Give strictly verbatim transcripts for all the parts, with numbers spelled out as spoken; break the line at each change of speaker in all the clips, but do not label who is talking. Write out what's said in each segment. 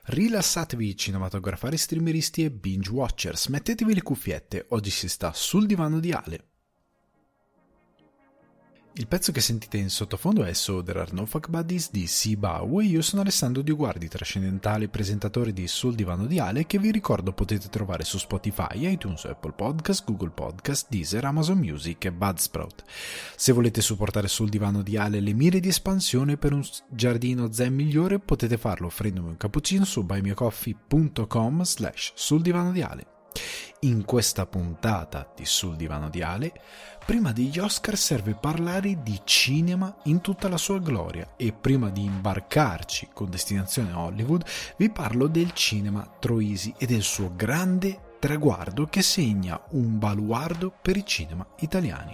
Rilassatevi cinematografari, streameristi e binge watchers, mettetevi le cuffiette, oggi si sta sul divano di Ale. Il pezzo che sentite in sottofondo è So There Are No Fuck Buddies di Sibau e io sono Alessandro Dioguardi, trascendentale presentatore di Sul Divano di Ale, che vi ricordo potete trovare su Spotify, iTunes, Apple Podcast, Google Podcast, Deezer, Amazon Music e Buzzsprout. Se volete supportare Sul Divano di Ale le mire di espansione per un giardino zen migliore, potete farlo offrendomi un cappuccino su buymeacoffee.com slash sul divano di Ale. In questa puntata di Sul Divano di Ale, prima degli Oscar serve parlare di cinema in tutta la sua gloria e prima di imbarcarci con destinazione Hollywood vi parlo del cinema Troisi e del suo grande traguardo che segna un baluardo per i cinema italiani.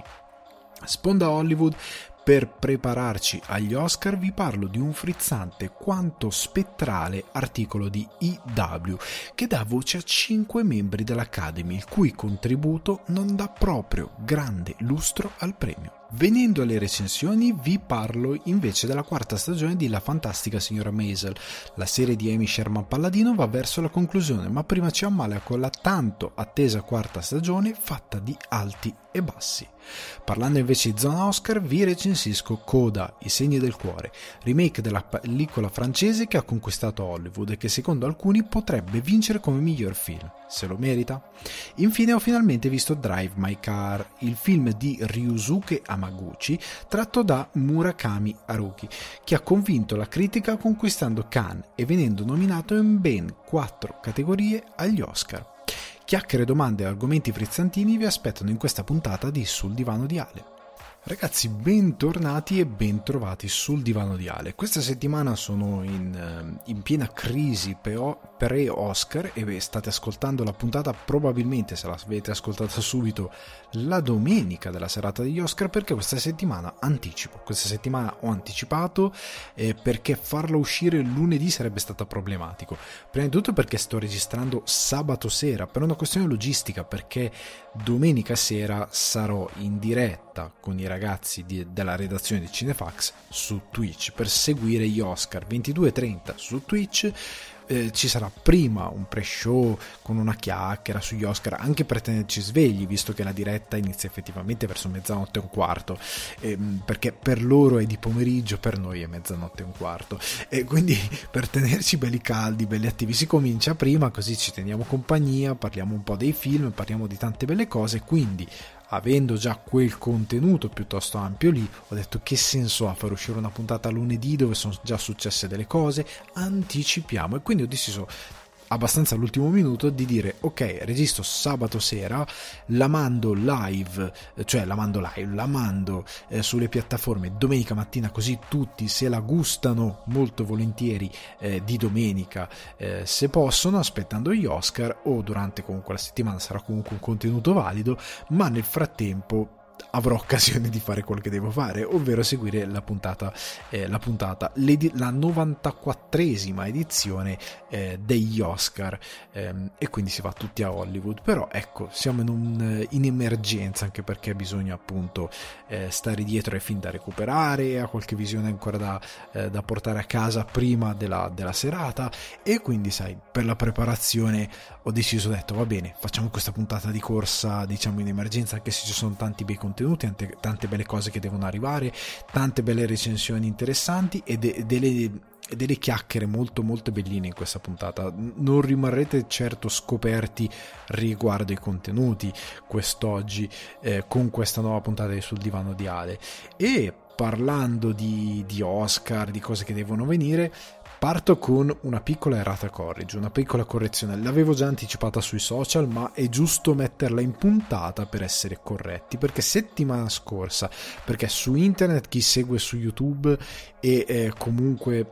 Sponda Hollywood. Per prepararci agli Oscar vi parlo di un frizzante quanto spettrale articolo di I W che dà voce a cinque membri dell'Academy, il cui contributo non dà proprio grande lustro al premio. Venendo alle recensioni vi parlo invece della quarta stagione di La fantastica signora Maisel. La serie di Amy Sherman Palladino va verso la conclusione, ma prima ci ammala con la tanto attesa quarta stagione fatta di alti e bassi. Parlando invece di zona Oscar vi recensisco Coda, I segni del cuore, remake della pellicola francese che ha conquistato Hollywood e che secondo alcuni potrebbe vincere come miglior film. Se lo merita? Infine ho finalmente visto Drive My Car, il film di Ryusuke Hamaguchi tratto da Murakami Haruki, che ha convinto la critica conquistando Cannes e venendo nominato in ben quattro categorie agli Oscar. Chiacchiere, domande e argomenti frizzantini vi aspettano in questa puntata di Sul Divano di Ale. Ragazzi, bentornati e bentrovati sul Divano di Ale. Questa settimana sono in, in piena crisi pre-Oscar e state ascoltando la puntata probabilmente, se la avete ascoltata subito, la domenica della serata degli Oscar, perché questa settimana anticipo. Questa settimana ho anticipato eh, perché farla uscire lunedì sarebbe stato problematico. Prima di tutto perché sto registrando sabato sera per una questione logistica, perché domenica sera sarò in diretta con i ragazzi di, della redazione di Cinefax su Twitch per seguire gli Oscar ventidue e trenta su Twitch. Eh, ci sarà prima un pre-show con una chiacchiera sugli Oscar, anche per tenerci svegli, visto che la diretta inizia effettivamente verso mezzanotte e un quarto, ehm, perché per loro è di pomeriggio, per noi è mezzanotte e un quarto, e quindi per tenerci belli caldi, belli attivi si comincia prima, così ci teniamo compagnia, parliamo un po' dei film, parliamo di tante belle cose. Quindi, avendo già quel contenuto piuttosto ampio lì, ho detto che senso ha far uscire una puntata lunedì dove sono già successe delle cose, anticipiamo. E quindi ho deciso abbastanza all'ultimo minuto di dire ok, registro sabato sera, la mando live, cioè la mando live, la mando eh, sulle piattaforme domenica mattina, così tutti se la gustano molto volentieri eh, di domenica eh, se possono, aspettando gli Oscar, o durante comunque la settimana sarà comunque un contenuto valido, ma nel frattempo avrò occasione di fare quello che devo fare, ovvero seguire la puntata, eh, la puntata, la novantaquattresima edizione eh, degli Oscar, ehm, e quindi si va tutti a Hollywood. Però ecco, siamo in, un, in emergenza, anche perché bisogna appunto eh, stare dietro ai film da recuperare, a qualche visione ancora da, eh, da portare a casa prima della, della serata, e quindi sai, per la preparazione ho deciso, ho detto va bene, facciamo questa puntata di corsa, diciamo in emergenza, anche se ci sono tanti bei contenuti, tante, tante belle cose che devono arrivare, tante belle recensioni interessanti e de, delle, delle chiacchiere molto molto belline in questa puntata. Non rimarrete certo scoperti riguardo i contenuti quest'oggi eh, con questa nuova puntata di Sul Divano di Ale. E parlando di, di Oscar, di cose che devono venire, parto con una piccola errata corrige, una piccola correzione. L'avevo già anticipata sui social, ma è giusto metterla in puntata per essere corretti, perché settimana scorsa, perché su internet chi segue su YouTube e eh, comunque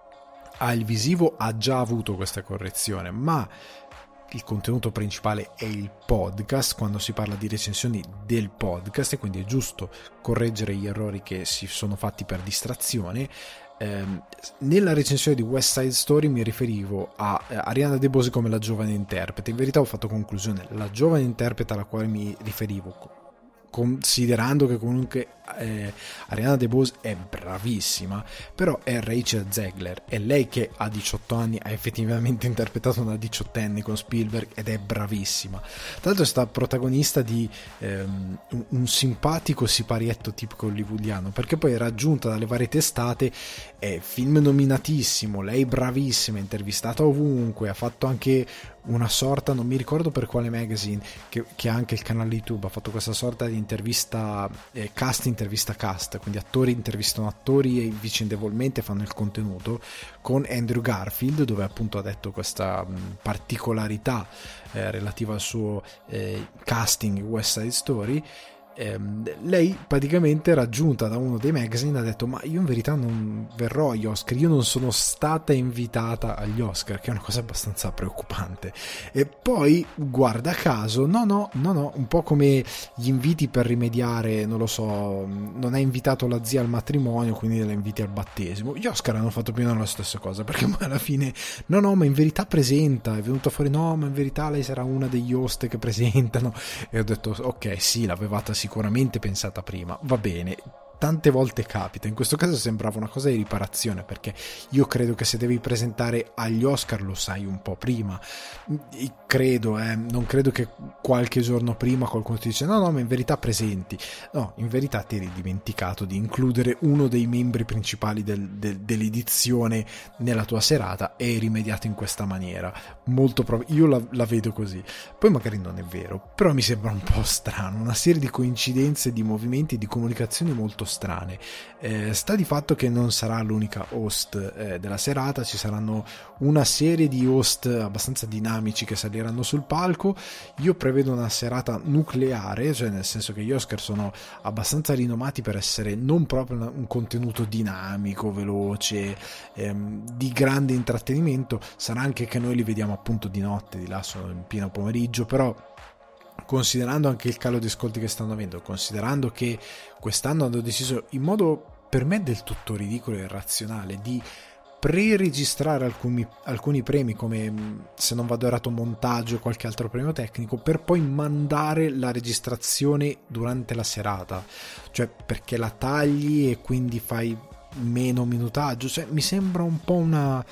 ha il visivo ha già avuto questa correzione, ma il contenuto principale è il podcast quando si parla di recensioni del podcast, e quindi è giusto correggere gli errori che si sono fatti per distrazione. Eh, nella recensione di West Side Story mi riferivo a eh, Ariana DeBose come la giovane interprete. In verità ho fatto conclusione, la giovane interprete alla quale mi riferivo considerando che comunque eh, Ariana DeBose è bravissima, però è Rachel Zegler, è lei che a diciotto anni ha effettivamente interpretato una diciottenne con Spielberg ed è bravissima. Tra l'altro è stata protagonista di ehm, un, un simpatico siparietto tipico hollywoodiano, perché poi è raggiunta dalle varie testate, è film nominatissimo, lei bravissima, intervistata ovunque, ha fatto anche una sorta, non mi ricordo per quale magazine, che, che ha anche il canale YouTube, ha fatto questa sorta di intervista eh, cast intervista cast, quindi attori intervistano attori e vicendevolmente fanno il contenuto, con Andrew Garfield, dove appunto ha detto questa mh, particolarità eh, relativa al suo eh, casting West Side Story. Eh, lei praticamente raggiunta da uno dei magazine ha detto: ma io in verità non verrò agli Oscar, io non sono stata invitata agli Oscar, che è una cosa abbastanza preoccupante. E poi guarda caso, no no no no un po' come gli inviti per rimediare, non lo so, non hai invitato la zia al matrimonio, quindi la inviti al battesimo. Gli Oscar hanno fatto più o meno la stessa cosa, perché alla fine no no ma in verità presenta, è venuto fuori no ma in verità lei sarà una degli host che presentano, e ho detto ok sì, l'avevate sicuramente pensata prima, va bene. Tante volte capita, in questo caso sembrava una cosa di riparazione, perché io credo che se devi presentare agli Oscar lo sai un po' prima, credo, eh, non credo che qualche giorno prima qualcuno ti dice no no ma in verità presenti, no, in verità ti eri dimenticato di includere uno dei membri principali del, del, dell'edizione nella tua serata e hai rimediato in questa maniera, molto prob- io la, la vedo così, poi magari non è vero, però mi sembra un po' strano, una serie di coincidenze, di movimenti, di comunicazioni molto strane. Eh, sta di fatto che non sarà l'unica host eh, della serata, ci saranno una serie di host abbastanza dinamici che saliranno sul palco. Io prevedo una serata nucleare, cioè nel senso che gli Oscar sono abbastanza rinomati per essere non proprio una, un contenuto dinamico, veloce, ehm, di grande intrattenimento. Sarà anche che noi li vediamo appunto di notte, di là sono in pieno pomeriggio, però considerando anche il calo di ascolti che stanno avendo, considerando che quest'anno hanno deciso in modo per me del tutto ridicolo e irrazionale di pre-registrare alcuni, alcuni premi, come se non vado errato montaggio o qualche altro premio tecnico, per poi mandare la registrazione durante la serata, cioè perché la tagli e quindi fai meno minutaggio, cioè mi sembra un po' una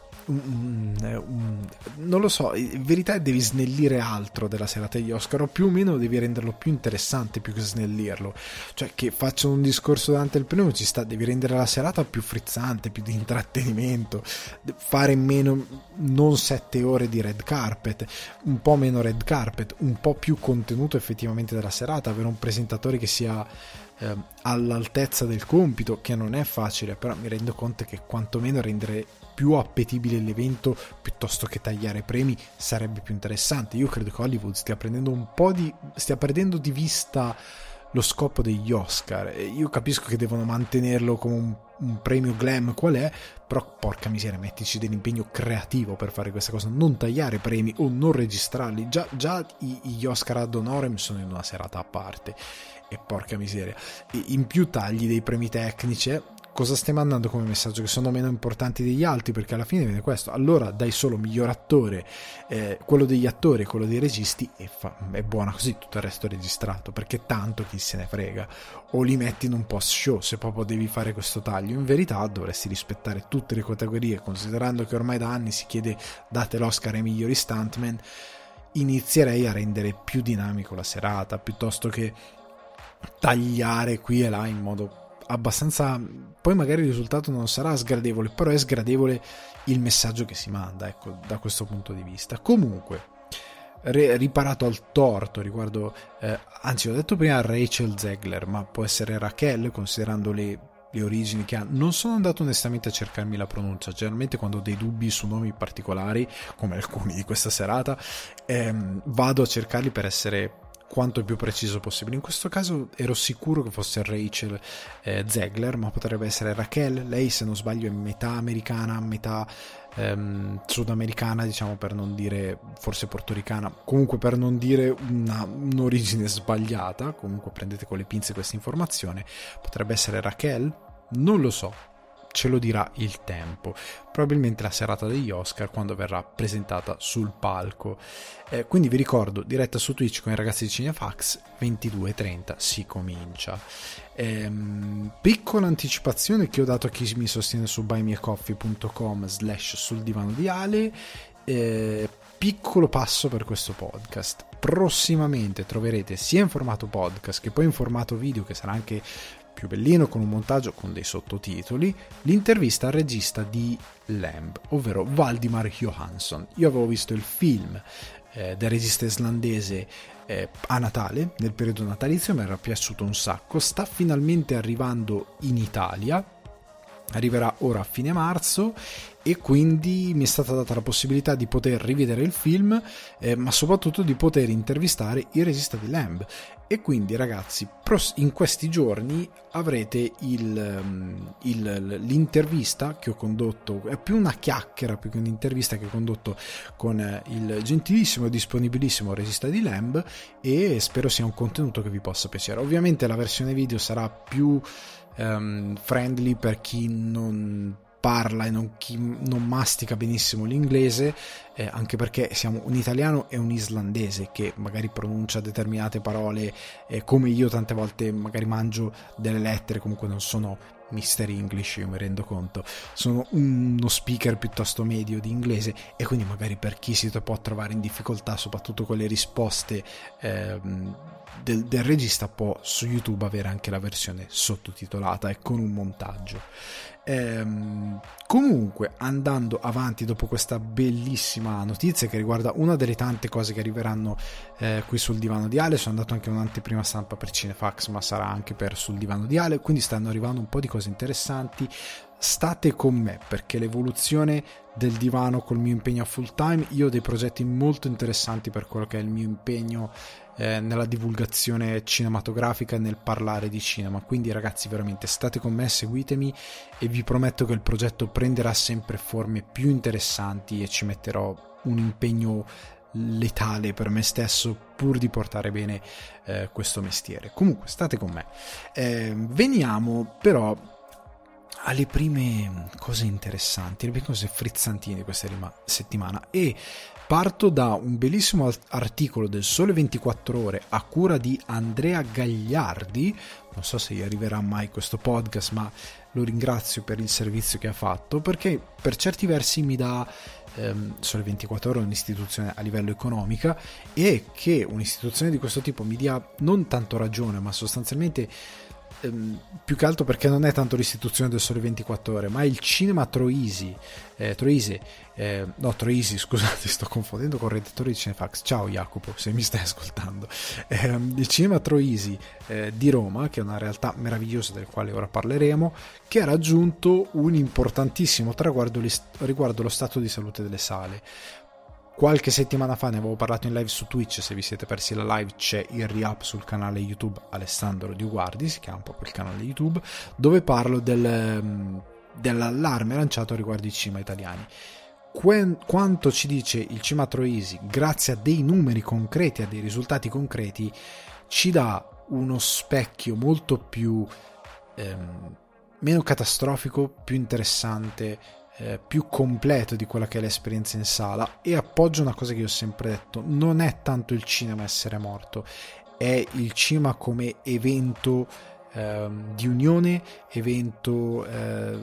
Un, un, non lo so, in verità devi snellire altro della serata degli Oscar, o più o meno devi renderlo più interessante più che snellirlo, cioè che facciano un discorso davanti al premio ci sta, devi rendere la serata più frizzante, più di intrattenimento, fare meno, non sette ore di red carpet, un po' meno red carpet, un po' più contenuto effettivamente della serata, avere un presentatore che sia eh, all'altezza del compito, che non è facile, però mi rendo conto che quantomeno rendere più appetibile l'evento piuttosto che tagliare premi sarebbe più interessante. Io credo che Hollywood stia prendendo un po' di stia perdendo di vista lo scopo degli Oscar. Io capisco che devono mantenerlo come un, un premio glam qual è, però porca miseria, mettici dell'impegno creativo per fare questa cosa, non tagliare premi o non registrarli. Già, già gli Oscar ad honorem sono in una serata a parte, e porca miseria, e in più tagli dei premi tecnici. Cosa stai mandando come messaggio? Che sono meno importanti degli altri? Perché alla fine viene questo. Allora dai solo miglior attore, eh, quello degli attori e quello dei registi, e fa, è buona così, tutto il resto è registrato, perché tanto chi se ne frega. O li metti in un post show se proprio devi fare questo taglio. In verità dovresti rispettare tutte le categorie, considerando che ormai da anni si chiede date l'Oscar ai migliori stuntman. Inizierei a rendere più dinamico la serata piuttosto che tagliare qui e là in modo abbastanza, poi magari il risultato non sarà sgradevole, però è sgradevole il messaggio che si manda, ecco, da questo punto di vista. Comunque, re, riparato al torto riguardo, eh, anzi ho detto prima Rachel Zegler, ma può essere Raquel, considerando le, le origini che ha. Non sono andato onestamente a cercarmi la pronuncia, generalmente quando ho dei dubbi su nomi particolari, come alcuni di questa serata, ehm, vado a cercarli per essere quanto più preciso possibile. In questo caso ero sicuro che fosse Rachel eh, Zegler, ma potrebbe essere Raquel. Lei, se non sbaglio, è metà americana, metà ehm, sudamericana, diciamo, per non dire forse portoricana, comunque per non dire una, un'origine sbagliata. Comunque prendete con le pinze questa informazione. Potrebbe essere Raquel, non lo so, ce lo dirà il tempo, probabilmente la serata degli Oscar, quando verrà presentata sul palco. Eh, quindi vi ricordo, diretta su Twitch con i ragazzi di Cinefax, ventidue e trenta si comincia. Ehm, piccola anticipazione che ho dato a chi mi sostiene su buymeacoffee punto com slash sul divano di Ale. Eh, piccolo passo per questo podcast: prossimamente troverete sia in formato podcast che poi in formato video, che sarà anche più bellino, con un montaggio con dei sottotitoli, l'intervista al regista di Lamb, ovvero Valdimar Johansson. Io avevo visto il film eh, del regista islandese eh, a Natale, nel periodo natalizio, mi era piaciuto un sacco. Sta finalmente arrivando in Italia, arriverà ora a fine marzo, e quindi mi è stata data la possibilità di poter rivedere il film, eh, ma soprattutto di poter intervistare il regista di Lamb. E quindi, ragazzi, in questi giorni avrete il, il, l'intervista che ho condotto, è più una chiacchiera più che un'intervista, che ho condotto con il gentilissimo e disponibilissimo regista di Lamb, e spero sia un contenuto che vi possa piacere. Ovviamente la versione video sarà più um, friendly per chi non parla e non, chi non mastica benissimo l'inglese, eh, anche perché siamo un italiano e un islandese che magari pronuncia determinate parole eh, come io tante volte magari mangio delle lettere, comunque non sono mister English, io mi rendo conto, sono uno speaker piuttosto medio di inglese, e quindi magari per chi si può trovare in difficoltà soprattutto con le risposte eh, del, del regista, può su YouTube avere anche la versione sottotitolata e con un montaggio. Ehm, comunque, andando avanti, dopo questa bellissima notizia che riguarda una delle tante cose che arriveranno eh, qui sul divano di Ale, sono andato anche un'anteprima stampa per Cinefax, ma sarà anche per sul divano di Ale, quindi stanno arrivando un po' di cose interessanti. State con me, perché l'evoluzione del divano col mio impegno a full time, io ho dei progetti molto interessanti per quello che è il mio impegno eh, nella divulgazione cinematografica, nel parlare di cinema. Quindi, ragazzi, veramente state con me, seguitemi, e vi prometto che il progetto prenderà sempre forme più interessanti e ci metterò un impegno letale per me stesso pur di portare bene eh, questo mestiere. Comunque, state con me. Eh, veniamo però alle prime cose interessanti, le prime cose frizzantine di questa settimana, e parto da un bellissimo articolo del Sole ventiquattro Ore a cura di Andrea Gagliardi. Non so se gli arriverà mai questo podcast, ma lo ringrazio per il servizio che ha fatto, perché per certi versi mi dà ehm, Sole ventiquattro Ore è un'istituzione a livello economica, e che un'istituzione di questo tipo mi dia non tanto ragione, ma sostanzialmente ehm, più che altro perché non è tanto l'istituzione del Sole ventiquattro Ore, ma il cinema Troisi eh, Troisi eh, no Troisi scusate, sto confondendo con il redattore di Cinefax. Ciao Jacopo, se mi stai ascoltando. Eh, il cinema Troisi eh, di Roma, che è una realtà meravigliosa del quale ora parleremo, che ha raggiunto un importantissimo traguardo riguardo lo stato di salute delle sale. Qualche settimana fa ne avevo parlato in live su Twitch, se vi siete persi la live c'è il re-up sul canale YouTube Alessandro Di Guardi, si chiama proprio il canale YouTube, dove parlo del, dell'allarme lanciato riguardo i cinema italiani. Quen, quanto ci dice il cinema Troisi, grazie a dei numeri concreti, a dei risultati concreti, ci dà uno specchio molto più ehm, meno catastrofico, più interessante, Eh, più completo di quella che è l'esperienza in sala. E appoggio una cosa che io ho sempre detto: non è tanto il cinema essere morto, è il cinema come evento eh, di unione, evento eh,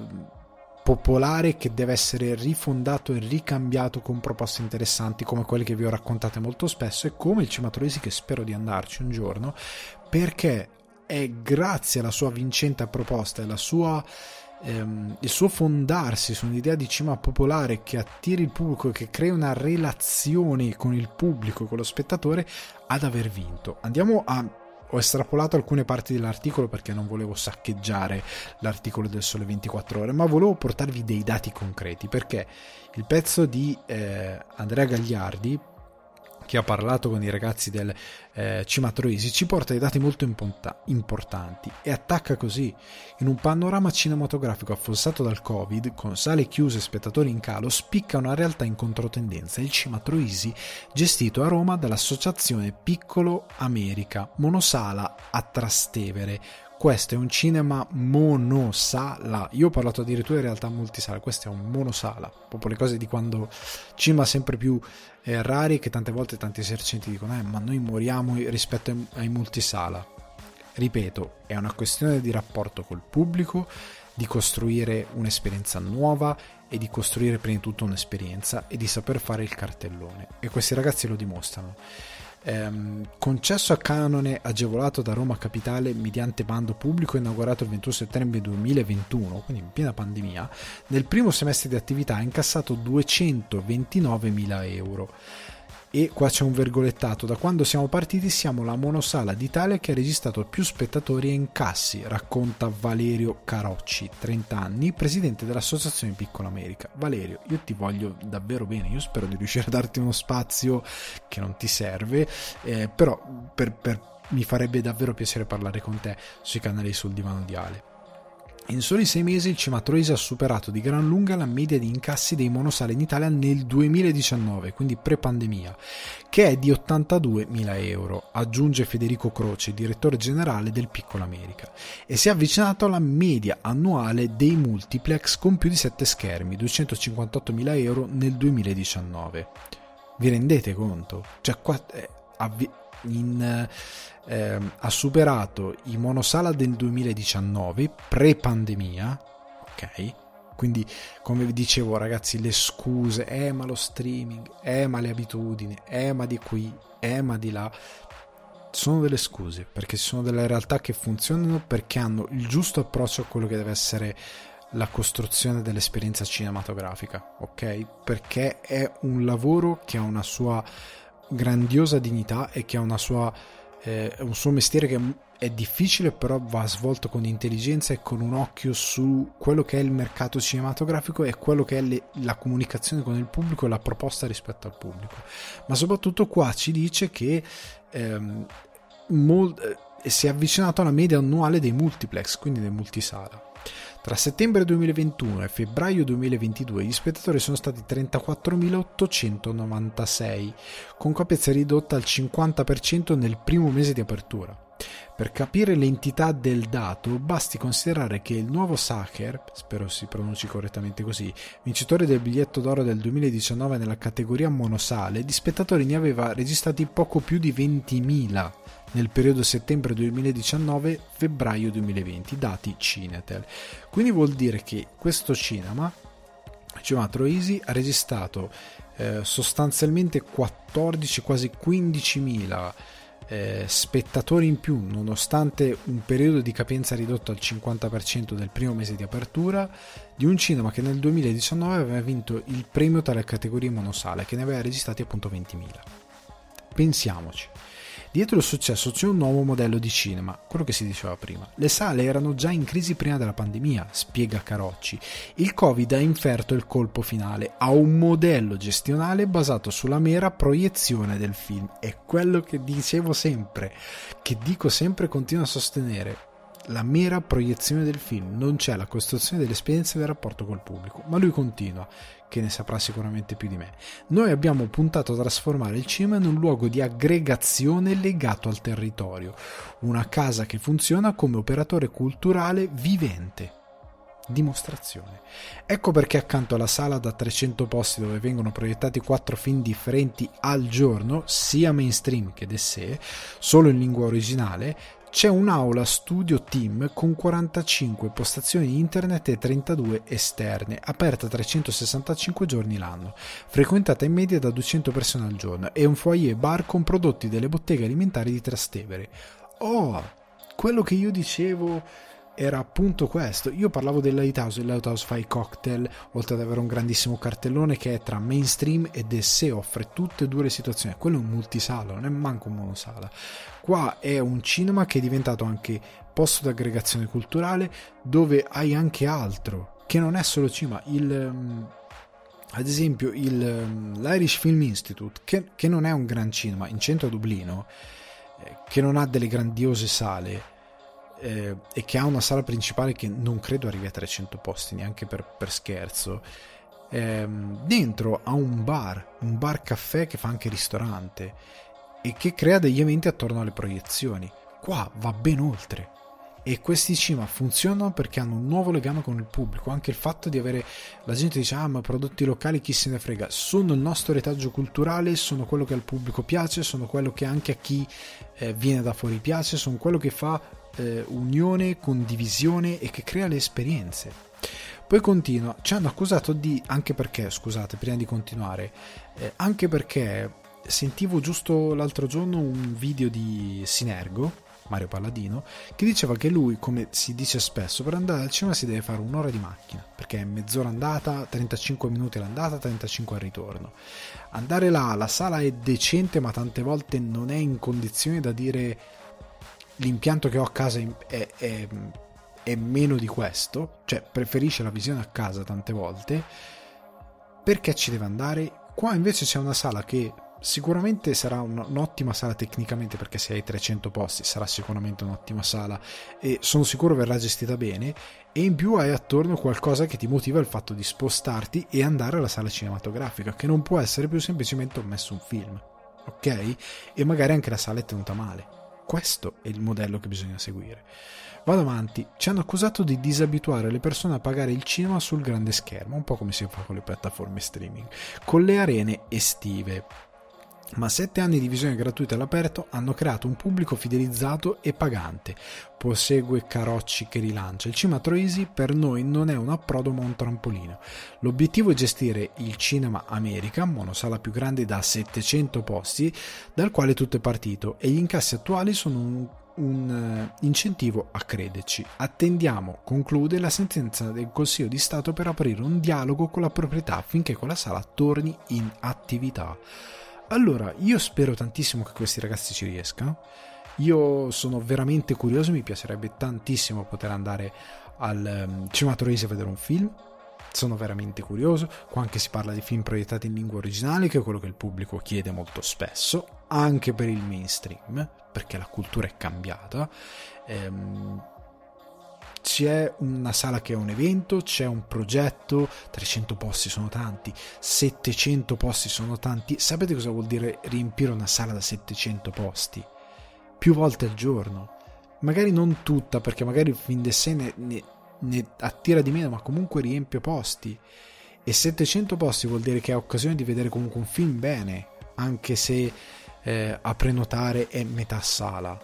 popolare, che deve essere rifondato e ricambiato con proposte interessanti come quelle che vi ho raccontate molto spesso, e come il cinema Troisi, che spero di andarci un giorno, perché è grazie alla sua vincente proposta e alla sua ehm, il suo fondarsi su un'idea di cinema popolare che attiri il pubblico e che crea una relazione con il pubblico, con lo spettatore, ad aver vinto. Andiamo a ho estrapolato alcune parti dell'articolo perché non volevo saccheggiare l'articolo del Sole ventiquattro Ore, ma volevo portarvi dei dati concreti, perché il pezzo di eh, Andrea Gagliardi, che ha parlato con i ragazzi del eh, cinema Troisi, ci porta dei dati molto imponta- importanti e attacca così: in un panorama cinematografico affossato dal Covid, con sale chiuse e spettatori in calo, spicca una realtà in controtendenza, il cinema Troisi, gestito a Roma dall'associazione Piccolo America, monosala a Trastevere, Questo è un cinema monosala. Io ho parlato addirittura in realtà multisala. Questo è un monosala. Proprio le cose di quando cinema sempre più eh, rari, che tante volte tanti esercenti dicono eh, ma noi moriamo rispetto ai, ai multisala. Ripeto, è una questione di rapporto col pubblico, di costruire un'esperienza nuova e di costruire prima di tutto un'esperienza e di saper fare il cartellone, e questi ragazzi lo dimostrano. Ehm, concesso a canone agevolato da Roma Capitale mediante bando pubblico inaugurato il ventuno settembre duemilaventuno, quindi in piena pandemia, nel primo semestre di attività ha incassato duecentoventinovemila euro. E qua c'è un virgolettato: da quando siamo partiti siamo la monosala d'Italia che ha registrato più spettatori e incassi, racconta Valerio Carocci, trenta anni, presidente dell'associazione Piccola America. Valerio, io ti voglio davvero bene, io spero di riuscire a darti uno spazio che non ti serve, eh, però per, per, mi farebbe davvero piacere parlare con te sui canali Sul Divano di Ale. In soli sei mesi il cinema troisi ha superato di gran lunga la media di incassi dei monosale in Italia nel duemiladiciannove, quindi pre-pandemia, che è di ottantaduemila euro, aggiunge Federico Croce, direttore generale del Piccola America, e si è avvicinato alla media annuale dei multiplex con più di sette schermi, duecentocinquantottomila euro nel duemiladiciannove. Vi rendete conto? Cioè qua eh, avvi- in... Eh, ha superato i monosala del duemiladiciannove pre-pandemia, ok? Quindi, come vi dicevo ragazzi, le scuse, eh ma lo streaming, eh ma le abitudini, eh ma di qui, eh ma di là, sono delle scuse, perché ci sono delle realtà che funzionano perché hanno il giusto approccio a quello che deve essere la costruzione dell'esperienza cinematografica, ok? Perché è un lavoro che ha una sua grandiosa dignità e che ha una sua è un suo mestiere che è difficile, però va svolto con intelligenza e con un occhio su quello che è il mercato cinematografico e quello che è le, la comunicazione con il pubblico e la proposta rispetto al pubblico. Ma soprattutto qua ci dice che ehm, mol, eh, si è avvicinato alla media annuale dei multiplex, quindi dei multisala. Tra settembre duemilaventuno e febbraio duemilaventidue gli spettatori sono stati trentaquattromilaottocentonovantasei, con capienza ridotta al cinquanta per cento nel primo mese di apertura. Per capire l'entità del dato basti considerare che il nuovo Sacher, spero si pronunci correttamente così, vincitore del biglietto d'oro del duemiladiciannove nella categoria monosale, di spettatori ne aveva registrati poco più di ventimila nel periodo settembre duemiladiciannove-febbraio duemilaventi, dati Cinetel. Quindi vuol dire che questo cinema, cinema Troisi, ha registrato eh, sostanzialmente quattordici, quasi quindicimila eh, spettatori in più, nonostante un periodo di capienza ridotto al cinquanta per cento del primo mese di apertura, di un cinema che nel duemiladiciannove aveva vinto il premio tra le categorie monosale, che ne aveva registrati appunto ventimila. Pensiamoci. Dietro il successo c'è un nuovo modello di cinema, quello che si diceva prima. Le sale erano già in crisi prima della pandemia, spiega Carocci. Il Covid ha inferto il colpo finale a un modello gestionale basato sulla mera proiezione del film. È quello che dicevo sempre, che dico sempre e continuo a sostenere. La mera proiezione del film, non c'è la costruzione dell'esperienza e del rapporto col pubblico. Ma lui continua, che ne saprà sicuramente più di me. Noi abbiamo puntato a trasformare il cinema in un luogo di aggregazione legato al territorio, una casa che funziona come operatore culturale vivente. Dimostrazione. Ecco perché accanto alla sala da trecento posti dove vengono proiettati quattro film differenti al giorno, sia mainstream che d'essai, solo in lingua originale, c'è un'aula studio team con quarantacinque postazioni internet e trentadue esterne, aperta trecentosessantacinque giorni l'anno, frequentata in media da duecento persone al giorno, e un foyer bar con prodotti delle botteghe alimentari di Trastevere. Oh, quello che io dicevo era appunto questo. Io parlavo del Lighthouse, il Lighthouse fa i cocktail, oltre ad avere un grandissimo cartellone che è tra mainstream ed esse, offre tutte e due le situazioni. Quello è un multisala, non è manco un monosala. Qua è un cinema che è diventato anche posto di aggregazione culturale, dove hai anche altro, che non è solo cinema. Il, ad esempio il, l'Irish Film Institute, che, che non è un gran cinema, in centro a Dublino, eh, che non ha delle grandiose sale, Eh, e che ha una sala principale che non credo arrivi a trecento posti, neanche per, per scherzo. Eh, dentro ha un bar, un bar caffè che fa anche ristorante e che crea degli eventi attorno alle proiezioni. Qua va ben oltre, e questi cinema funzionano perché hanno un nuovo legame con il pubblico. Anche il fatto di avere, la gente dice ah ma prodotti locali chi se ne frega, sono il nostro retaggio culturale, sono quello che al pubblico piace, sono quello che anche a chi eh, viene da fuori piace, sono quello che fa eh, unione, condivisione e che crea le esperienze. Poi continua, ci hanno accusato di, anche perché, scusate, prima di continuare, eh, anche perché sentivo giusto l'altro giorno un video di Sinergo, Mario Palladino, che diceva che lui, come si dice spesso, per andare al cinema si deve fare un'ora di macchina, perché è mezz'ora andata, trentacinque minuti l'andata, trentacinque al ritorno. Andare là, la sala è decente, ma tante volte non è in condizioni da dire l'impianto che ho a casa è, è, è meno di questo, cioè preferisce la visione a casa tante volte, perché ci deve andare? Qua invece c'è una sala che sicuramente sarà un'ottima sala tecnicamente, perché se hai trecento posti sarà sicuramente un'ottima sala e sono sicuro verrà gestita bene, e in più hai attorno qualcosa che ti motiva il fatto di spostarti e andare alla sala cinematografica, che non può essere più semplicemente ho messo un film, ok? E magari anche la sala è tenuta male. Questo è il modello che bisogna seguire. Vado avanti. Ci hanno accusato di disabituare le persone a pagare il cinema sul grande schermo, un po' come si fa con le piattaforme streaming, con le arene estive. Ma sette anni di visione gratuita all'aperto hanno creato un pubblico fidelizzato e pagante. Prosegue Carocci che rilancia: il cinema Troisi per noi non è un approdo ma un trampolino. L'obiettivo è gestire il Cinema America, monosala più grande da settecento posti, dal quale tutto è partito, e gli incassi attuali sono un un incentivo a crederci. Attendiamo, conclude, la sentenza del Consiglio di Stato per aprire un dialogo con la proprietà affinché quella sala torni in attività. Allora, io spero tantissimo che questi ragazzi ci riescano. Io sono veramente curioso, mi piacerebbe tantissimo poter andare al um, Cinema Troisi a vedere un film. Sono veramente curioso. Qua anche si parla di film proiettati in lingua originale, che è quello che il pubblico chiede molto spesso, anche per il mainstream, perché la cultura è cambiata. Ehm, c'è una sala che è un evento, c'è un progetto, trecento posti sono tanti, settecento posti sono tanti. Sapete cosa vuol dire riempire una sala da settecento posti? Più volte al giorno. Magari non tutta, perché magari il film de sé ne, ne, ne attira di meno, ma comunque riempie posti. E settecento posti vuol dire che hai occasione di vedere comunque un film bene, anche se eh, a prenotare è metà sala.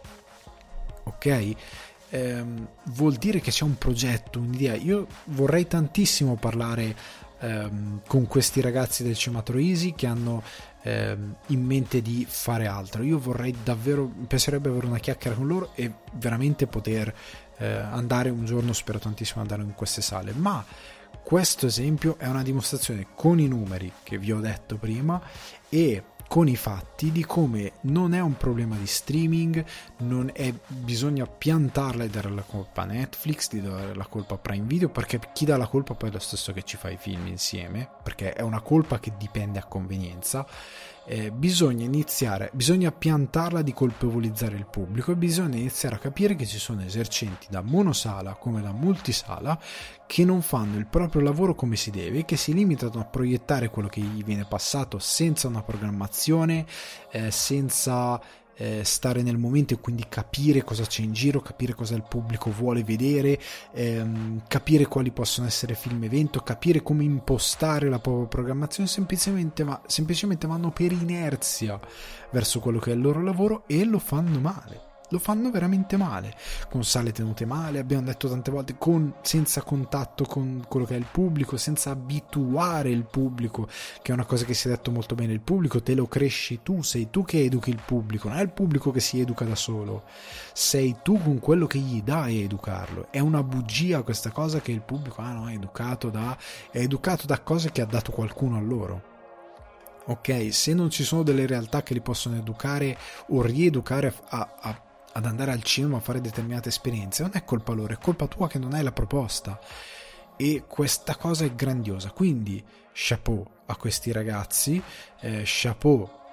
Ok? Ehm, vuol dire che c'è un progetto, un'idea. Io vorrei tantissimo parlare ehm, con questi ragazzi del Cinema Troisi che hanno ehm, in mente di fare altro. Io vorrei davvero, mi piacerebbe avere una chiacchiera con loro e veramente poter eh, andare un giorno, spero tantissimo andare in queste sale. Ma questo esempio è una dimostrazione con i numeri che vi ho detto prima e con i fatti di come non è un problema di streaming, non è, bisogna piantarla e dare la colpa a Netflix, di dare la colpa a Prime Video, perché chi dà la colpa poi è lo stesso che ci fa i film insieme, perché è una colpa che dipende a convenienza. Eh, bisogna iniziare, bisogna piantarla di colpevolizzare il pubblico e bisogna iniziare a capire che ci sono esercenti da monosala come da multisala che non fanno il proprio lavoro come si deve, che si limitano a proiettare quello che gli viene passato senza una programmazione, eh, senza eh, stare nel momento e quindi capire cosa c'è in giro, capire cosa il pubblico vuole vedere, ehm, capire quali possono essere film evento, capire come impostare la propria programmazione. Semplicemente, ma, semplicemente vanno per inerzia verso quello che è il loro lavoro e lo fanno male. Lo fanno veramente male, con sale tenute male, abbiamo detto tante volte, con, senza contatto con quello che è il pubblico, senza abituare il pubblico, che è una cosa che si è detto molto bene. Il pubblico te lo cresci tu, sei tu che educhi il pubblico, non è il pubblico che si educa da solo, sei tu con quello che gli dai a educarlo. È una bugia questa cosa che il pubblico ah no, è educato da è educato da cose che ha dato qualcuno a loro. Ok, se non ci sono delle realtà che li possono educare o rieducare a, a ad andare al cinema a fare determinate esperienze, non è colpa loro, è colpa tua che non hai la proposta. E questa cosa è grandiosa, quindi chapeau a questi ragazzi, eh, chapeau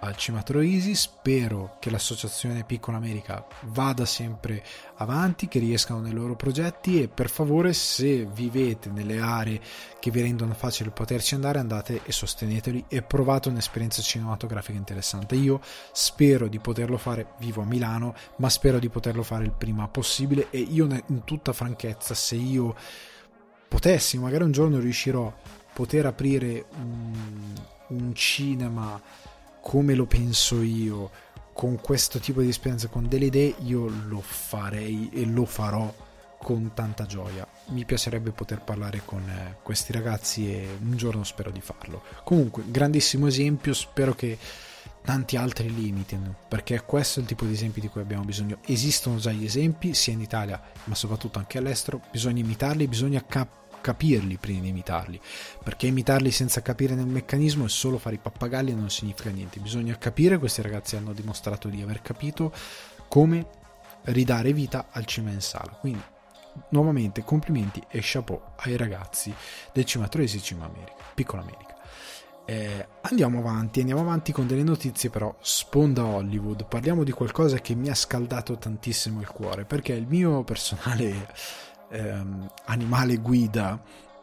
al Cinematro Easy, spero che l'associazione Piccola America vada sempre avanti, che riescano nei loro progetti, e per favore, se vivete nelle aree che vi rendono facile poterci andare, andate e sosteneteli e provate un'esperienza cinematografica interessante. Io spero di poterlo fare, vivo a Milano, ma spero di poterlo fare il prima possibile, e io in tutta franchezza, se io potessi, magari un giorno riuscirò a poter aprire un, un cinema come lo penso io, con questo tipo di esperienza, con delle idee, io lo farei e lo farò con tanta gioia. Mi piacerebbe poter parlare con eh, questi ragazzi, e un giorno spero di farlo. Comunque, grandissimo esempio, spero che tanti altri limitino, perché questo è il tipo di esempi di cui abbiamo bisogno. Esistono già gli esempi sia in Italia ma soprattutto anche all'estero, bisogna imitarli, bisogna cap- capirli prima di imitarli, perché imitarli senza capire nel meccanismo è solo fare i pappagalli e non significa niente. Bisogna capire. Questi ragazzi hanno dimostrato di aver capito come ridare vita al cinema in sala, quindi nuovamente complimenti e chapeau ai ragazzi del Cinematro Easy Cinema America, Piccola America. Eh, andiamo avanti, andiamo avanti con delle notizie però sponda Hollywood. Parliamo di qualcosa che mi ha scaldato tantissimo il cuore, perché il mio personale ehm, animale guida,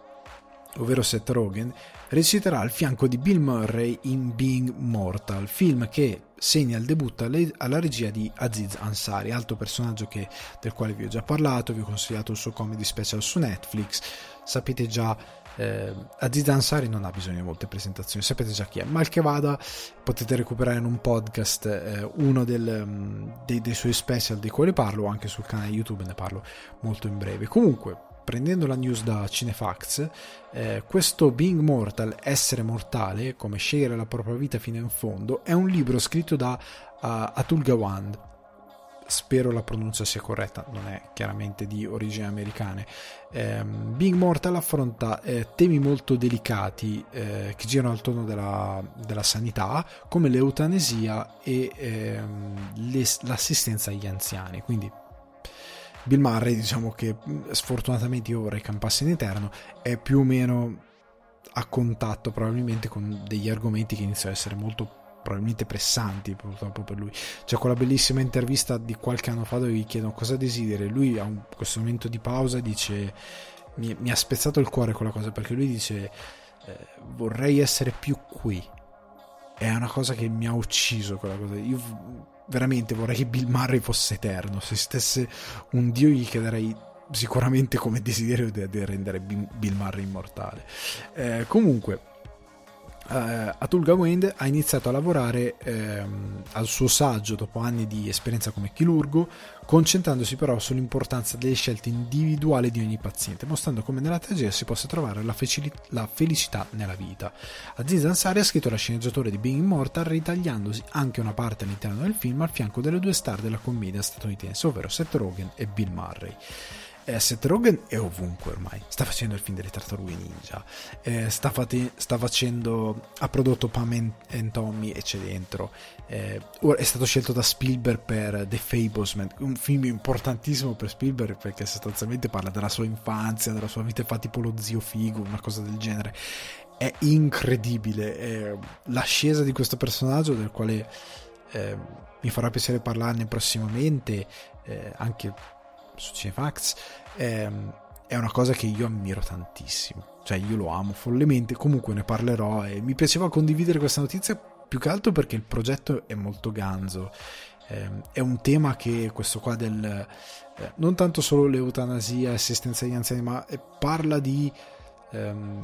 ovvero Seth Rogen, reciterà al fianco di Bill Murray in Being Mortal, film che segna il debutto alla regia di Aziz Ansari, altro personaggio che, del quale vi ho già parlato, vi ho consigliato il suo comedy special su Netflix. Sapete già, eh, Aziz Ansari non ha bisogno di molte presentazioni, sapete già chi è. Mal che vada, potete recuperare in un podcast eh, uno del, um, dei, dei suoi special di cui parlo, anche sul canale YouTube ne parlo molto in breve. Comunque, prendendo la news da Cinefacts, eh, questo Being Mortal, essere mortale, come scegliere la propria vita fino in fondo, è un libro scritto da uh, Atul Gawande. Spero la pronuncia sia corretta, non è chiaramente di origini americane. Eh, Being Mortal affronta eh, temi molto delicati eh, che girano attorno della, della sanità, come l'eutanasia e eh, l'assistenza agli anziani. Quindi Bill Murray, diciamo che sfortunatamente io vorrei campasse in eterno, è più o meno a contatto probabilmente con degli argomenti che iniziano a essere molto probabilmente pressanti purtroppo per lui. C'è quella bellissima intervista di qualche anno fa dove gli chiedono cosa desideri, lui ha un, questo momento di pausa e dice, mi, mi ha spezzato il cuore quella cosa, perché lui dice eh, vorrei essere più qui. È una cosa che mi ha ucciso quella cosa. Io veramente vorrei che Bill Murray fosse eterno. Se stesse un dio gli chiederei sicuramente come desiderio di, di rendere Bill Murray immortale. Eh, comunque Uh, Atul Gawande ha iniziato a lavorare ehm, al suo saggio dopo anni di esperienza come chirurgo, concentrandosi però sull'importanza delle scelte individuali di ogni paziente, mostrando come nella tragedia si possa trovare la, feci- la felicità nella vita. Aziz Ansari ha scritto la sceneggiatura di Being Immortal, ritagliandosi anche una parte all'interno del film al fianco delle due star della commedia statunitense, ovvero Seth Rogen e Bill Murray. Eh, Seth Rogen è ovunque ormai, sta facendo il film delle Tartarughe Ninja, eh, sta, fate, sta facendo ha prodotto Pam and, and Tommy e c'è dentro, eh, è stato scelto da Spielberg per The Fablesman, un film importantissimo per Spielberg perché sostanzialmente parla della sua infanzia, della sua vita, fa tipo lo zio figo, una cosa del genere. È incredibile eh, l'ascesa di questo personaggio, del quale eh, mi farà piacere parlarne prossimamente, eh, anche su Cinefacts. ehm, è una cosa che io ammiro tantissimo, cioè io lo amo follemente. Comunque ne parlerò e mi piaceva condividere questa notizia più che altro perché il progetto è molto ganzo. ehm, è un tema che questo qua del eh, non tanto solo l'eutanasia, assistenza agli anziani, ma eh, parla di ehm,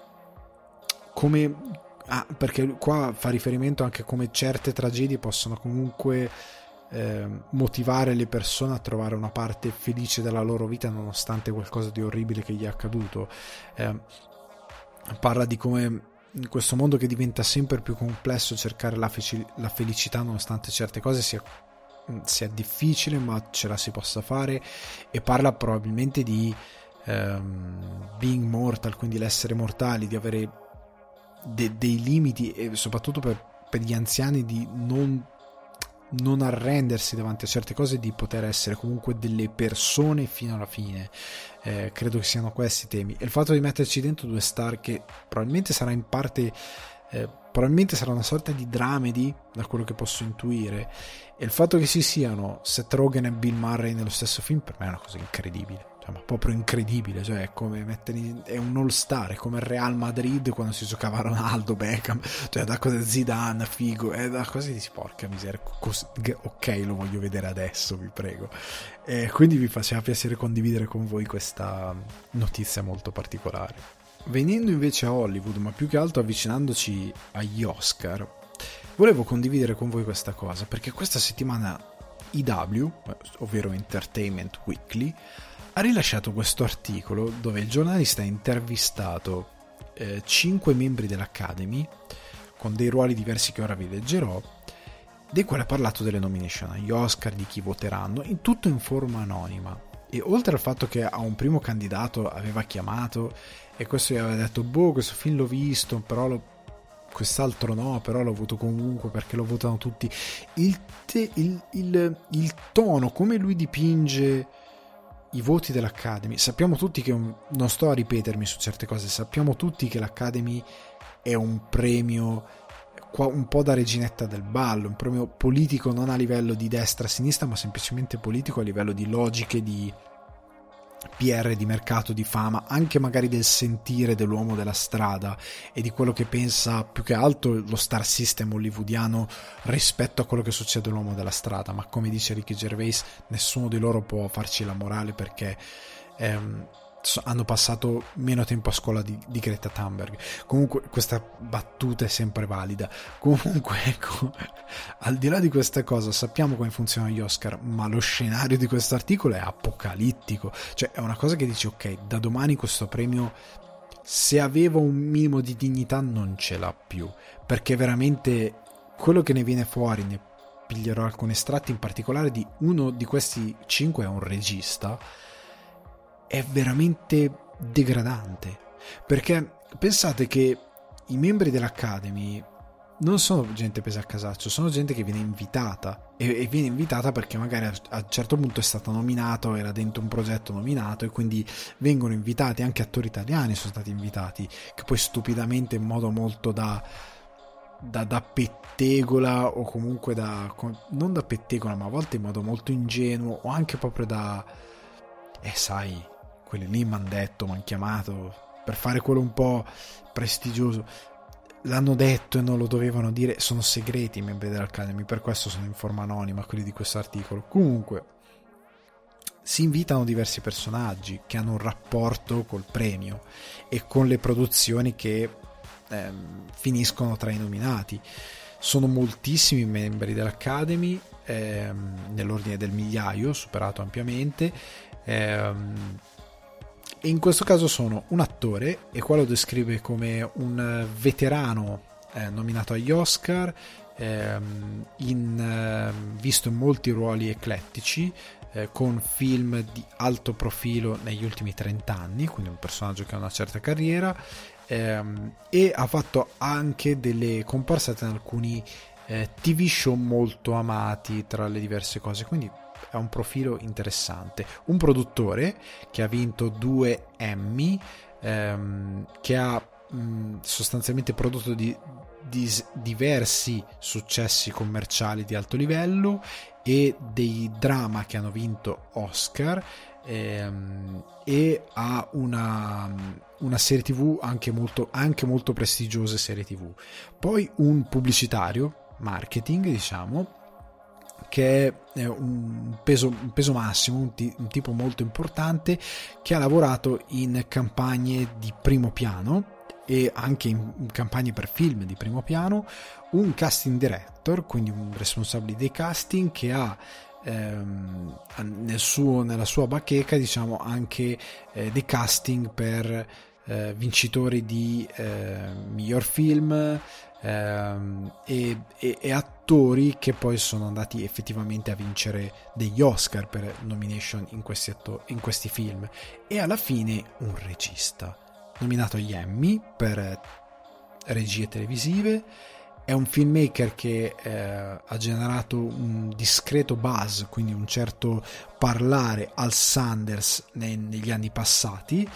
come ah, perché qua fa riferimento anche a come certe tragedie possono comunque Eh, motivare le persone a trovare una parte felice della loro vita nonostante qualcosa di orribile che gli è accaduto. Eh, parla di come in questo mondo che diventa sempre più complesso cercare la, feci- la felicità nonostante certe cose sia, sia difficile, ma ce la si possa fare, e parla probabilmente di ehm, being mortal, quindi l'essere mortali, di avere de- dei limiti, e soprattutto per, per gli anziani di non non arrendersi davanti a certe cose, di poter essere comunque delle persone fino alla fine. Eh, credo che siano questi i temi, e il fatto di metterci dentro due star che probabilmente sarà in parte eh, probabilmente sarà una sorta di dramedy, da quello che posso intuire, e il fatto che ci siano Seth Rogen e Bill Murray nello stesso film per me è una cosa incredibile, cioè, ma proprio incredibile, cioè è come mettere in, è un all star, è come il Real Madrid quando si giocava Ronaldo, Beckham, cioè da cosa Zidane, Figo, è da cosa dici porca miseria, cos- ok, lo voglio vedere adesso, vi prego. E quindi vi faceva piacere condividere con voi questa notizia molto particolare. Venendo invece a Hollywood, ma più che altro avvicinandoci agli Oscar, volevo condividere con voi questa cosa, perché questa settimana I W, ovvero Entertainment Weekly, ha rilasciato questo articolo dove il giornalista ha intervistato eh, cinque membri dell'Academy con dei ruoli diversi che ora vi leggerò, dei quali ha parlato delle nomination agli Oscar, di chi voteranno, in tutto in forma anonima. E oltre al fatto che a un primo candidato aveva chiamato e questo gli aveva detto boh, questo film l'ho visto, però lo, quest'altro no, però lo voto comunque perché lo votano tutti, il, te, il, il, il tono, come lui dipinge i voti dell'Academy, sappiamo tutti che un, non sto a ripetermi su certe cose, sappiamo tutti che l'Academy è un premio un po' da reginetta del ballo, un premio politico non a livello di destra-sinistra ma semplicemente politico a livello di logiche, di P R, di mercato, di fama, anche magari del sentire dell'uomo della strada e di quello che pensa più che altro lo star system hollywoodiano rispetto a quello che succede all'uomo della strada. Ma come dice Ricky Gervais, nessuno di loro può farci la morale perché ehm, hanno passato meno tempo a scuola di, di Greta Thunberg. Comunque questa battuta è sempre valida. Comunque ecco, al di là di questa cosa sappiamo come funzionano gli Oscar, ma lo scenario di questo articolo è apocalittico, cioè è una cosa che dici ok, da domani questo premio, se aveva un minimo di dignità, non ce l'ha più, perché veramente quello che ne viene fuori, ne piglierò alcuni estratti, in particolare di uno di questi cinque è un regista, è veramente degradante, perché pensate che i membri dell'Academy non sono gente presa a casaccio, sono gente che viene invitata e, e viene invitata perché magari a, a un certo punto è stata nominato, era dentro un progetto nominato, e quindi vengono invitati, anche attori italiani sono stati invitati, che poi stupidamente in modo molto da da, da pettegola, o comunque da non da pettegola ma a volte in modo molto ingenuo, o anche proprio da eh sai, quelli lì mi hanno detto, mi hanno chiamato per fare quello un po' prestigioso, l'hanno detto e non lo dovevano dire, sono segreti i membri dell'Academy, per questo sono in forma anonima quelli di questo articolo. Comunque si invitano diversi personaggi che hanno un rapporto col premio e con le produzioni che ehm, finiscono tra i nominati. Sono moltissimi membri dell'Academy, ehm, nell'ordine del migliaio, superato ampiamente, ehm, e in questo caso sono un attore, e qua lo descrive come un veterano eh, nominato agli Oscar, ehm, in, eh, visto in molti ruoli eclettici, eh, con film di alto profilo negli ultimi trenta anni, quindi un personaggio che ha una certa carriera, ehm, e ha fatto anche delle comparsate in alcuni eh, T V show molto amati tra le diverse cose, quindi è un profilo interessante. Un produttore che ha vinto due Emmy, ehm, che ha mh, sostanzialmente prodotto di, di diversi successi commerciali di alto livello e dei drama che hanno vinto Oscar, ehm, e ha una, una serie tv anche molto, anche molto prestigiose serie tv. Poi un pubblicitario, marketing diciamo, che è un peso, un peso massimo, un, t- un tipo molto importante, che ha lavorato in campagne di primo piano e anche in, in campagne per film di primo piano, un casting director, quindi un responsabile dei casting, che ha ehm, nel suo, nella sua bacheca diciamo anche eh, dei casting per eh, vincitori di eh, miglior film, ehm, e, e, e attori che poi sono andati effettivamente a vincere degli Oscar per nomination in questi, atto- in questi film, e alla fine un regista nominato agli Emmy per regie televisive. È un filmmaker che eh, ha generato un discreto buzz, quindi un certo parlare al Sundance nei, negli anni passati,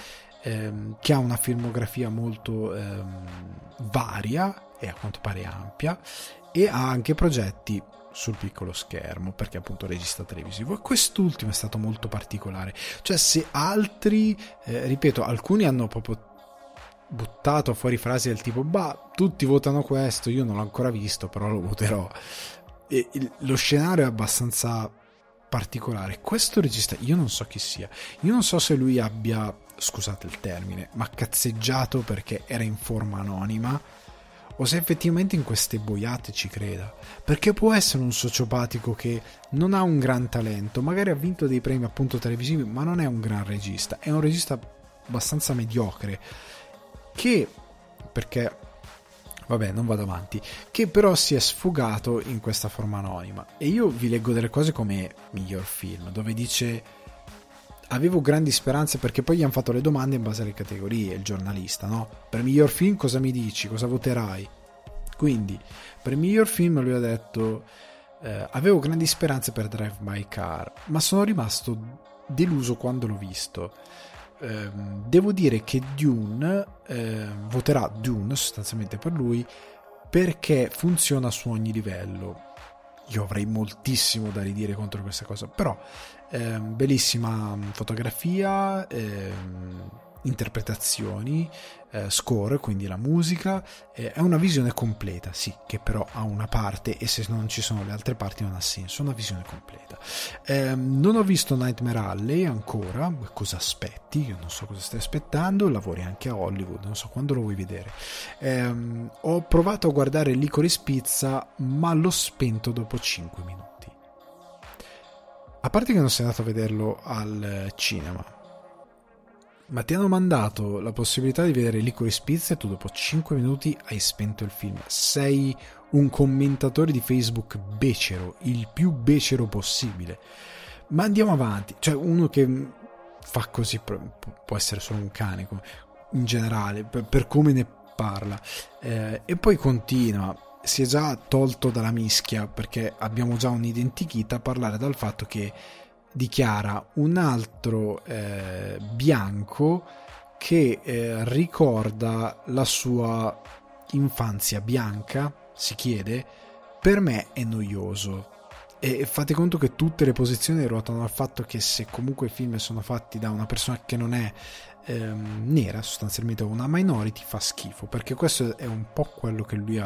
ehm, che ha una filmografia molto ehm, varia e a quanto pare ampia, e ha anche progetti sul piccolo schermo, perché appunto regista televisivo, e quest'ultimo è stato molto particolare. Cioè, se altri, eh, ripeto, alcuni hanno proprio buttato fuori frasi del tipo bah, tutti votano questo, io non l'ho ancora visto però lo voterò, e il, lo scenario è abbastanza particolare. Questo regista io non so chi sia, io non so se lui abbia, scusate il termine, ma cazzeggiato perché era in forma anonima, o se effettivamente in queste boiate ci creda, perché può essere un sociopatico che non ha un gran talento, magari ha vinto dei premi appunto televisivi, ma non è un gran regista, è un regista abbastanza mediocre, che, perché vabbè non vado avanti, che però si è sfogato in questa forma anonima. E io vi leggo delle cose come miglior film, dove dice: avevo grandi speranze, perché poi gli hanno fatto le domande in base alle categorie, il giornalista, no? Per miglior film cosa mi dici? Cosa voterai? Quindi per miglior film lui ha detto eh, avevo grandi speranze per Drive My Car, ma sono rimasto deluso quando l'ho visto. Eh, devo dire che Dune eh, voterà Dune sostanzialmente per lui, perché funziona su ogni livello. Io avrei moltissimo da ridire contro questa cosa, però eh, bellissima fotografia, eh, interpretazioni, eh, score, quindi la musica, eh, è una visione completa, sì, che però ha una parte, e se non ci sono le altre parti non ha senso, una visione completa. Eh, non ho visto Nightmare Alley ancora, cosa aspetti? Io non so cosa stai aspettando, lavori anche a Hollywood, non so quando lo vuoi vedere. Eh, ho provato a guardare Licorice Pizza, ma l'ho spento dopo cinque minuti. A parte che non sei andato a vederlo al cinema, ma ti hanno mandato la possibilità di vedere Licorice Pizza e tu dopo cinque minuti hai spento il film. Sei un commentatore di Facebook becero, il più becero possibile. Ma andiamo avanti. Cioè, uno che fa così può essere solo un cane in generale, per, per come ne parla, eh, e poi continua. Si è già tolto dalla mischia, perché abbiamo già un identikit, a parlare dal fatto che dichiara un altro eh, bianco che eh, ricorda la sua infanzia bianca. Si chiede: per me è noioso. E fate conto che tutte le posizioni ruotano al fatto che se comunque i film sono fatti da una persona che non è ehm, nera, sostanzialmente una minority, fa schifo, perché questo è un po' quello che lui ha.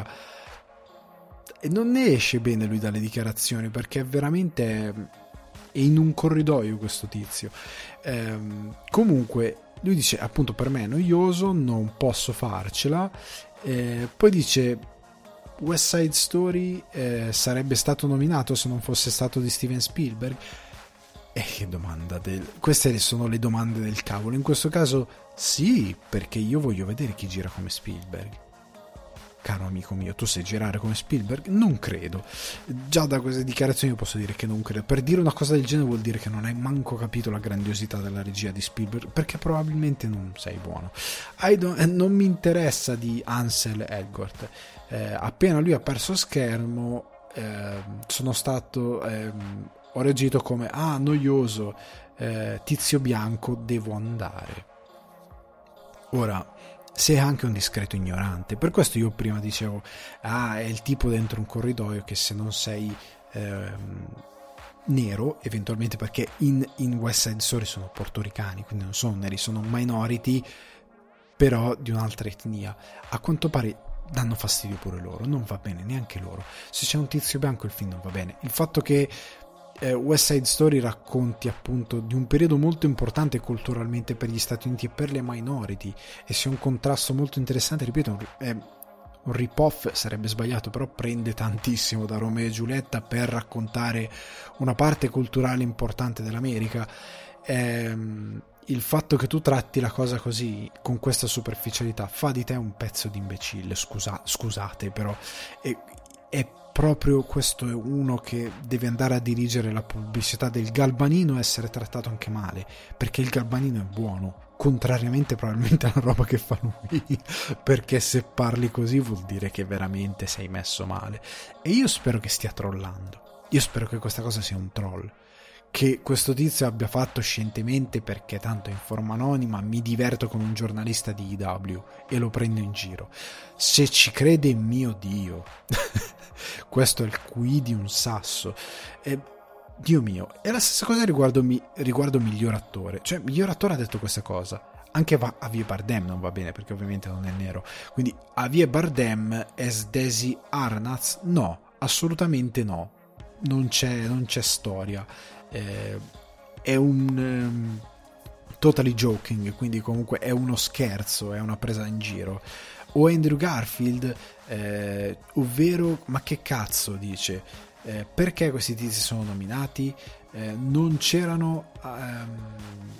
E non ne esce bene lui dalle dichiarazioni, perché veramente è in un corridoio questo tizio. Ehm, comunque lui dice appunto per me è noioso, non posso farcela. Eh, poi dice West Side Story eh, sarebbe stato nominato se non fosse stato di Steven Spielberg. E che domanda del... queste sono le domande del cavolo. In questo caso sì, perché io voglio vedere chi gira come Spielberg. Caro amico mio, tu sai girare come Spielberg? Non credo. Già da queste dichiarazioni io posso dire che non credo. Per dire una cosa del genere vuol dire che non hai manco capito la grandiosità della regia di Spielberg, perché probabilmente non sei buono. I don't, non mi interessa di Ansel Elgort. Eh, appena lui ha perso schermo eh, sono stato eh, ho reagito come ah noioso, eh, tizio bianco, devo andare. Ora, sei anche un discreto ignorante, per questo io prima dicevo ah è il tipo dentro un corridoio che se non sei ehm, nero, eventualmente, perché in, in West Side Story sono portoricani, quindi non sono neri, sono minority però di un'altra etnia, a quanto pare danno fastidio pure loro, non va bene neanche loro. Se c'è un tizio bianco il film non va bene. Il fatto che eh, West Side Story racconti appunto di un periodo molto importante culturalmente per gli Stati Uniti e per le minority, e sia un contrasto molto interessante, ripeto, è un rip-off sarebbe sbagliato, però prende tantissimo da Romeo e Giulietta per raccontare una parte culturale importante dell'America. Ehm, il fatto che tu tratti la cosa così, con questa superficialità, fa di te un pezzo di imbecille. Scusa, scusate, però è, è proprio questo è uno che deve andare a dirigere la pubblicità del Galbanino e essere trattato anche male, perché il Galbanino è buono, contrariamente probabilmente alla roba che fa lui, perché se parli così vuol dire che veramente sei messo male. E io spero che stia trollando, io spero che questa cosa sia un troll, che questo tizio abbia fatto scientemente, perché tanto è in forma anonima, mi diverto con un giornalista di I W e lo prendo in giro. Se ci crede, mio Dio. Questo è il qui di un sasso. E, Dio mio, è la stessa cosa riguardo, mi, riguardo miglior attore. Cioè, miglior attore ha detto questa cosa. Anche Javier Bardem non va bene, perché ovviamente non è nero. Quindi Javier Bardem as Desi Arnaz? No, assolutamente no. Non c'è, non c'è storia. Eh, è un um, totally joking, quindi comunque è uno scherzo, è una presa in giro. O Andrew Garfield, eh, ovvero, ma che cazzo dice? Eh, perché questi tizi sono nominati? Eh, non c'erano... Um,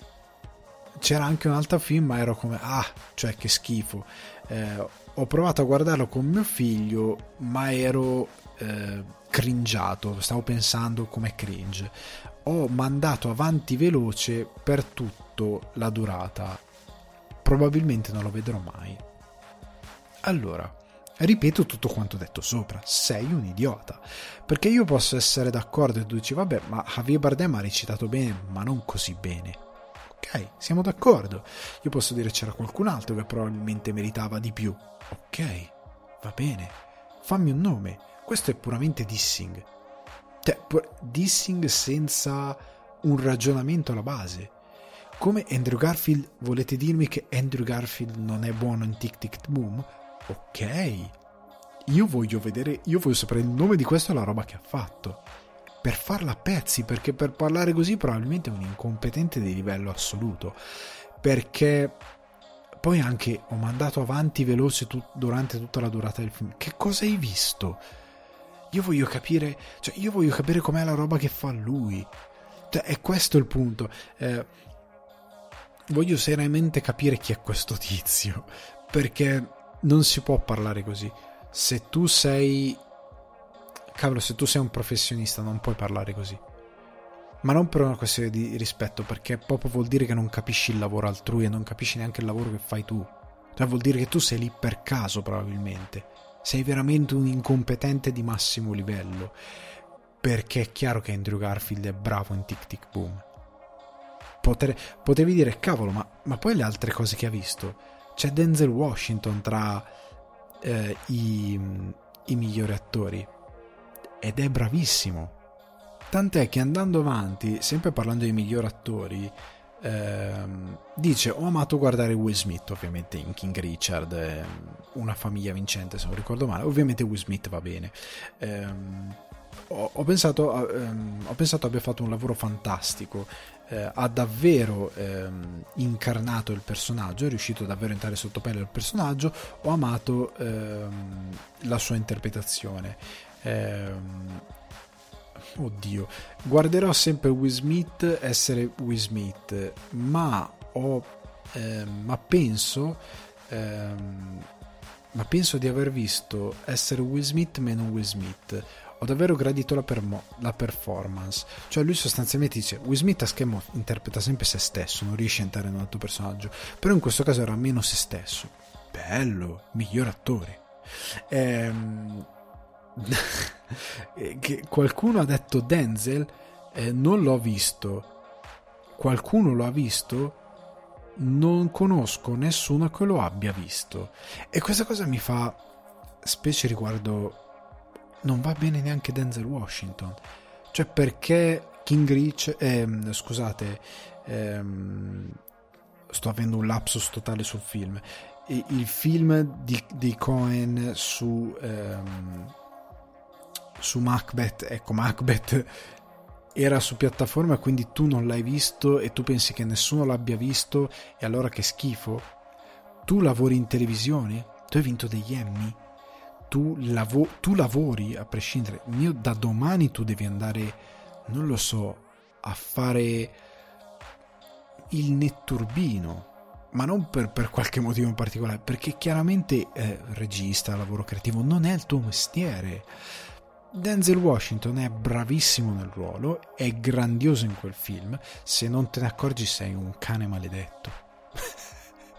c'era anche un altro film, ma ero come, ah, cioè che schifo. Eh, ho provato a guardarlo con mio figlio, ma ero eh, cringiato, stavo pensando come cringe. Ho mandato avanti veloce per tutto la durata. Probabilmente non lo vedrò mai. Allora, ripeto tutto quanto detto sopra, sei un idiota. Perché io posso essere d'accordo e tu dici, vabbè, ma Javier Bardem ha recitato bene, ma non così bene. Ok, siamo d'accordo. Io posso dire c'era qualcun altro che probabilmente meritava di più. Ok, va bene. Fammi un nome. Questo è puramente dissing. Cioè, dissing senza un ragionamento alla base. Come Andrew Garfield, volete dirmi che Andrew Garfield non è buono in Tic Tic Boom? Ok. Io voglio vedere, io voglio sapere il nome di questo e la roba che ha fatto. Per farla a pezzi, perché per parlare così probabilmente è un incompetente di livello assoluto, perché poi anche ho mandato avanti veloce tu, durante tutta la durata del film. Che cosa hai visto? Io voglio capire, cioè io voglio capire com'è la roba che fa lui, cioè, è questo il punto. Eh, voglio seriamente capire chi è questo tizio, perché non si può parlare così. Se tu sei Cavolo, se tu sei un professionista non puoi parlare così. Ma non per una questione di rispetto, perché proprio vuol dire che non capisci il lavoro altrui e non capisci neanche il lavoro che fai tu. Cioè vuol dire che tu sei lì per caso, probabilmente. Sei veramente un incompetente di massimo livello. Perché è chiaro che Andrew Garfield è bravo in Tic Tic Boom. Potere, potevi dire, cavolo, ma, ma poi le altre cose che ha visto. C'è Denzel Washington tra eh, i, i migliori attori. Ed è bravissimo, tant'è che andando avanti, sempre parlando dei migliori attori, ehm, dice ho amato guardare Will Smith, ovviamente in King Richard, eh, Una famiglia vincente se non ricordo male, ovviamente Will Smith va bene. ehm, ho, ho, pensato, ehm, ho pensato abbia fatto un lavoro fantastico, eh, ha davvero ehm, incarnato il personaggio, è riuscito davvero a entrare sotto pelle del personaggio. Ho amato ehm, la sua interpretazione. Ehm, oddio, guarderò sempre Will Smith essere Will Smith, ma ho ehm, ma penso ehm, ma penso di aver visto essere Will Smith meno Will Smith. Ho davvero gradito la, permo- la performance, cioè lui sostanzialmente dice Will Smith a schermo interpreta sempre se stesso, non riesce a entrare in un altro personaggio, però in questo caso era meno se stesso. Bello, miglior attore. ehm che qualcuno ha detto Denzel, eh, non l'ho visto. Qualcuno lo ha visto? Non conosco nessuno che lo abbia visto, e questa cosa mi fa specie riguardo. Non va bene neanche Denzel Washington, cioè perché King Rich ehm, scusate ehm, sto avendo un lapsus totale sul film. Il film di, di Coen su ehm, su Macbeth, ecco, Macbeth era su piattaforma, quindi tu non l'hai visto e tu pensi che nessuno l'abbia visto, e allora che schifo. Tu lavori in televisione, tu hai vinto degli Emmy, tu, lavo- tu lavori a prescindere. Io, da domani tu devi andare, non lo so, a fare il netturbino, ma non per, per qualche motivo in particolare, perché chiaramente eh, regista, lavoro creativo non è il tuo mestiere. Denzel Washington è bravissimo nel ruolo, è grandioso in quel film, se non te ne accorgi sei un cane maledetto.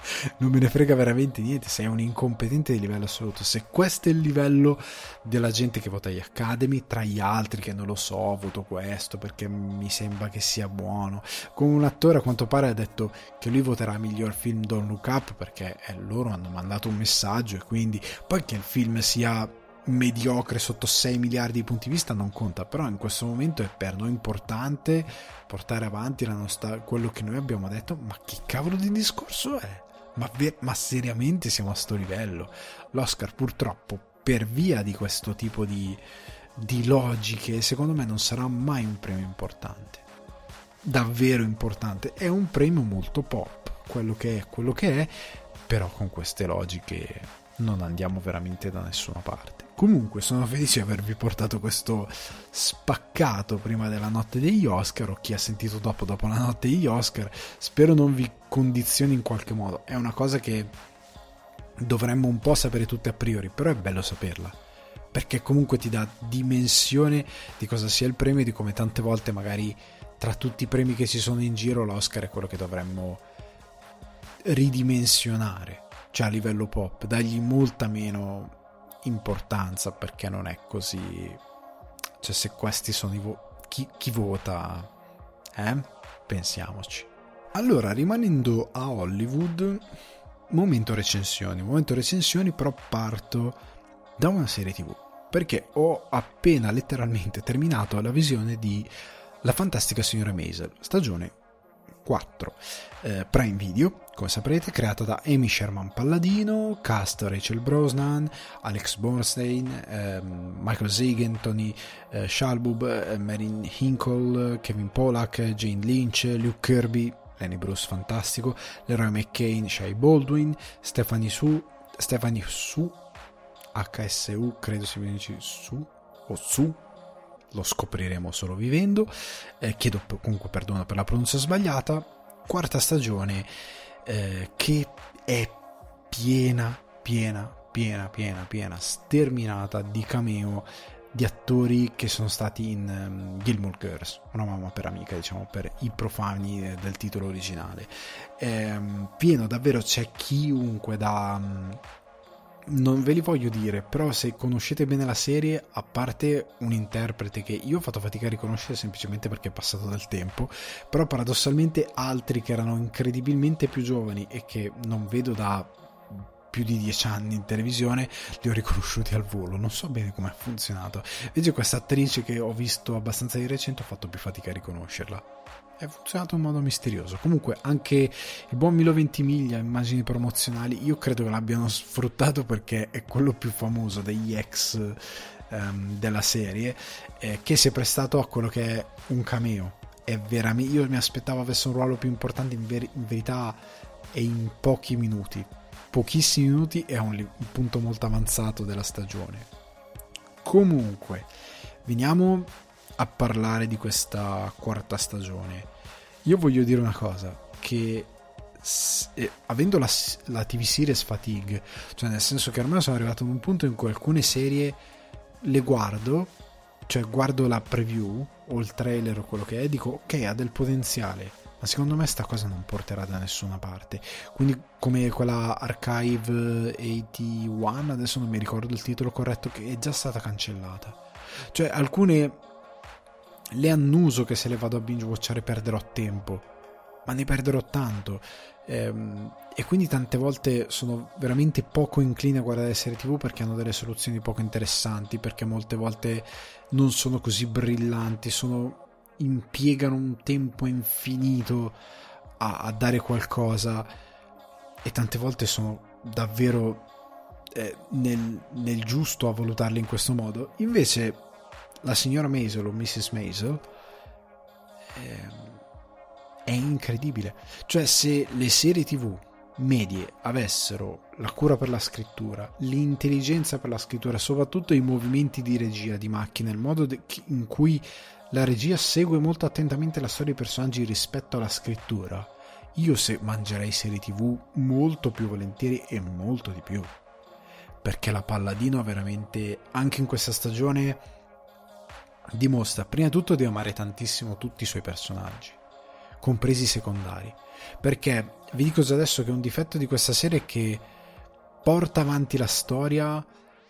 non me ne frega veramente niente, sei un incompetente di livello assoluto. Se questo è il livello della gente che vota gli Academy, tra gli altri che non lo so, voto questo perché mi sembra che sia buono, come un attore a quanto pare ha detto che lui voterà miglior film Don't Look Up perché eh, loro hanno mandato un messaggio, e quindi poi che il film sia mediocre sotto sei miliardi di punti di vista non conta, però in questo momento è per noi importante portare avanti la nostra, quello che noi abbiamo detto. Ma che cavolo di discorso è? Ma, ve- ma seriamente siamo a sto livello? L'Oscar purtroppo, per via di questo tipo di, di logiche, secondo me non sarà mai un premio importante, davvero importante. È un premio molto pop, quello che è quello che è, però con queste logiche non andiamo veramente da nessuna parte. Comunque sono felice di avervi portato questo spaccato prima della notte degli Oscar, o chi ha sentito dopo dopo la notte degli Oscar. Spero non vi condizioni in qualche modo, è una cosa che dovremmo un po' sapere tutte a priori, però è bello saperla, perché comunque ti dà dimensione di cosa sia il premio e di come tante volte magari tra tutti i premi che ci sono in giro l'Oscar è quello che dovremmo ridimensionare, cioè a livello pop, dargli molta meno importanza, perché non è così. Cioè, se questi sono i vo- chi, chi vota, eh? Pensiamoci. Allora, rimanendo a Hollywood, momento recensioni momento recensioni però parto da una serie tv, perché ho appena letteralmente terminato la visione di La fantastica signora Maisel, stagione quattro, eh, Prime Video, come saprete, creata da Amy Sherman Palladino, cast Rachel Brosnan, Alex Borstein, ehm, Michael Zagan, Tony eh, Shalhoub, eh, Marin Hinkle, Kevin Pollack, Jane Lynch, Luke Kirby, Lenny Bruce fantastico, Leroy McCain, Shai Baldwin, Stephanie Su, Stephanie Su, H S U, credo si dice Su o Su, lo scopriremo solo vivendo, eh, chiedo comunque perdono per la pronuncia sbagliata. Quarta stagione eh, che è piena piena piena piena piena sterminata di cameo di attori che sono stati in um, Gilmore Girls, Una mamma per amica, diciamo, per i profani eh, del titolo originale. Ehm, pieno davvero, c'è chiunque da um, non ve li voglio dire, però se conoscete bene la serie, a parte un interprete che io ho fatto fatica a riconoscere semplicemente perché è passato del tempo, però paradossalmente altri che erano incredibilmente più giovani e che non vedo da più di dieci anni in televisione, li ho riconosciuti al volo. Non so bene come ha funzionato. Invece questa attrice che ho visto abbastanza di recente ho fatto più fatica a riconoscerla. È funzionato in modo misterioso. Comunque anche il buon Milo Ventimiglia, immagini promozionali, io credo che l'abbiano sfruttato perché è quello più famoso degli ex um, della serie, eh, che si è prestato a quello che è un cameo. È veramente, io mi aspettavo avesse un ruolo più importante, in, ver- in verità è in pochi minuti pochissimi minuti e a un, un punto molto avanzato della stagione. Comunque veniamo a parlare di questa quarta stagione. Io voglio dire una cosa, che eh, avendo la, la T V series fatigue, cioè nel senso che ormai sono arrivato ad un punto in cui alcune serie le guardo, cioè guardo la preview o il trailer o quello che è, dico ok, ha del potenziale, ma secondo me sta cosa non porterà da nessuna parte. Quindi come quella Archive ottantuno, adesso non mi ricordo il titolo corretto, che è già stata cancellata. Cioè alcune le annuso che se le vado a binge watchare perderò tempo, ma ne perderò tanto, ehm, e quindi tante volte sono veramente poco incline a guardare serie tv perché hanno delle soluzioni poco interessanti, perché molte volte non sono così brillanti, sono impiegano un tempo infinito a, a dare qualcosa, e tante volte sono davvero eh, nel, nel giusto a valutarle in questo modo. Invece la signora Maisel o missus Maisel eh, è incredibile. Cioè, se le serie tv medie avessero la cura per la scrittura, l'intelligenza per la scrittura, soprattutto i movimenti di regia di macchina, il modo de- in cui la regia segue molto attentamente la storia dei personaggi rispetto alla scrittura, io se mangerei serie tv molto più volentieri e molto di più, perché la Palladino ha veramente, anche in questa stagione, dimostra prima di tutto di amare tantissimo tutti i suoi personaggi, compresi i secondari, perché vi dico già adesso che un difetto di questa serie è che porta avanti la storia,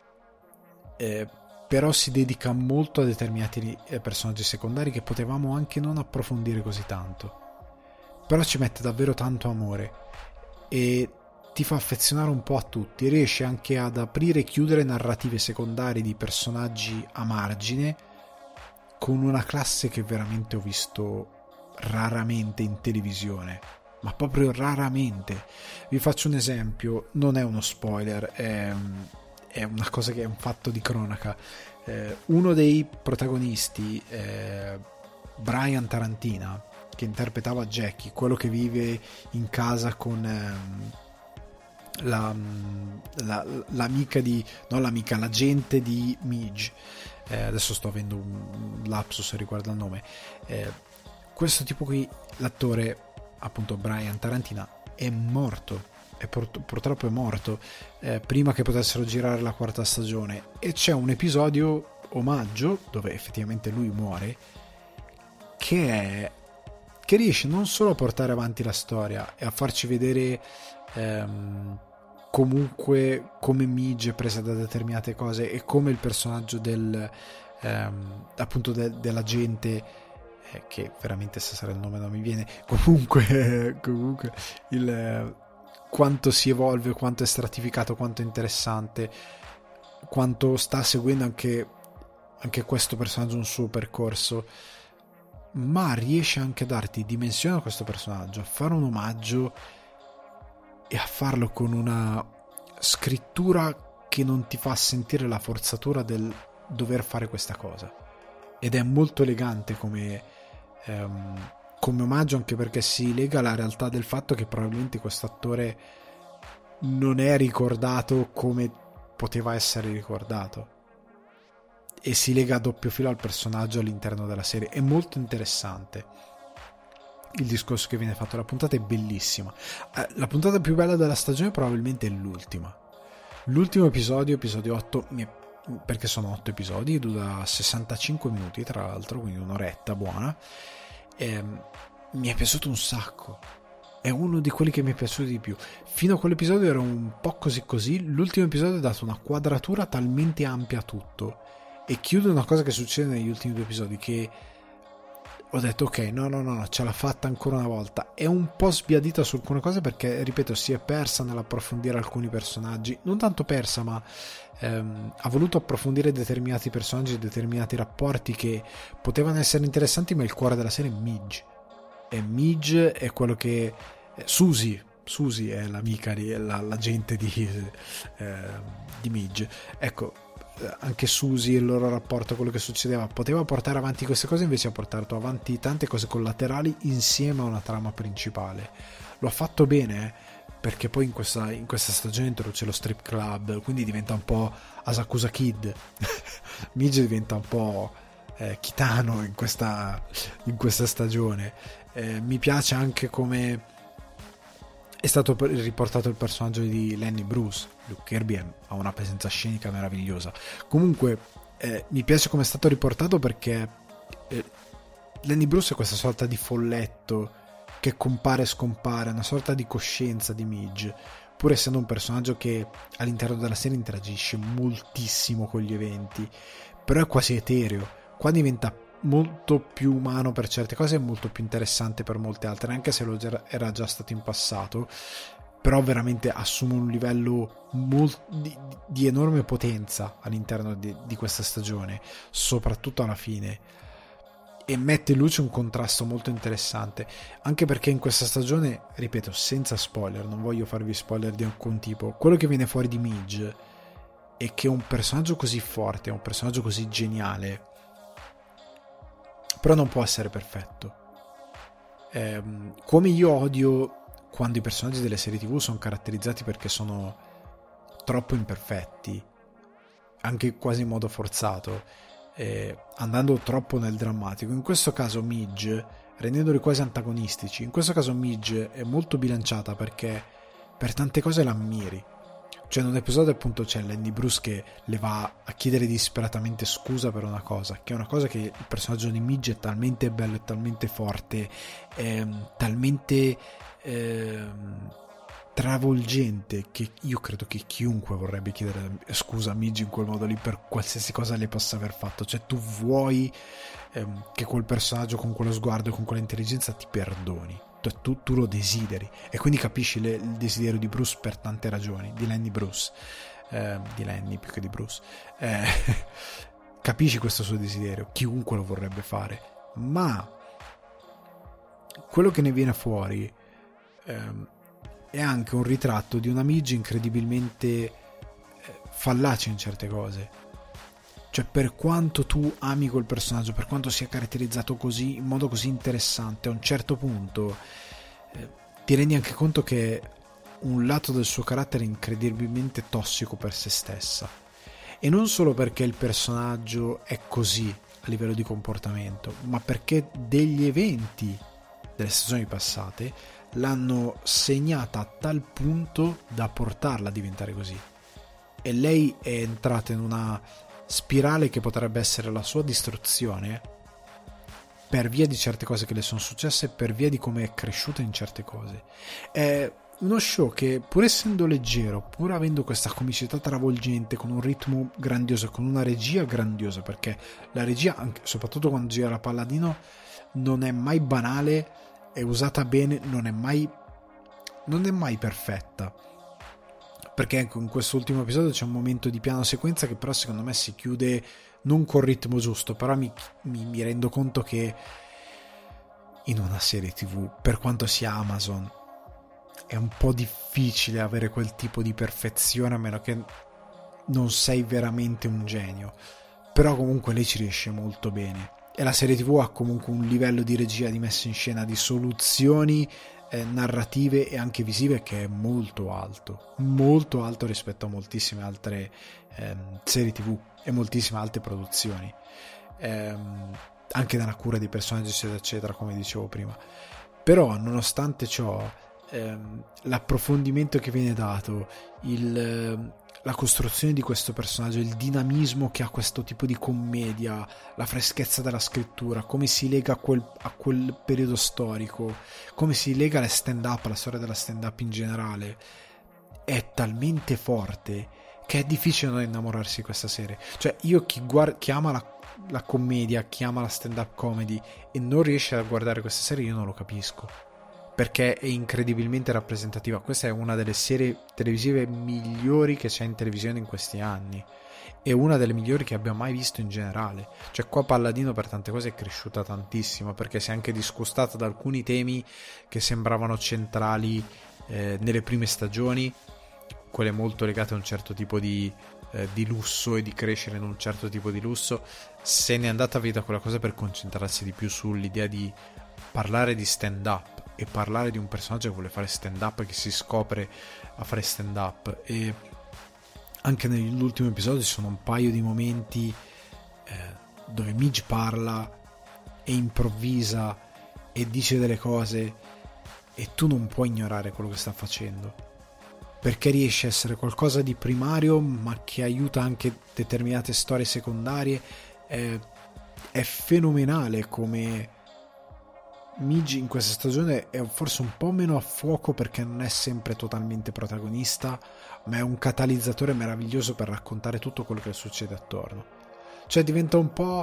eh, però si dedica molto a determinati personaggi secondari che potevamo anche non approfondire così tanto, però ci mette davvero tanto amore e ti fa affezionare un po' a tutti, riesce anche ad aprire e chiudere narrative secondarie di personaggi a margine con una classe che veramente ho visto raramente in televisione, ma proprio raramente. Vi faccio un esempio, non è uno spoiler, è, è una cosa che è un fatto di cronaca. Eh, uno dei protagonisti, eh, Brian Tarantina, che interpretava Jackie, quello che vive in casa con ehm, la, la, l'amica di non l'amica, l'agente di Midge, eh, adesso sto avendo un lapsus riguardo al nome, eh, questo tipo qui, l'attore appunto Brian Tarantina, è morto, è pur, purtroppo è morto eh, prima che potessero girare la quarta stagione, e c'è un episodio omaggio dove effettivamente lui muore, che è che riesce non solo a portare avanti la storia e a farci vedere ehm, comunque come Midge è presa da determinate cose e come il personaggio del ehm, appunto de, dell'agente, eh, che veramente stasera il nome non mi viene, comunque comunque il eh, quanto si evolve, quanto è stratificato, quanto è interessante, quanto sta seguendo anche anche questo personaggio un suo percorso, ma riesce anche a darti dimensione a questo personaggio, a fare un omaggio e a farlo con una scrittura che non ti fa sentire la forzatura del dover fare questa cosa, ed è molto elegante come ehm, come omaggio, anche perché si lega alla realtà del fatto che probabilmente questo attore non è ricordato come poteva essere ricordato, e si lega a doppio filo al personaggio all'interno della serie. È molto interessante il discorso che viene fatto, la puntata è bellissima. La puntata più bella della stagione probabilmente è l'ultima l'ultimo episodio, episodio otto, perché sono otto episodi, dura sessantacinque minuti tra l'altro, quindi un'oretta buona, e mi è piaciuto un sacco, è uno di quelli che mi è piaciuto di più. Fino a quell'episodio era un po' così così, l'ultimo episodio ha dato una quadratura talmente ampia a tutto, e chiude una cosa che succede negli ultimi due episodi, che ho detto ok, no no no, ce l'ha fatta ancora una volta. È un po' sbiadita su alcune cose perché, ripeto, si è persa nell'approfondire alcuni personaggi, non tanto persa, ma ehm, ha voluto approfondire determinati personaggi, determinati rapporti che potevano essere interessanti, ma il cuore della serie è Midge, e Midge è quello che Susie Susie è l'amica di, la, l'agente di, eh, di Midge, ecco. Anche Susie, il loro rapporto, quello che succedeva, poteva portare avanti queste cose, invece ha portato avanti tante cose collaterali insieme a una trama principale. Lo ha fatto bene, eh, perché poi in questa, in questa stagione introduce lo strip club, quindi diventa un po' Asakusa Kid. Midge diventa un po' eh, Kitano in questa, in questa stagione. Eh, mi piace anche come è stato riportato il personaggio di Lenny Bruce. Luke Kirby ha una presenza scenica meravigliosa. Comunque eh, mi piace come è stato riportato, perché eh, Lenny Bruce è questa sorta di folletto che compare e scompare, una sorta di coscienza di Midge, pur essendo un personaggio che all'interno della serie interagisce moltissimo con gli eventi, però è quasi etereo. Qua diventa molto più umano per certe cose e molto più interessante per molte altre, anche se lo era già stato in passato, però veramente assume un livello molt- di, di enorme potenza all'interno di, di questa stagione, soprattutto alla fine, e mette in luce un contrasto molto interessante, anche perché in questa stagione, ripeto, senza spoiler, non voglio farvi spoiler di alcun tipo, quello che viene fuori di Midge è che è un personaggio così forte, è un personaggio così geniale, però non può essere perfetto. Eh, come io odio quando i personaggi delle serie tv sono caratterizzati perché sono troppo imperfetti, anche quasi in modo forzato, eh, andando troppo nel drammatico. In questo caso Midge, rendendoli quasi antagonistici, in questo caso Midge è molto bilanciata, perché per tante cose l'ammiri. Cioè, in un episodio appunto c'è Lenny Bruce che le va a chiedere disperatamente scusa per una cosa, che è una cosa che il personaggio di Midge è talmente bello, è talmente forte, è talmente eh, travolgente, che io credo che chiunque vorrebbe chiedere scusa a Midge in quel modo lì per qualsiasi cosa le possa aver fatto. Cioè, tu vuoi ehm, che quel personaggio con quello sguardo e con quell'intelligenza ti perdoni. Tu, tu lo desideri, e quindi capisci le, il desiderio di Bruce per tante ragioni, di Lenny Bruce, eh, di Lenny più che di Bruce, eh, capisci questo suo desiderio, chiunque lo vorrebbe fare, ma quello che ne viene fuori eh, è anche un ritratto di una Midge incredibilmente eh, fallace in certe cose. Cioè, per quanto tu ami quel personaggio, per quanto sia caratterizzato così, in modo così interessante, a un certo punto eh, ti rendi anche conto che un lato del suo carattere è incredibilmente tossico per se stessa, e non solo perché il personaggio è così a livello di comportamento, ma perché degli eventi delle stagioni passate l'hanno segnata a tal punto da portarla a diventare così, e lei è entrata in una spirale che potrebbe essere la sua distruzione per via di certe cose che le sono successe, per via di come è cresciuta in certe cose. È uno show che, pur essendo leggero, pur avendo questa comicità travolgente, con un ritmo grandioso, con una regia grandiosa, perché la regia, anche, soprattutto quando gira la Palladino, non è mai banale, è usata bene, non è mai non è mai perfetta, perché in questo ultimo episodio c'è un momento di piano sequenza che però secondo me si chiude non col ritmo giusto, però mi, mi, mi rendo conto che in una serie tv, per quanto sia Amazon, è un po' difficile avere quel tipo di perfezione, a meno che non sei veramente un genio, però comunque lei ci riesce molto bene, e la serie tv ha comunque un livello di regia, di messa in scena, di soluzioni Eh, narrative e anche visive che è molto alto, molto alto rispetto a moltissime altre ehm, serie tv e moltissime altre produzioni, ehm, anche nella cura dei personaggi eccetera eccetera, come dicevo prima. Però nonostante ciò ehm, l'approfondimento che viene dato, il, ehm, la costruzione di questo personaggio, il dinamismo che ha questo tipo di commedia, la freschezza della scrittura, come si lega a quel, a quel periodo storico, come si lega alla stand up, alla storia della stand up in generale, è talmente forte che è difficile non innamorarsi di questa serie. Cioè, io chi, guarda, chi ama la, la commedia, chi ama la stand up comedy e non riesce a guardare questa serie, io non lo capisco, perché è incredibilmente rappresentativa. Questa è una delle serie televisive migliori che c'è in televisione in questi anni, è una delle migliori che abbia mai visto in generale. Cioè, qua Palladino per tante cose è cresciuta tantissimo, perché si è anche discostata da alcuni temi che sembravano centrali eh, nelle prime stagioni, quelle molto legate a un certo tipo di, eh, di lusso e di crescere in un certo tipo di lusso. Se n'è andata via da quella cosa per concentrarsi di più sull'idea di parlare di stand up e parlare di un personaggio che vuole fare stand up e che si scopre a fare stand up. E anche nell'ultimo episodio ci sono un paio di momenti eh, dove Midge parla e improvvisa e dice delle cose e tu non puoi ignorare quello che sta facendo, perché riesce a essere qualcosa di primario ma che aiuta anche determinate storie secondarie. È, è fenomenale come Midge in questa stagione è forse un po' meno a fuoco, perché non è sempre totalmente protagonista, ma è un catalizzatore meraviglioso per raccontare tutto quello che succede attorno. Cioè diventa un po'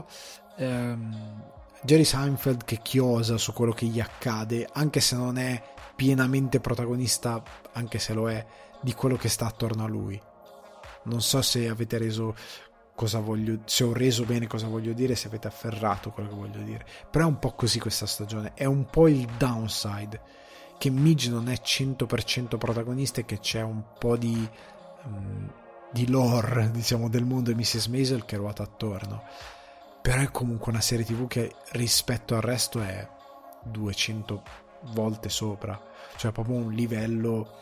ehm, Jerry Seinfeld che chiosa su quello che gli accade, anche se non è pienamente protagonista, anche se lo è, di quello che sta attorno a lui. Non so se avete reso cosa voglio, se ho reso bene cosa voglio dire, se avete afferrato quello che voglio dire, però è un po' così questa stagione, è un po' il downside, che Midge non è cento per cento protagonista e che c'è un po' di um, di lore, diciamo, del mondo di missus Maisel che ruota attorno, però è comunque una serie tv che rispetto al resto è duecento volte sopra, cioè proprio un livello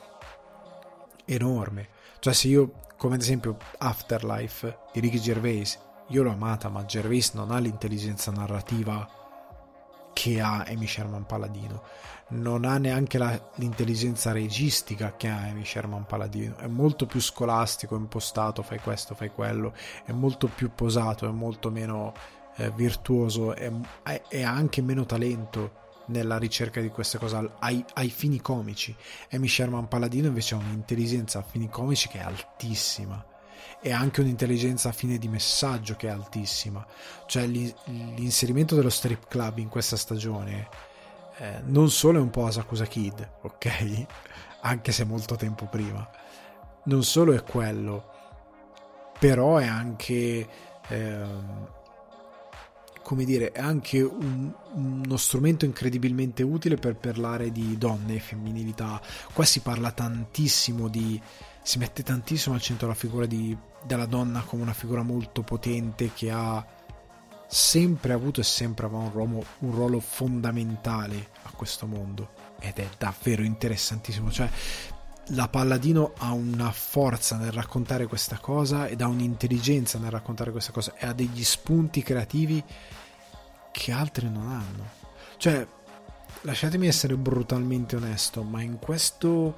enorme. Cioè, se io, come ad esempio Afterlife di Ricky Gervais, io l'ho amata, ma Gervais non ha l'intelligenza narrativa che che ha Amy Sherman Paladino, non ha neanche la, l'intelligenza registica che ha Amy Sherman Paladino, è molto più scolastico, impostato, fai questo, fai quello, è molto più posato, è molto meno eh, virtuoso, è, è anche meno talento nella ricerca di queste cose ai, ai fini comici. Amy Sherman Paladino invece ha un'intelligenza a fini comici che è altissima, e anche un'intelligenza a fine di messaggio che è altissima. Cioè l'inserimento dello strip club in questa stagione eh, non solo è un po' Asakusa Kid, ok? Anche se molto tempo prima, non solo è quello, però è anche ehm, come dire, è anche un, uno strumento incredibilmente utile per parlare di donne e femminilità. Qua si parla tantissimo di si mette tantissimo al centro la figura di, della donna come una figura molto potente che ha sempre avuto e sempre avrà un ruolo, un ruolo fondamentale a questo mondo, ed è davvero interessantissimo. Cioè la Palladino ha una forza nel raccontare questa cosa ed ha un'intelligenza nel raccontare questa cosa e ha degli spunti creativi che altri non hanno. Cioè, lasciatemi essere brutalmente onesto, ma in questo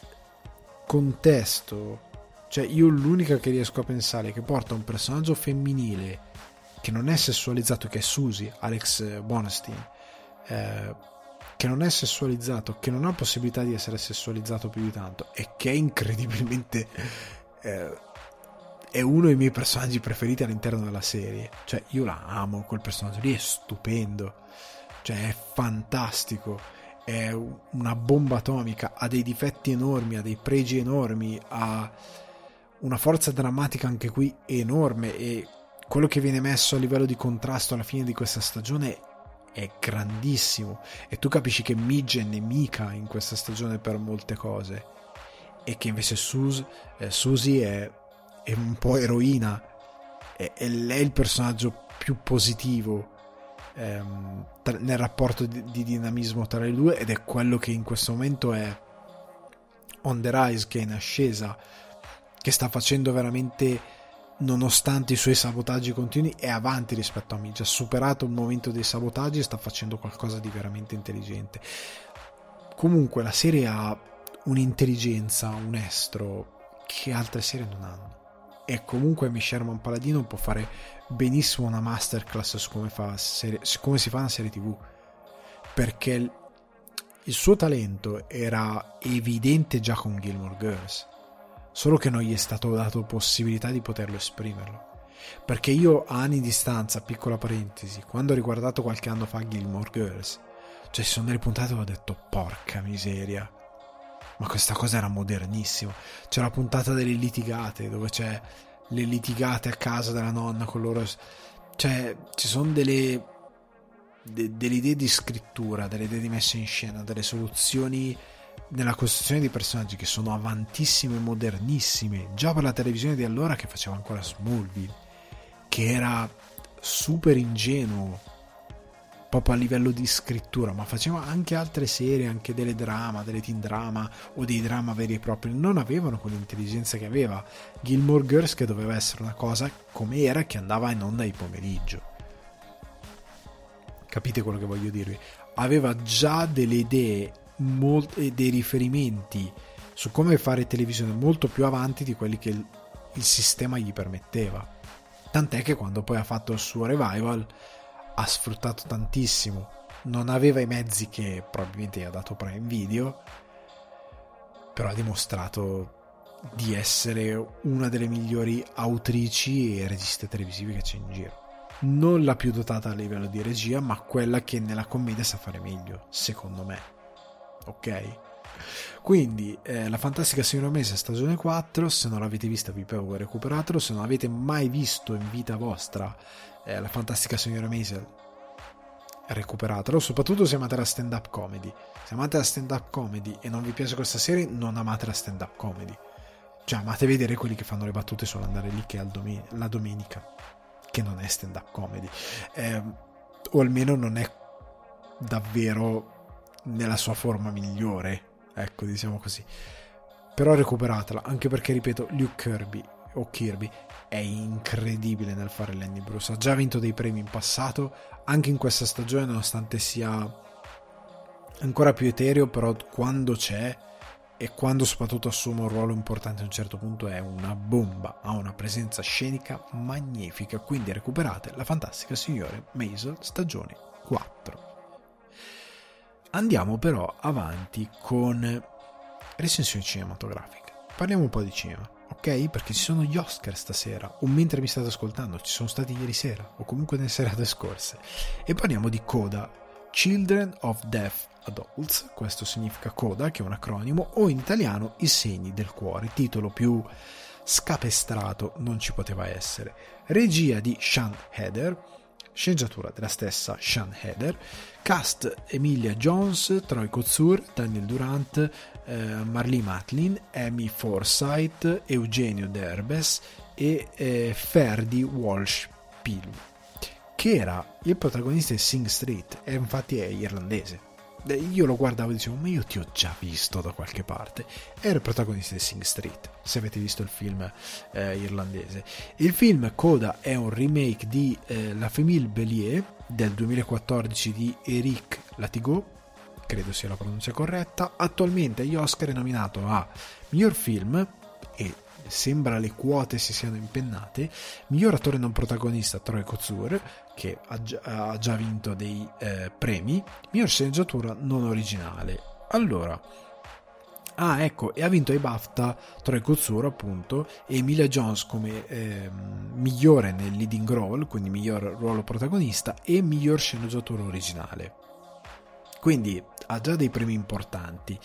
contesto, cioè io l'unica che riesco a pensare che porta un personaggio femminile che non è sessualizzato, che è Susie, Alex Borstein, eh, che non è sessualizzato, che non ha possibilità di essere sessualizzato più di tanto e che è incredibilmente eh, è uno dei miei personaggi preferiti all'interno della serie. Cioè io la amo, quel personaggio lì è stupendo, cioè è fantastico, è una bomba atomica, ha dei difetti enormi, ha dei pregi enormi, ha una forza drammatica anche qui enorme, e quello che viene messo a livello di contrasto alla fine di questa stagione è grandissimo, e tu capisci che Midge è nemica in questa stagione per molte cose e che invece Sus, eh, Susie è, è un po' eroina, è, è lei il personaggio più positivo ehm, tra, nel rapporto di, di dinamismo tra le due, ed è quello che in questo momento è on the rise, che è in ascesa, che sta facendo veramente, nonostante i suoi sabotaggi continui, è avanti rispetto a Midge, ha superato il momento dei sabotaggi e sta facendo qualcosa di veramente intelligente. Comunque la serie ha un'intelligenza, un estro che altre serie non hanno, e comunque Amy Sherman Paladino può fare benissimo una masterclass su come, fa serie, su come si fa una serie tv, perché il, il suo talento era evidente già con Gilmore Girls, solo che non gli è stato dato possibilità di poterlo esprimerlo. Perché io a anni di distanza, piccola parentesi, quando ho riguardato qualche anno fa Gilmore Girls, cioè ci sono delle puntate dove ho detto porca miseria, ma questa cosa era modernissima. C'è la puntata delle litigate, dove c'è le litigate a casa della nonna con loro, cioè ci sono delle de, delle idee di scrittura, delle idee di messa in scena, delle soluzioni nella costruzione di personaggi che sono avantissime e modernissime, già per la televisione di allora, che faceva ancora Smallville, che era super ingenuo proprio a livello di scrittura, ma faceva anche altre serie, anche delle drama, delle teen drama o dei drama veri e propri. Non avevano quell'intelligenza che aveva Gilmore Girls, che doveva essere una cosa come era, che andava in onda di pomeriggio. Capite quello che voglio dirvi? Aveva già delle idee, molti dei riferimenti su come fare televisione molto più avanti di quelli che il, il sistema gli permetteva, tant'è che quando poi ha fatto il suo revival ha sfruttato tantissimo. Non aveva i mezzi che probabilmente gli ha dato Prime Video, però ha dimostrato di essere una delle migliori autrici e registe televisive che c'è in giro. Non la più dotata a livello di regia, ma quella che nella commedia sa fare meglio, secondo me. Ok, quindi eh, La Fantastica Signora Mesa stagione quattro, se non l'avete vista vi prego recuperatelo. Se non avete mai visto in vita vostra eh, La Fantastica Signora Mesa, recuperatelo, soprattutto se amate la stand up comedy. Se amate la stand up comedy e non vi piace questa serie, non amate la stand up comedy, cioè amate vedere quelli che fanno le battute sull'andare lì, che è domen- la domenica, che non è stand up comedy, eh, o almeno non è davvero nella sua forma migliore, ecco, diciamo così. Però recuperatela, anche perché, ripeto, Luke Kirby o Kirby è incredibile nel fare Lenny Bruce. Ha già vinto dei premi in passato, anche in questa stagione, nonostante sia ancora più etereo, però quando c'è e quando soprattutto assume un ruolo importante a un certo punto è una bomba, ha una presenza scenica magnifica. Quindi recuperate La fantastica signora Maisel stagione quattro. Andiamo però avanti con recensioni cinematografiche. Parliamo un po' di cinema, ok? Perché ci sono gli Oscar stasera, o mentre mi state ascoltando ci sono stati ieri sera o comunque nelle serate scorse, e parliamo di Coda, Children of Deaf Adults. Questo significa Coda, che è un acronimo, o in italiano I segni del cuore. Titolo più scapestrato non ci poteva essere. Regia di Sean Heder, sceneggiatura della stessa Sean Heder, cast Emilia Jones, Troy Kotsur, Daniel Durant, eh, Marlee Matlin, Amy Forsyth, Eugenio Derbez e eh, Ferdy Walsh-Pilu, che era il protagonista di Sing Street, e infatti è irlandese. Io lo guardavo e dicevo, ma io ti ho già visto da qualche parte. Era il protagonista di Sing Street, se avete visto il film eh, irlandese. Il film Coda è un remake di eh, La Famille Bélier del duemilaquattordici di Eric Latigot, credo sia la pronuncia corretta. Attualmente agli Oscar è nominato a miglior film, e sembra le quote si siano impennate, miglior attore non protagonista Troy Kotsur, che ha già, ha già vinto dei eh, premi, miglior sceneggiatura non originale. Allora, ah ecco, e ha vinto ai BAFTA Troy Kotsur appunto, e Emilia Jones come eh, migliore nel leading role, quindi miglior ruolo protagonista, e miglior sceneggiatura originale. Quindi ha già dei premi importanti.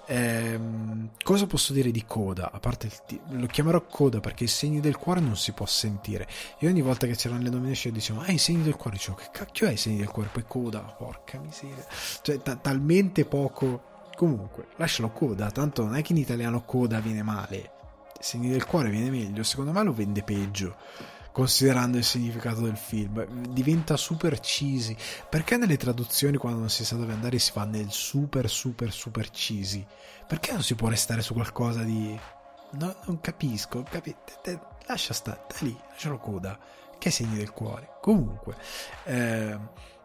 Ehm, cosa posso dire di Coda? A parte il t- lo chiamerò Coda perché i segni del cuore non si può sentire. Io ogni volta che c'erano le nomination dicevo, ah, i segni del cuore, dicevo, che cacchio è i segni del cuore? Poi Coda, porca miseria, cioè t- talmente poco. Comunque lascialo Coda, tanto non è che in italiano Coda viene male, i segni del cuore viene meglio, secondo me lo vende peggio, considerando il significato del film. Diventa super cheesy. Perché nelle traduzioni, quando non si sa dove andare, si fa nel super super super cheesy? Perché non si può restare su qualcosa di... No, non capisco, capite? Lascia stare, dai lì, lascialo Coda, che segni del cuore. Comunque eh,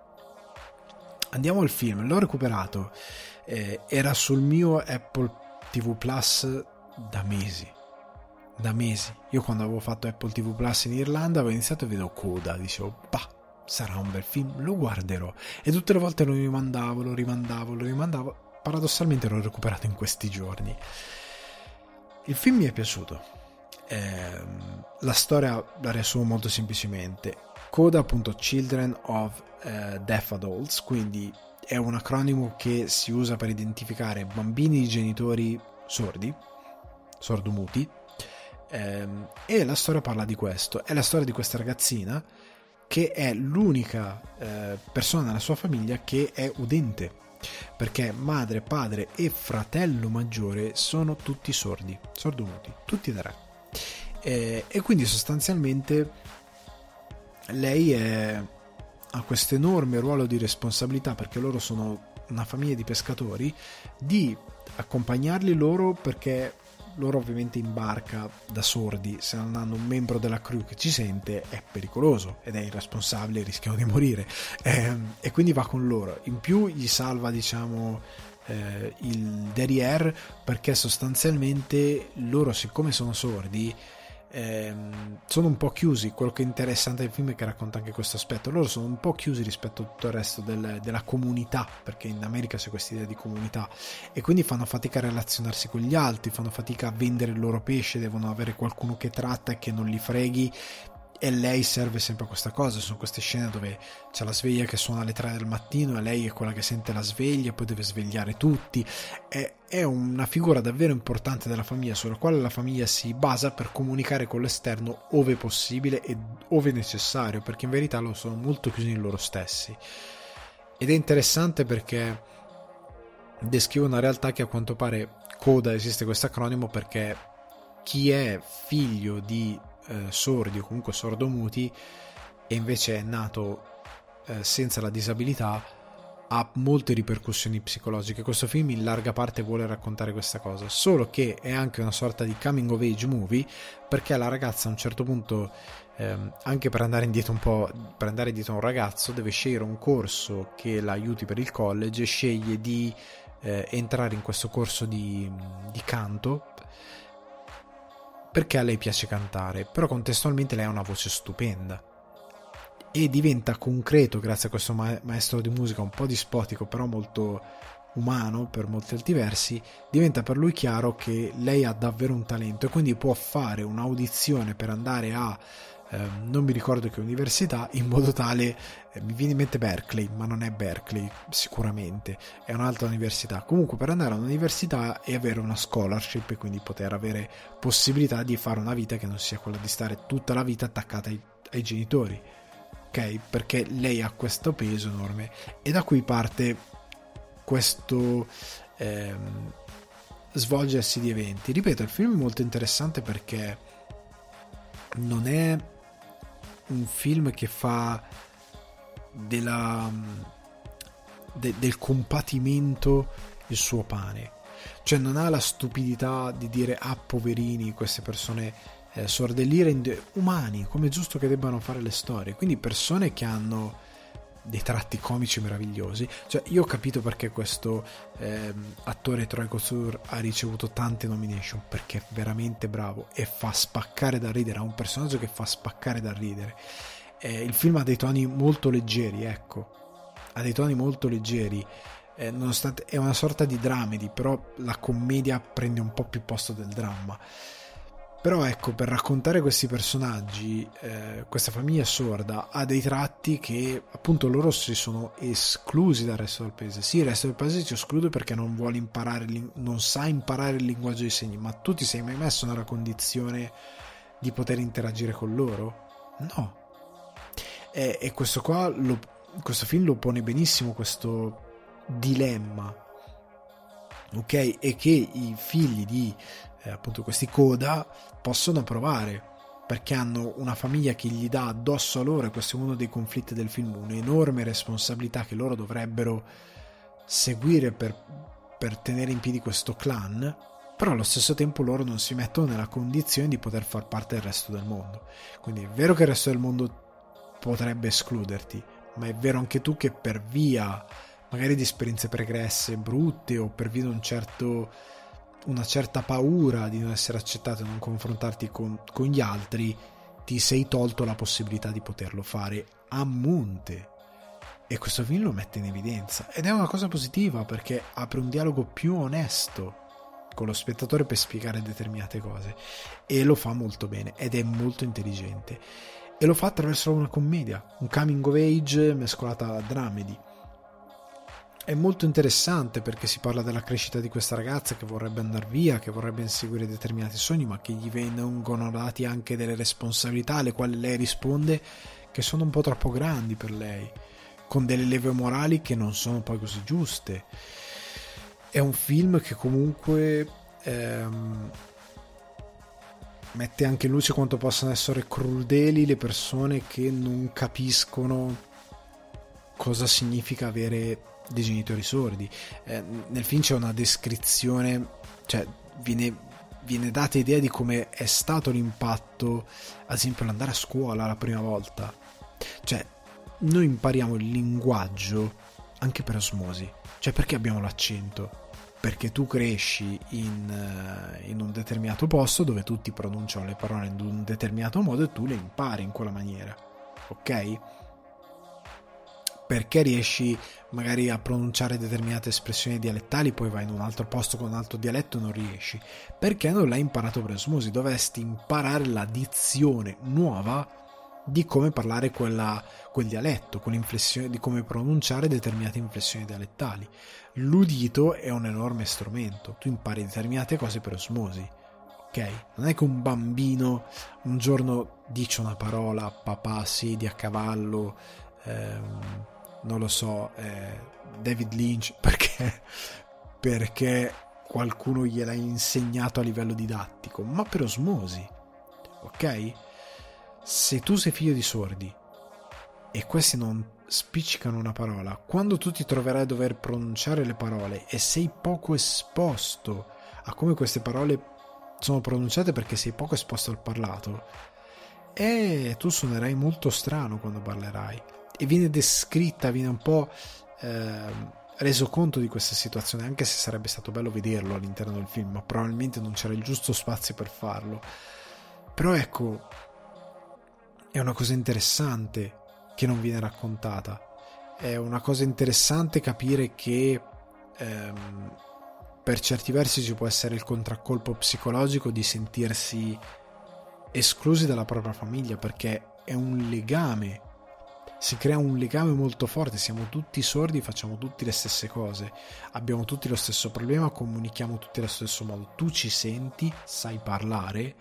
andiamo al film. L'ho recuperato, eh, era sul mio Apple tivù Plus da mesi da mesi. Io quando avevo fatto Apple tivù Plus in Irlanda avevo iniziato e vedo Coda, dicevo, bah, sarà un bel film, lo guarderò, e tutte le volte lo rimandavo, lo rimandavo, lo rimandavo. Paradossalmente l'ho recuperato in questi giorni. Il film mi è piaciuto. Eh, la storia la riassumo molto semplicemente. Coda, appunto, Children of eh, Deaf Adults, quindi è un acronimo che si usa per identificare bambini di genitori sordi, sordomuti. Ehm, e la storia parla di questo. È la storia di questa ragazzina che è l'unica eh, persona nella sua famiglia che è udente, perché madre, padre e fratello maggiore sono tutti sordi, sordomuti, tutti e tre. Eh, e quindi sostanzialmente lei è, ha questo enorme ruolo di responsabilità, perché loro sono una famiglia di pescatori, di accompagnarli loro, perché loro ovviamente in barca da sordi, se non hanno un membro della crew che ci sente, è pericoloso ed è irresponsabile, rischiano di morire, eh, e quindi va con loro. In più gli salva, diciamo, eh, il derrière, perché sostanzialmente loro, siccome sono sordi, ehm, sono un po' chiusi. Quello che è interessante del film è che racconta anche questo aspetto. Loro sono un po' chiusi rispetto a tutto il resto del, della comunità, perché in America c'è questa idea di comunità, e quindi fanno fatica a relazionarsi con gli altri, fanno fatica a vendere il loro pesce, devono avere qualcuno che tratta e che non li freghi, e lei serve sempre a questa cosa. Sono queste scene dove c'è la sveglia che suona alle tre del mattino e lei è quella che sente la sveglia, poi deve svegliare tutti. È, è una figura davvero importante della famiglia, sulla quale la famiglia si basa per comunicare con l'esterno ove possibile e ove necessario, perché in verità lo sono molto chiusi in loro stessi. Ed è interessante perché descrive una realtà che, a quanto pare, Coda, esiste questo acronimo perché chi è figlio di Eh, sordi o comunque sordomuti e invece è nato eh, senza la disabilità, ha molte ripercussioni psicologiche. Questo film in larga parte vuole raccontare questa cosa, solo che è anche una sorta di coming of age movie, perché la ragazza a un certo punto, ehm, anche per andare indietro un po', per andare dietro a un ragazzo, deve scegliere un corso che la aiuti per il college, e sceglie di eh, entrare in questo corso di, di canto perché a lei piace cantare, però contestualmente lei ha una voce stupenda e diventa concreto grazie a questo ma- maestro di musica un po' dispotico però molto umano per molti altri versi. Diventa per lui chiaro che lei ha davvero un talento e quindi può fare un'audizione per andare a ehm, non mi ricordo che università, in modo tale eh, mi viene in mente Berkeley, ma non è Berkeley sicuramente, è un'altra università, comunque per andare a un'università e avere una scholarship e quindi poter avere possibilità di fare una vita che non sia quella di stare tutta la vita attaccata ai, ai genitori, ok? Perché lei ha questo peso enorme e da qui parte questo ehm, svolgersi di eventi. Ripeto, il film è molto interessante perché non è un film che fa della, de, del compatimento il suo pane, cioè non ha la stupidità di dire ah poverini queste persone Eh, sorde, li rende umani, come è giusto che debbano fare le storie, quindi persone che hanno dei tratti comici meravigliosi. Cioè io ho capito perché questo ehm, attore Troy Kotsur ha ricevuto tante nomination, perché è veramente bravo e fa spaccare da ridere, ha un personaggio che fa spaccare da ridere. Eh, il film ha dei toni molto leggeri, ecco, ha dei toni molto leggeri, eh, nonostante è una sorta di dramedy, però la commedia prende un po' più posto del dramma. Però ecco, per raccontare questi personaggi, eh, questa famiglia sorda ha dei tratti che appunto loro si sono esclusi dal resto del paese. Sì, il resto del paese ci esclude perché non vuole imparare, non sa imparare il linguaggio dei segni, ma tu ti sei mai messo nella condizione di poter interagire con loro? No. E, e questo qua, lo, questo film lo pone benissimo, questo dilemma, ok? E che i figli di Eh, appunto questi coda possono provare, perché hanno una famiglia che gli dà addosso a loro, e questo è uno dei conflitti del film, un'enorme responsabilità che loro dovrebbero seguire per, per tenere in piedi questo clan, però allo stesso tempo loro non si mettono nella condizione di poter far parte del resto del mondo. Quindi è vero che il resto del mondo potrebbe escluderti, ma è vero anche tu che per via magari di esperienze pregresse brutte o per via di un certo una certa paura di non essere accettato e non confrontarti con, con gli altri, ti sei tolto la possibilità di poterlo fare a monte, e questo film lo mette in evidenza ed è una cosa positiva perché apre un dialogo più onesto con lo spettatore per spiegare determinate cose, e lo fa molto bene ed è molto intelligente, e lo fa attraverso una commedia, un coming of age mescolata a dramedy. È molto interessante perché si parla della crescita di questa ragazza che vorrebbe andare via, che vorrebbe inseguire determinati sogni, ma che gli vengono dati anche delle responsabilità alle quali lei risponde che sono un po' troppo grandi per lei, con delle leve morali che non sono poi così giuste. È un film che comunque ehm, mette anche in luce quanto possano essere crudeli le persone che non capiscono cosa significa avere dei genitori sordi. Eh, nel film c'è una descrizione, cioè viene, viene data idea di come è stato l'impatto, ad esempio l'andare a scuola la prima volta. Cioè noi impariamo il linguaggio anche per osmosi, cioè perché abbiamo l'accento? Perché tu cresci in, in un determinato posto dove tutti pronunciano le parole in un determinato modo e tu le impari in quella maniera, ok? Perché riesci magari a pronunciare determinate espressioni dialettali, poi vai in un altro posto con un altro dialetto e non riesci, perché non l'hai imparato per osmosi. Dovresti imparare la dizione nuova di come parlare quella, quel dialetto, quell'inflessione, di come pronunciare determinate inflessioni dialettali. L'udito è un enorme strumento, tu impari determinate cose per osmosi, ok? Non è che un bambino un giorno dice una parola, papà siedi a cavallo, ehm, non lo so, eh, David Lynch, perché perché qualcuno gliel'ha insegnato a livello didattico, ma per osmosi, ok? Se tu sei figlio di sordi e questi non spiccicano una parola, quando tu ti troverai a dover pronunciare le parole e sei poco esposto a come queste parole sono pronunciate perché sei poco esposto al parlato, e tu suonerai molto strano quando parlerai, e viene descritta, viene un po' eh, reso conto di questa situazione, anche se sarebbe stato bello vederlo all'interno del film, ma probabilmente non c'era il giusto spazio per farlo. Però ecco, è una cosa interessante che non viene raccontata, è una cosa interessante capire che ehm, per certi versi ci può essere il contraccolpo psicologico di sentirsi esclusi dalla propria famiglia, perché è un legame, si crea un legame molto forte, siamo tutti sordi, facciamo tutti le stesse cose, abbiamo tutti lo stesso problema, comunichiamo tutti allo stesso modo, tu ci senti, sai parlare,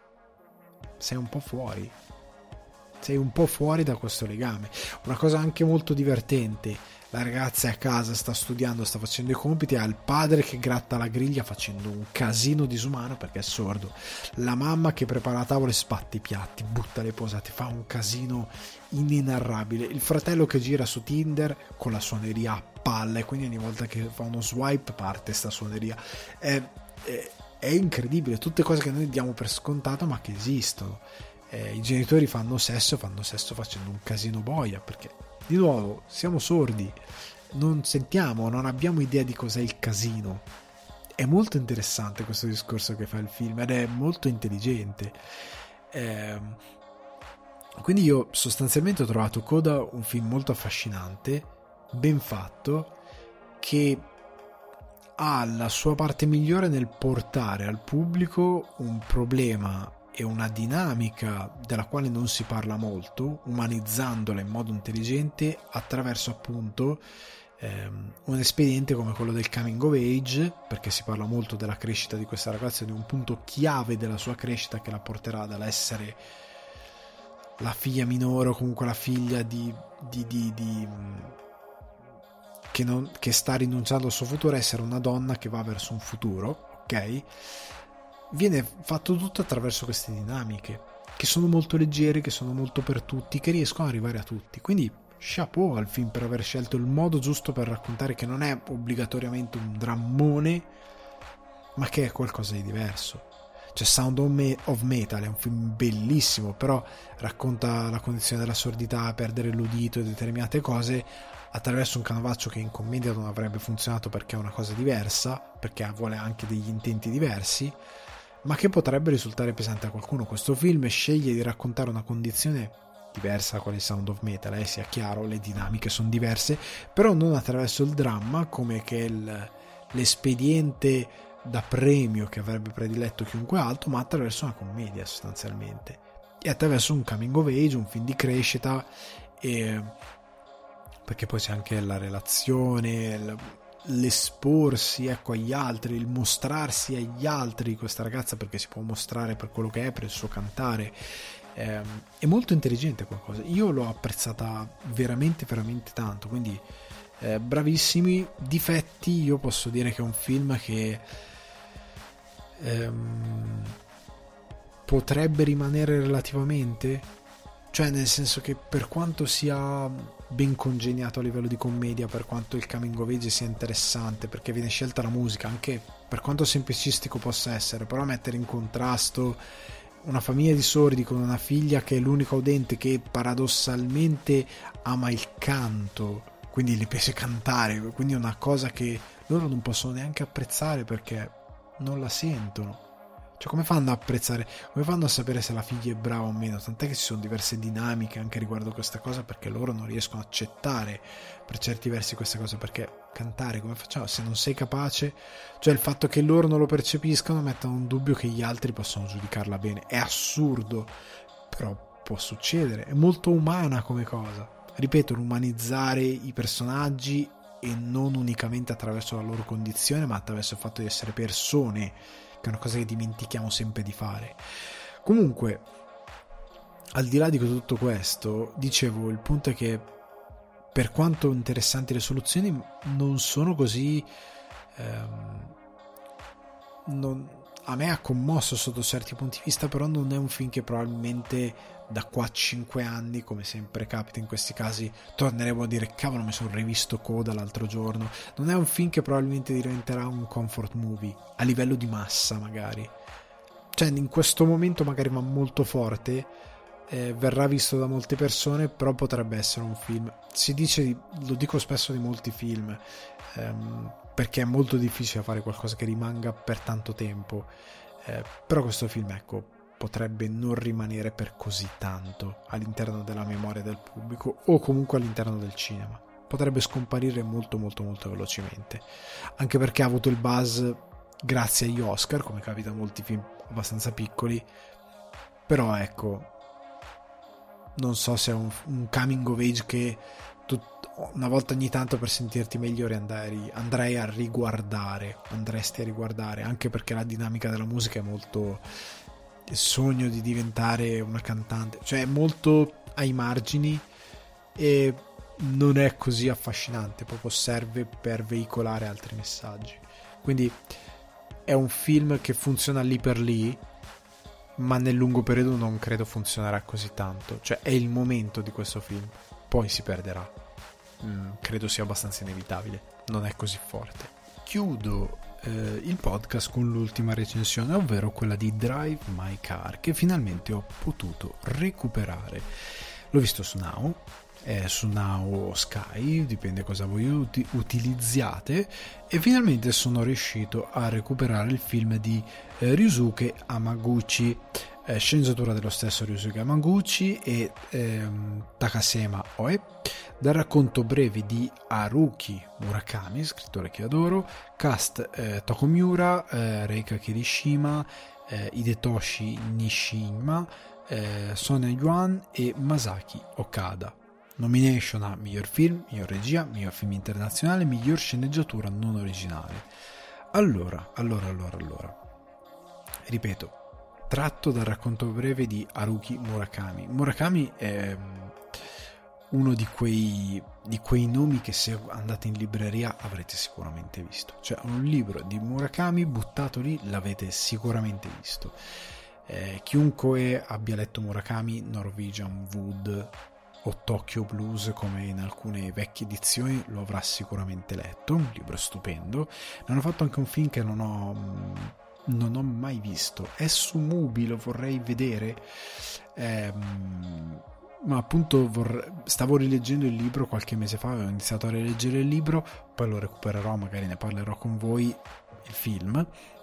sei un po' fuori sei un po' fuori da questo legame. Una cosa anche molto divertente, la ragazza è a casa, sta studiando, sta facendo i compiti, ha il padre che gratta la griglia facendo un casino disumano perché è sordo, la mamma che prepara la tavola e sbatte i piatti, butta le posate, fa un casino inenarrabile, il fratello che gira su Tinder con la suoneria a palla, e quindi ogni volta che fa uno swipe parte sta suoneria. È, è, è incredibile, tutte cose che noi diamo per scontato ma che esistono. Eh, i genitori fanno sesso fanno sesso facendo un casino boia, perché di nuovo siamo sordi, non sentiamo, non abbiamo idea di cos'è il casino. È molto interessante questo discorso che fa il film ed è molto intelligente. Eh, quindi io sostanzialmente ho trovato Coda un film molto affascinante, ben fatto, che ha la sua parte migliore nel portare al pubblico un problema e una dinamica della quale non si parla molto, umanizzandola in modo intelligente attraverso appunto ehm, un espediente come quello del coming of age, perché si parla molto della crescita di questa ragazza, di un punto chiave della sua crescita che la porterà dall'essere la figlia minore o comunque la figlia di, di, di, di che, non, che sta rinunciando al suo futuro a essere una donna che va verso un futuro, ok? Viene fatto tutto attraverso queste dinamiche che sono molto leggere, che sono molto per tutti, che riescono ad arrivare a tutti. Quindi chapeau al film per aver scelto il modo giusto per raccontare, che non è obbligatoriamente un drammone, ma che è qualcosa di diverso. Cioè Sound of Metal è un film bellissimo, però racconta la condizione della sordità, perdere l'udito e determinate cose attraverso un canovaccio che in commedia non avrebbe funzionato perché è una cosa diversa, perché vuole anche degli intenti diversi, ma che potrebbe risultare pesante a qualcuno. Questo film sceglie di raccontare una condizione diversa da quale Sound of Metal, eh, sia chiaro, le dinamiche sono diverse, però non attraverso il dramma come che il, l'espediente da premio che avrebbe prediletto chiunque altro, ma attraverso una commedia sostanzialmente, e attraverso un coming of age, un film di crescita, e perché poi c'è anche la relazione, l'esporsi ecco agli altri, il mostrarsi agli altri di questa ragazza, perché si può mostrare per quello che è, per il suo cantare. Eh, è molto intelligente qualcosa, io l'ho apprezzata veramente veramente tanto, quindi eh, bravissimi. Difetti, io posso dire che è un film che ehm, potrebbe rimanere relativamente, cioè nel senso che per quanto sia ben congegnato a livello di commedia, per quanto il coming of age sia interessante perché viene scelta la musica, anche per quanto semplicistico possa essere, però mettere in contrasto una famiglia di sordi con una figlia che è l'unica udente, che paradossalmente ama il canto, quindi le piace cantare, quindi è una cosa che loro non possono neanche apprezzare perché non la sentono. Cioè, come fanno a apprezzare, come fanno a sapere se la figlia è brava o meno? Tant'è che ci sono diverse dinamiche anche riguardo questa cosa, perché loro non riescono a accettare per certi versi questa cosa, perché cantare come facciamo se non sei capace? Cioè il fatto che loro non lo percepiscano mettono in dubbio che gli altri possano giudicarla bene. È assurdo, però può succedere, è molto umana come cosa. Ripeto, umanizzare i personaggi, e non unicamente attraverso la loro condizione, ma attraverso il fatto di essere persone, che è una cosa che dimentichiamo sempre di fare. Comunque, al di là di tutto questo, dicevo, il punto è che per quanto interessanti le soluzioni, non sono così ehm, non, a me ha commosso sotto certi punti di vista, però non è un film che probabilmente da qua a cinque anni, come sempre capita in questi casi, torneremo a dire cavolo, mi sono rivisto Coda l'altro giorno. Non è un film che probabilmente diventerà un comfort movie a livello di massa, magari, cioè in questo momento magari va molto forte, eh, verrà visto da molte persone, però potrebbe essere un film, si dice, lo dico spesso di molti film, ehm, perché è molto difficile fare qualcosa che rimanga per tanto tempo, eh, però questo film, ecco, potrebbe non rimanere per così tanto all'interno della memoria del pubblico o comunque all'interno del cinema, potrebbe scomparire molto molto molto velocemente, anche perché ha avuto il buzz grazie agli Oscar, come capita a molti film abbastanza piccoli, però ecco, non so se è un, un coming of age che tu, una volta ogni tanto per sentirti migliore andrei, andrei a riguardare, andresti a riguardare, anche perché la dinamica della musica è molto il sogno di diventare una cantante, cioè è molto ai margini e non è così affascinante, proprio serve per veicolare altri messaggi, quindi è un film che funziona lì per lì, ma nel lungo periodo non credo funzionerà così tanto, cioè è il momento di questo film, poi si perderà, mm, credo sia abbastanza inevitabile, non è così forte. Chiudo eh, il podcast con l'ultima recensione, ovvero quella di Drive My Car, che finalmente ho potuto recuperare. L'ho visto su Now, eh, su Now o Sky, dipende cosa voi ut- utilizziate, e finalmente sono riuscito a recuperare il film di eh, Ryusuke Hamaguchi, eh, sceneggiatura dello stesso Ryusuke Hamaguchi e ehm, Takasema Oe, dal racconto breve di Haruki Murakami, scrittore che adoro, cast eh, Toko Miura, eh, Reika Kirishima, eh, Hidetoshi Nishima, eh, Sonia Yuan e Masaki Okada. Nomination a miglior film, miglior regia, miglior film internazionale, miglior sceneggiatura non originale. Allora, allora, allora, allora. Ripeto, tratto dal racconto breve di Haruki Murakami. Murakami è uno di quei, di quei nomi che se andate in libreria avrete sicuramente visto. Cioè un libro di Murakami buttato lì l'avete sicuramente visto. Eh, chiunque abbia letto Murakami, Norwegian Wood o Tokyo Blues, come in alcune vecchie edizioni, lo avrà sicuramente letto, un libro stupendo. Ne hanno fatto anche un film che non ho, non ho mai visto, è su Mubi, lo vorrei vedere, ehm, ma appunto vorrei, stavo rileggendo il libro qualche mese fa, avevo iniziato a rileggere il libro, poi lo recupererò, magari ne parlerò con voi, il film.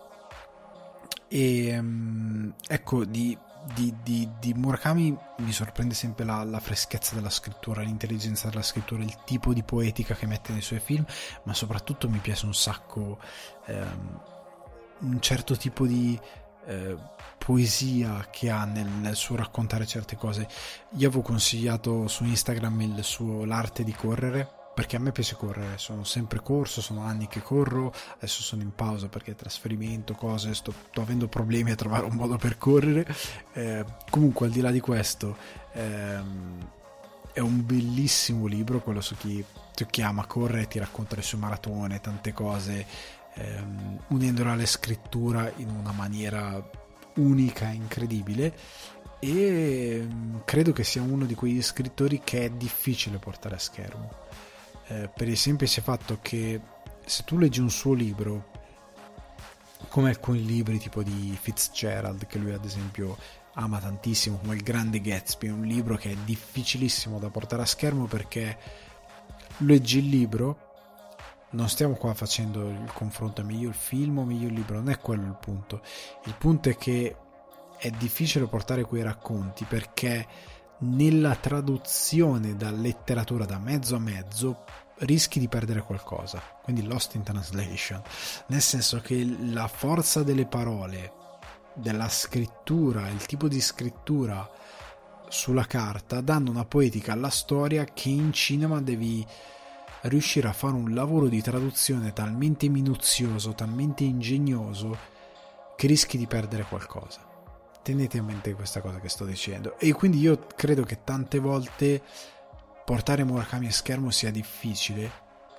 E ecco, di, di, di, di Murakami mi sorprende sempre la, la freschezza della scrittura, l'intelligenza della scrittura, il tipo di poetica che mette nei suoi film, ma soprattutto mi piace un sacco ehm, un certo tipo di eh, poesia che ha nel, nel suo raccontare certe cose. Io avevo consigliato su Instagram il suo L'arte di correre, perché a me piace correre, sono sempre corso, sono anni che corro, adesso sono in pausa perché trasferimento, cose, sto, sto avendo problemi a trovare un modo per correre, eh, comunque al di là di questo ehm, è un bellissimo libro, quello su chi, su chi ama correre, ti racconta le sue maratone, tante cose, ehm, unendola alla scrittura in una maniera unica e incredibile, e credo che sia uno di quegli scrittori che è difficile portare a schermo. Eh, per il semplice fatto che se tu leggi un suo libro, come alcuni libri tipo di Fitzgerald che lui ad esempio ama tantissimo, come Il Grande Gatsby, è un libro che è difficilissimo da portare a schermo, perché leggi il libro, non stiamo qua facendo il confronto miglior film o miglior libro, non è quello il punto, il punto è che è difficile portare quei racconti perché nella traduzione da letteratura da mezzo a mezzo rischi di perdere qualcosa, quindi lost in translation, nel senso che la forza delle parole, della scrittura, il tipo di scrittura sulla carta danno una poetica alla storia che in cinema devi riuscire a fare un lavoro di traduzione talmente minuzioso, talmente ingegnoso che rischi di perdere qualcosa. Tenete in mente questa cosa che sto dicendo, e quindi io credo che tante volte portare Murakami a schermo sia difficile,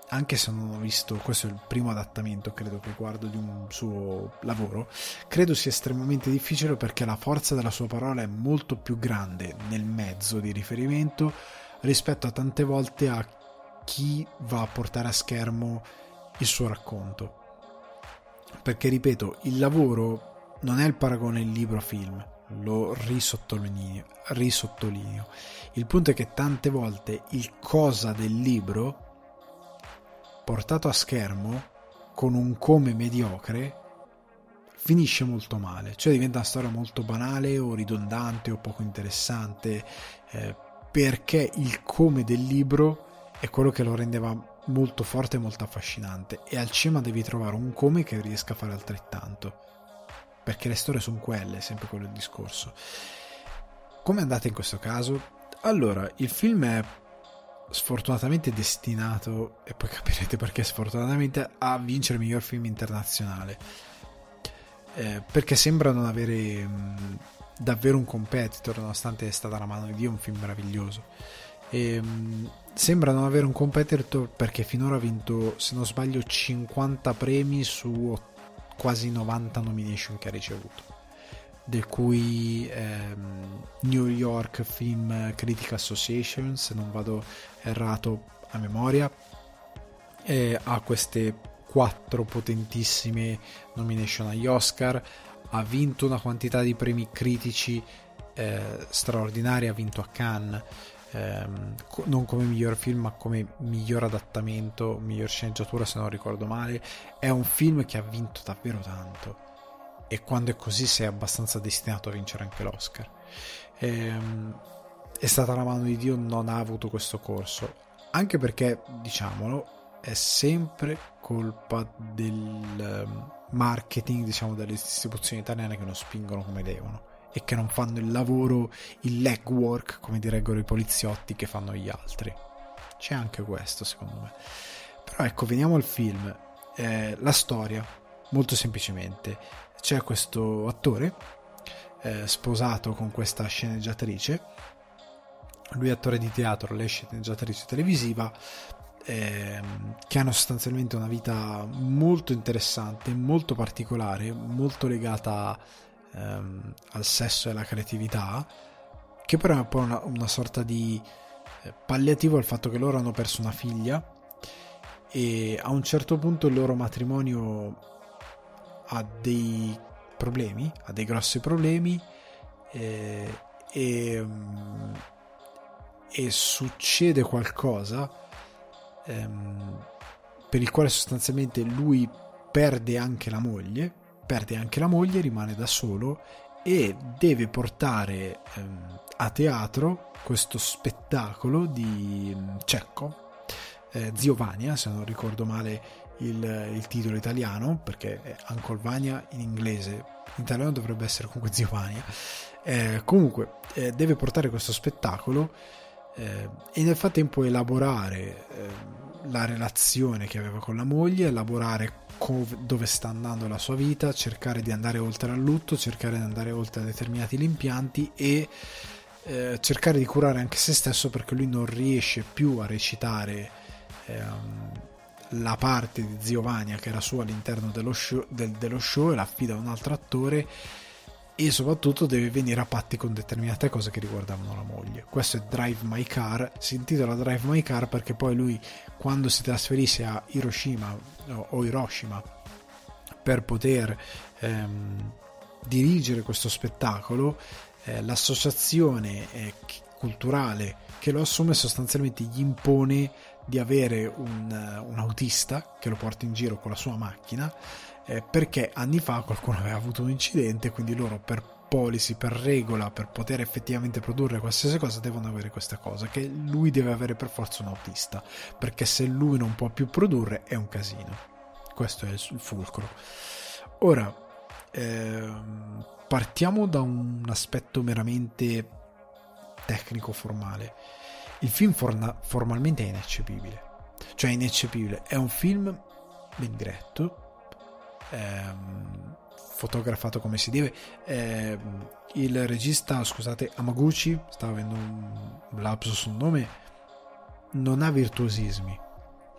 anche se non ho visto, questo è il primo adattamento credo che guardo di un suo lavoro, credo sia estremamente difficile perché la forza della sua parola è molto più grande nel mezzo di riferimento rispetto a tante volte a chi va a portare a schermo il suo racconto. Perché ripeto, il lavoro non è il paragone libro-film, lo risottolineo, risottolineo. Il punto è che tante volte il cosa del libro portato a schermo con un come mediocre finisce molto male, cioè diventa una storia molto banale o ridondante o poco interessante, eh, perché il come del libro è quello che lo rendeva molto forte e molto affascinante, e al cinema devi trovare un come che riesca a fare altrettanto, perché le storie sono quelle, è sempre quello il discorso. Come è andata in questo caso? Allora, il film è sfortunatamente destinato, e poi capirete perché sfortunatamente, a vincere miglior film internazionale, eh, perché sembra non avere mh, davvero un competitor, nonostante È stata la mano di Dio, un film meraviglioso, e, mh, sembra non avere un competitor perché finora ha vinto, se non sbaglio, cinquanta premi su quasi novanta nomination che ha ricevuto, del cui ehm, New York Film Critics Association, se non vado errato a memoria, e ha queste quattro potentissime nomination agli Oscar, ha vinto una quantità di premi critici eh, straordinaria, ha vinto a Cannes, ehm, non come miglior film ma come miglior adattamento, miglior sceneggiatura se non ricordo male. È un film che ha vinto davvero tanto, e quando è così sei abbastanza destinato a vincere anche l'Oscar. Ehm, È stata la mano di Dio non ha avuto questo corso, anche perché, diciamolo, è sempre colpa del marketing, diciamo, delle istituzioni italiane che non spingono come devono e che non fanno il lavoro, il legwork, come direbbero i poliziotti, che fanno gli altri. C'è anche questo, secondo me. Però ecco, veniamo al film. Eh, la storia, molto semplicemente, c'è questo attore eh, sposato con questa sceneggiatrice, lui è attore di teatro, lei è sceneggiatrice televisiva, ehm, che hanno sostanzialmente una vita molto interessante, molto particolare, molto legata ehm, al sesso e alla creatività, che però è un po' una, una sorta di eh, palliativo al fatto che loro hanno perso una figlia, e a un certo punto il loro matrimonio ha dei problemi, ha dei grossi problemi, eh, e, e succede qualcosa ehm, per il quale sostanzialmente lui perde anche la moglie, perde anche la moglie, rimane da solo e deve portare ehm, a teatro questo spettacolo di Chekhov, eh, Zio Vania, se non ricordo male il, il titolo italiano, perché è Uncle Vania in inglese, in italiano dovrebbe essere comunque Zio Vania. Eh, comunque eh, deve portare questo spettacolo eh, e nel frattempo elaborare eh, la relazione che aveva con la moglie, elaborare co- dove sta andando la sua vita, cercare di andare oltre al lutto, cercare di andare oltre a determinati rimpianti e eh, cercare di curare anche se stesso, perché lui non riesce più a recitare ehm, la parte di Zio Vania che era sua all'interno dello show, del, dello show, e la affida a un altro attore, e soprattutto deve venire a patti con determinate cose che riguardavano la moglie. Questo è Drive My Car, si intitola Drive My Car perché poi lui, quando si trasferisse a Hiroshima no, o Hiroshima per poter ehm, dirigere questo spettacolo, eh, l'associazione eh, culturale che lo assume sostanzialmente gli impone di avere un, un autista che lo porta in giro con la sua macchina, eh, perché anni fa qualcuno aveva avuto un incidente, quindi loro per policy, per regola, per poter effettivamente produrre qualsiasi cosa devono avere questa cosa, che lui deve avere per forza un autista, perché se lui non può più produrre è un casino. Questo è il fulcro. Ora ehm, partiamo da un aspetto meramente tecnico formale. Il film forna- formalmente è ineccepibile, cioè ineccepibile, è un film ben diretto, ehm, fotografato come si deve, ehm, il regista, scusate, Hamaguchi, stavo avendo un lapsus sul nome, non ha virtuosismi,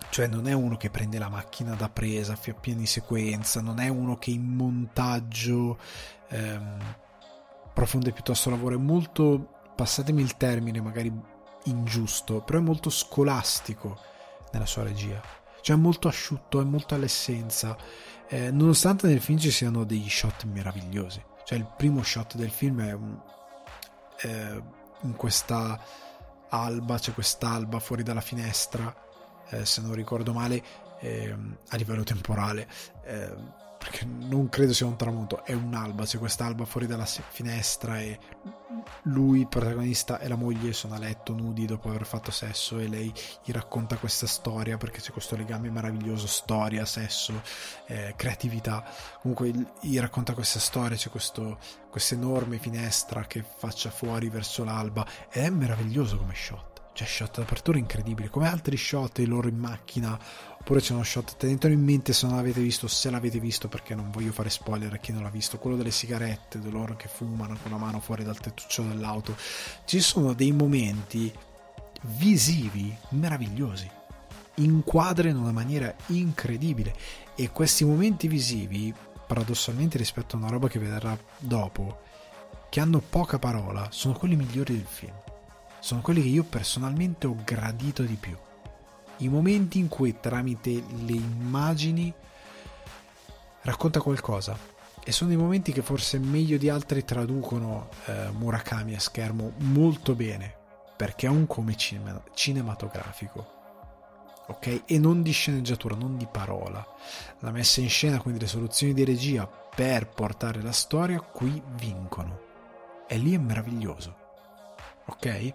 Cioè non è uno che prende la macchina da presa a piani sequenza, non è uno che in montaggio ehm, profonde piuttosto lavoro, è molto, passatemi il termine magari ingiusto, però è molto scolastico nella sua regia, cioè è molto asciutto, è molto all'essenza, eh, nonostante nel film ci siano degli shot meravigliosi. Cioè il primo shot del film è un, eh, in questa alba, c'è quest'alba fuori dalla finestra, eh, se non ricordo male, eh, a livello temporale, eh, perché non credo sia un tramonto, è un'alba, c'è quest'alba fuori dalla finestra e lui, il protagonista, e la moglie sono a letto nudi dopo aver fatto sesso e lei gli racconta questa storia, perché c'è questo legame meraviglioso, storia, sesso, eh, creatività. Comunque gli racconta questa storia, c'è questo questa enorme finestra che faccia fuori verso l'alba ed è meraviglioso come shot. C'è shot d'apertura incredibile, come altri shot di loro in macchina, oppure c'è uno shot, tenetelo in mente se non l'avete visto, se l'avete visto, perché non voglio fare spoiler a chi non l'ha visto, quello delle sigarette, di loro che fumano con la mano fuori dal tettuccio dell'auto. Ci sono dei momenti visivi meravigliosi, inquadra in una maniera incredibile, e questi momenti visivi, paradossalmente rispetto a una roba che vedrà dopo, che hanno poca parola, sono quelli migliori del film. Sono quelli che io personalmente ho gradito di più. I momenti in cui tramite le immagini racconta qualcosa, e sono i momenti che forse meglio di altri traducono eh, Murakami a schermo molto bene, perché è un come cinema, cinematografico, ok? E non di sceneggiatura, non di parola. La messa in scena, quindi le soluzioni di regia per portare la storia, qui vincono, e lì è meraviglioso, ok?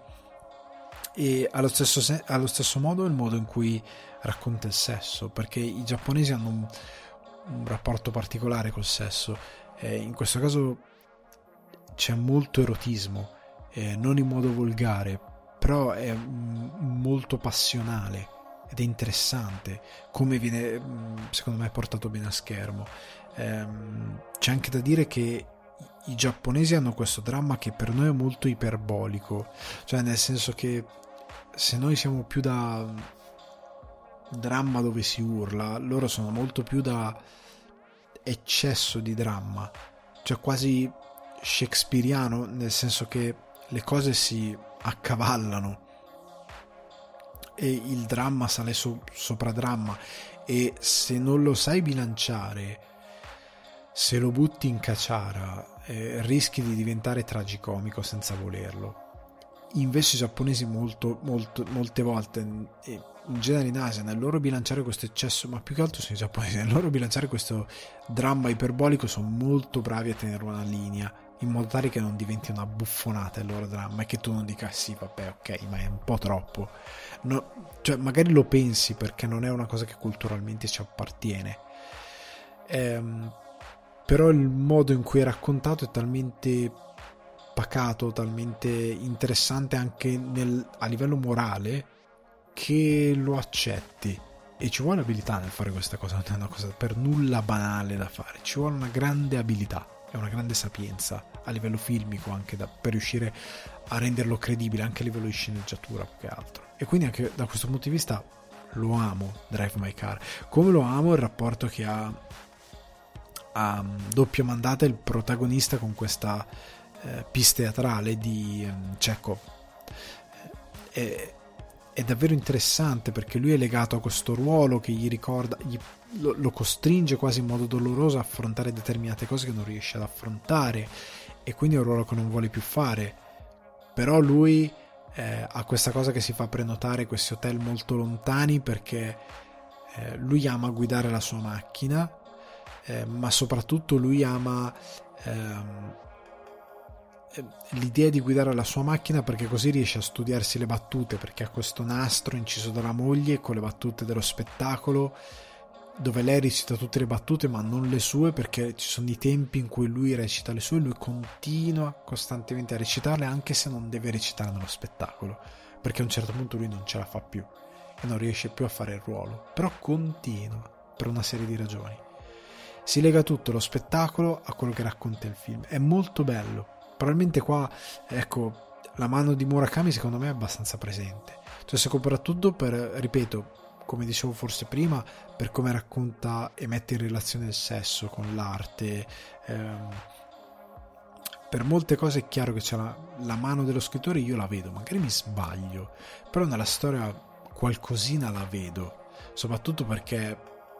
E allo stesso, se- allo stesso modo il modo in cui racconta il sesso, perché i giapponesi hanno un, un rapporto particolare col sesso, eh, in questo caso c'è molto erotismo, eh, non in modo volgare, però è mm, molto passionale ed è interessante come viene, secondo me, portato bene a schermo. Ehm, c'è anche da dire che i giapponesi hanno questo dramma che per noi è molto iperbolico, cioè nel senso che se noi siamo più da dramma dove si urla, loro sono molto più da eccesso di dramma, cioè quasi shakespeariano, nel senso che le cose si accavallano e il dramma sale so- sopra dramma, e se non lo sai bilanciare, se lo butti in caciara, eh, rischi di diventare tragicomico senza volerlo. Invece i giapponesi molto, molto, molte volte, e in genere in Asia, nel loro bilanciare questo eccesso, ma più che altro sono i giapponesi, nel loro bilanciare questo dramma iperbolico sono molto bravi a tenere una linea, in modo tale che non diventi una buffonata il loro dramma, e che tu non dica sì vabbè ok, ma è un po' troppo, no, cioè magari lo pensi perché non è una cosa che culturalmente ci appartiene, ehm, però il modo in cui è raccontato è talmente pacato, talmente interessante anche nel, a livello morale, che lo accetti, e ci vuole abilità nel fare questa cosa, non è una cosa per nulla banale da fare, ci vuole una grande abilità e una grande sapienza a livello filmico anche da, per riuscire a renderlo credibile anche a livello di sceneggiatura più che altro. E quindi anche da questo punto di vista lo amo Drive My Car, come lo amo il rapporto che ha a doppia mandata il protagonista con questa eh, pista teatrale di um, Chekhov. È, è davvero interessante perché lui è legato a questo ruolo che gli ricorda, gli, lo, lo costringe quasi in modo doloroso a affrontare determinate cose che non riesce ad affrontare, e quindi è un ruolo che non vuole più fare. Però lui eh, ha questa cosa che si fa prenotare questi hotel molto lontani perché eh, lui ama guidare la sua macchina, eh, ma soprattutto lui ama ehm, l'idea di guidare la sua macchina perché così riesce a studiarsi le battute, perché ha questo nastro inciso dalla moglie con le battute dello spettacolo dove lei recita tutte le battute ma non le sue, perché ci sono i tempi in cui lui recita le sue e lui continua costantemente a recitarle anche se non deve recitare nello spettacolo, perché a un certo punto lui non ce la fa più e non riesce più a fare il ruolo, però continua per una serie di ragioni. Si lega tutto lo spettacolo a quello che racconta il film, è molto bello. Probabilmente qua, ecco, la mano di Murakami secondo me è abbastanza presente, cioè soprattutto per, ripeto, come dicevo forse prima, per come racconta e mette in relazione il sesso con l'arte. ehm, per molte cose è chiaro che c'è la, la mano dello scrittore, io la vedo, magari mi sbaglio, però nella storia qualcosina la vedo, soprattutto perché,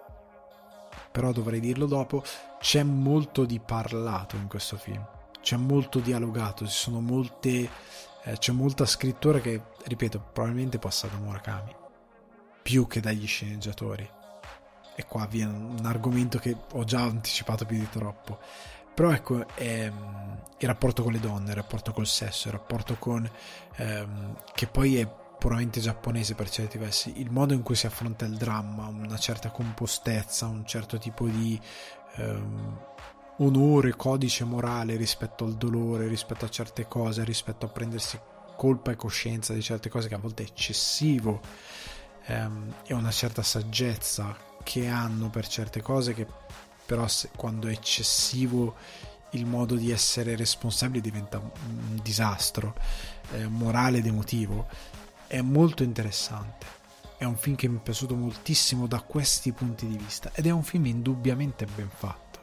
però dovrei dirlo dopo, c'è molto di parlato in questo film, c'è molto dialogato, ci sono molte eh, c'è molta scrittura che, ripeto, probabilmente passa da Murakami più che dagli sceneggiatori, e qua viene un argomento che ho già anticipato più di troppo. Però ecco, ehm, il rapporto con le donne, il rapporto col sesso, il rapporto con ehm, che poi è puramente giapponese per certi versi, il modo in cui si affronta il dramma, una certa compostezza, un certo tipo di ehm, onore, codice morale rispetto al dolore, rispetto a certe cose, rispetto a prendersi colpa e coscienza di certe cose, che a volte è eccessivo, ehm, e una certa saggezza che hanno per certe cose, che però se, quando è eccessivo il modo di essere responsabili diventa un disastro eh, morale ed emotivo. È molto interessante, è un film che mi è piaciuto moltissimo da questi punti di vista, ed è un film indubbiamente ben fatto.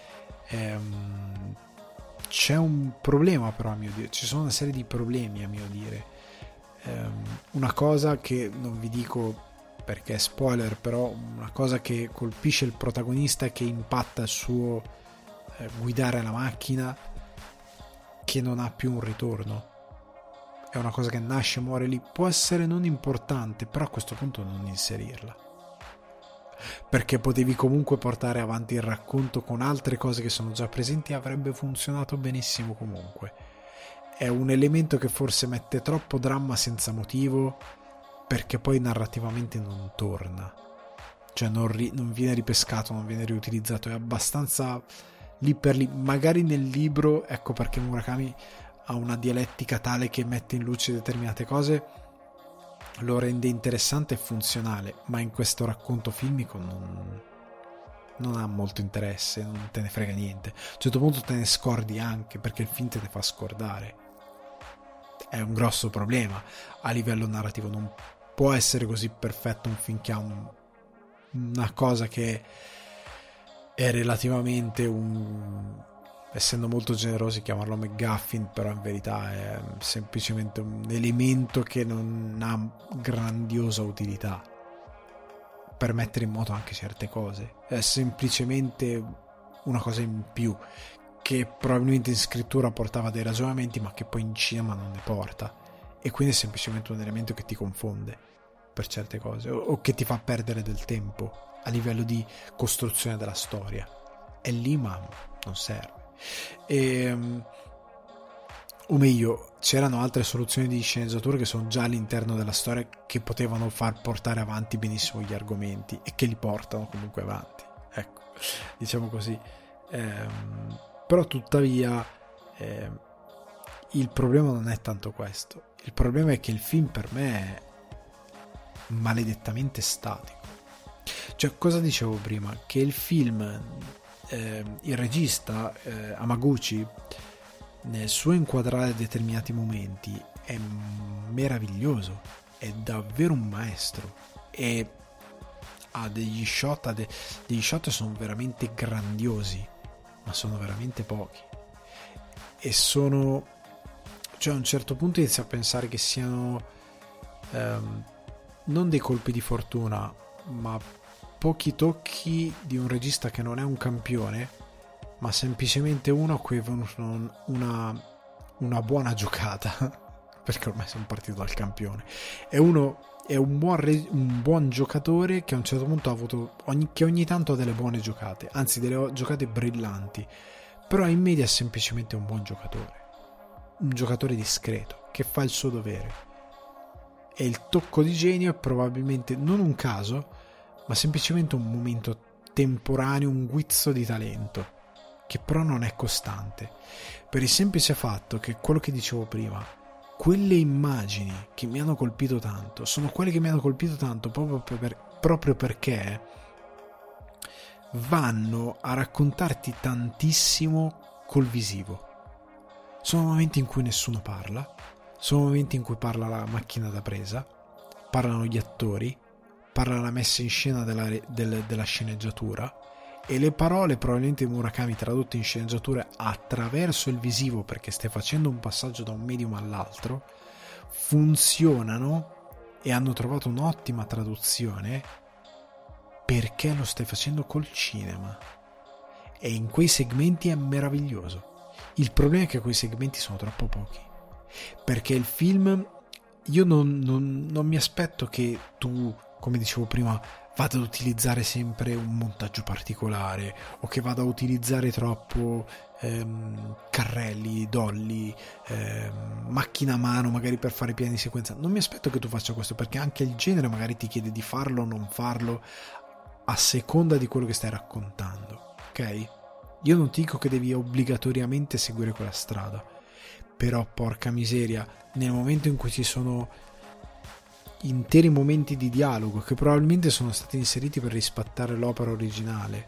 Ehm, c'è un problema però a mio dire, ci sono una serie di problemi a mio dire. Ehm, una cosa che non vi dico perché è spoiler, però una cosa che colpisce il protagonista è che impatta il suo eh, guidare la macchina, che non ha più un ritorno. È una cosa che nasce e muore lì, può essere non importante, però a questo punto non inserirla, perché potevi comunque portare avanti il racconto con altre cose che sono già presenti e avrebbe funzionato benissimo comunque. È un elemento che forse mette troppo dramma senza motivo, perché poi narrativamente non torna, cioè non, ri- non viene ripescato, non viene riutilizzato, è abbastanza lì per lì. Magari nel libro, ecco perché Murakami ha una dialettica tale che mette in luce determinate cose, lo rende interessante e funzionale, ma in questo racconto filmico non, non ha molto interesse, non te ne frega niente. A un certo punto te ne scordi anche, perché il film te ne fa scordare. È un grosso problema a livello narrativo, non può essere così perfetto un film che ha un, una cosa che è relativamente un, essendo molto generosi chiamarlo MacGuffin, però in verità è semplicemente un elemento che non ha grandiosa utilità per mettere in moto anche certe cose, è semplicemente una cosa in più che probabilmente in scrittura portava dei ragionamenti, ma che poi in cinema non ne porta, e quindi è semplicemente un elemento che ti confonde per certe cose, o che ti fa perdere del tempo a livello di costruzione della storia. È lì ma non serve. E, o meglio, c'erano altre soluzioni di sceneggiatura che sono già all'interno della storia, che potevano far portare avanti benissimo gli argomenti e che li portano comunque avanti, ecco, diciamo così. Ehm, però tuttavia eh, il problema non è tanto questo, il problema è che il film per me è maledettamente statico. Cioè, cosa dicevo prima? Che il film, eh, il regista eh, Hamaguchi, nel suo inquadrare determinati momenti è meraviglioso, è davvero un maestro, e ha degli shot, ha de- degli shot sono veramente grandiosi, ma sono veramente pochi, e sono, cioè a un certo punto inizia a pensare che siano ehm, non dei colpi di fortuna, ma pochi tocchi di un regista che non è un campione, ma semplicemente uno a cui è venuta una, una buona giocata perché ormai sono partito dal campione. È uno è un buon, re, un buon giocatore che a un certo punto ha avuto ogni, che ogni tanto ha delle buone giocate, anzi delle giocate brillanti, però in media è semplicemente un buon giocatore, un giocatore discreto che fa il suo dovere, e il tocco di genio è probabilmente non un caso, ma semplicemente un momento temporaneo, un guizzo di talento che però non è costante, per il semplice fatto che, quello che dicevo prima, quelle immagini che mi hanno colpito tanto sono quelle che mi hanno colpito tanto proprio, per, proprio perché vanno a raccontarti tantissimo col visivo. Sono momenti in cui nessuno parla, sono momenti in cui parla la macchina da presa, parlano gli attori, parla la messa in scena della, del, della sceneggiatura, e le parole probabilmente di Murakami tradotte in sceneggiatura attraverso il visivo, perché stai facendo un passaggio da un medium all'altro, funzionano e hanno trovato un'ottima traduzione perché lo stai facendo col cinema, e in quei segmenti è meraviglioso. Il problema è che quei segmenti sono troppo pochi, perché il film, io non, non, non mi aspetto che tu, come dicevo prima, vada ad utilizzare sempre un montaggio particolare, o che vada a utilizzare troppo ehm, carrelli, dolly, ehm, macchina a mano magari per fare piani di sequenza. Non mi aspetto che tu faccia questo, perché anche il genere magari ti chiede di farlo o non farlo a seconda di quello che stai raccontando, ok? Io non ti dico che devi obbligatoriamente seguire quella strada, però porca miseria, nel momento in cui ci sono interi momenti di dialogo che probabilmente sono stati inseriti per rispettare l'opera originale,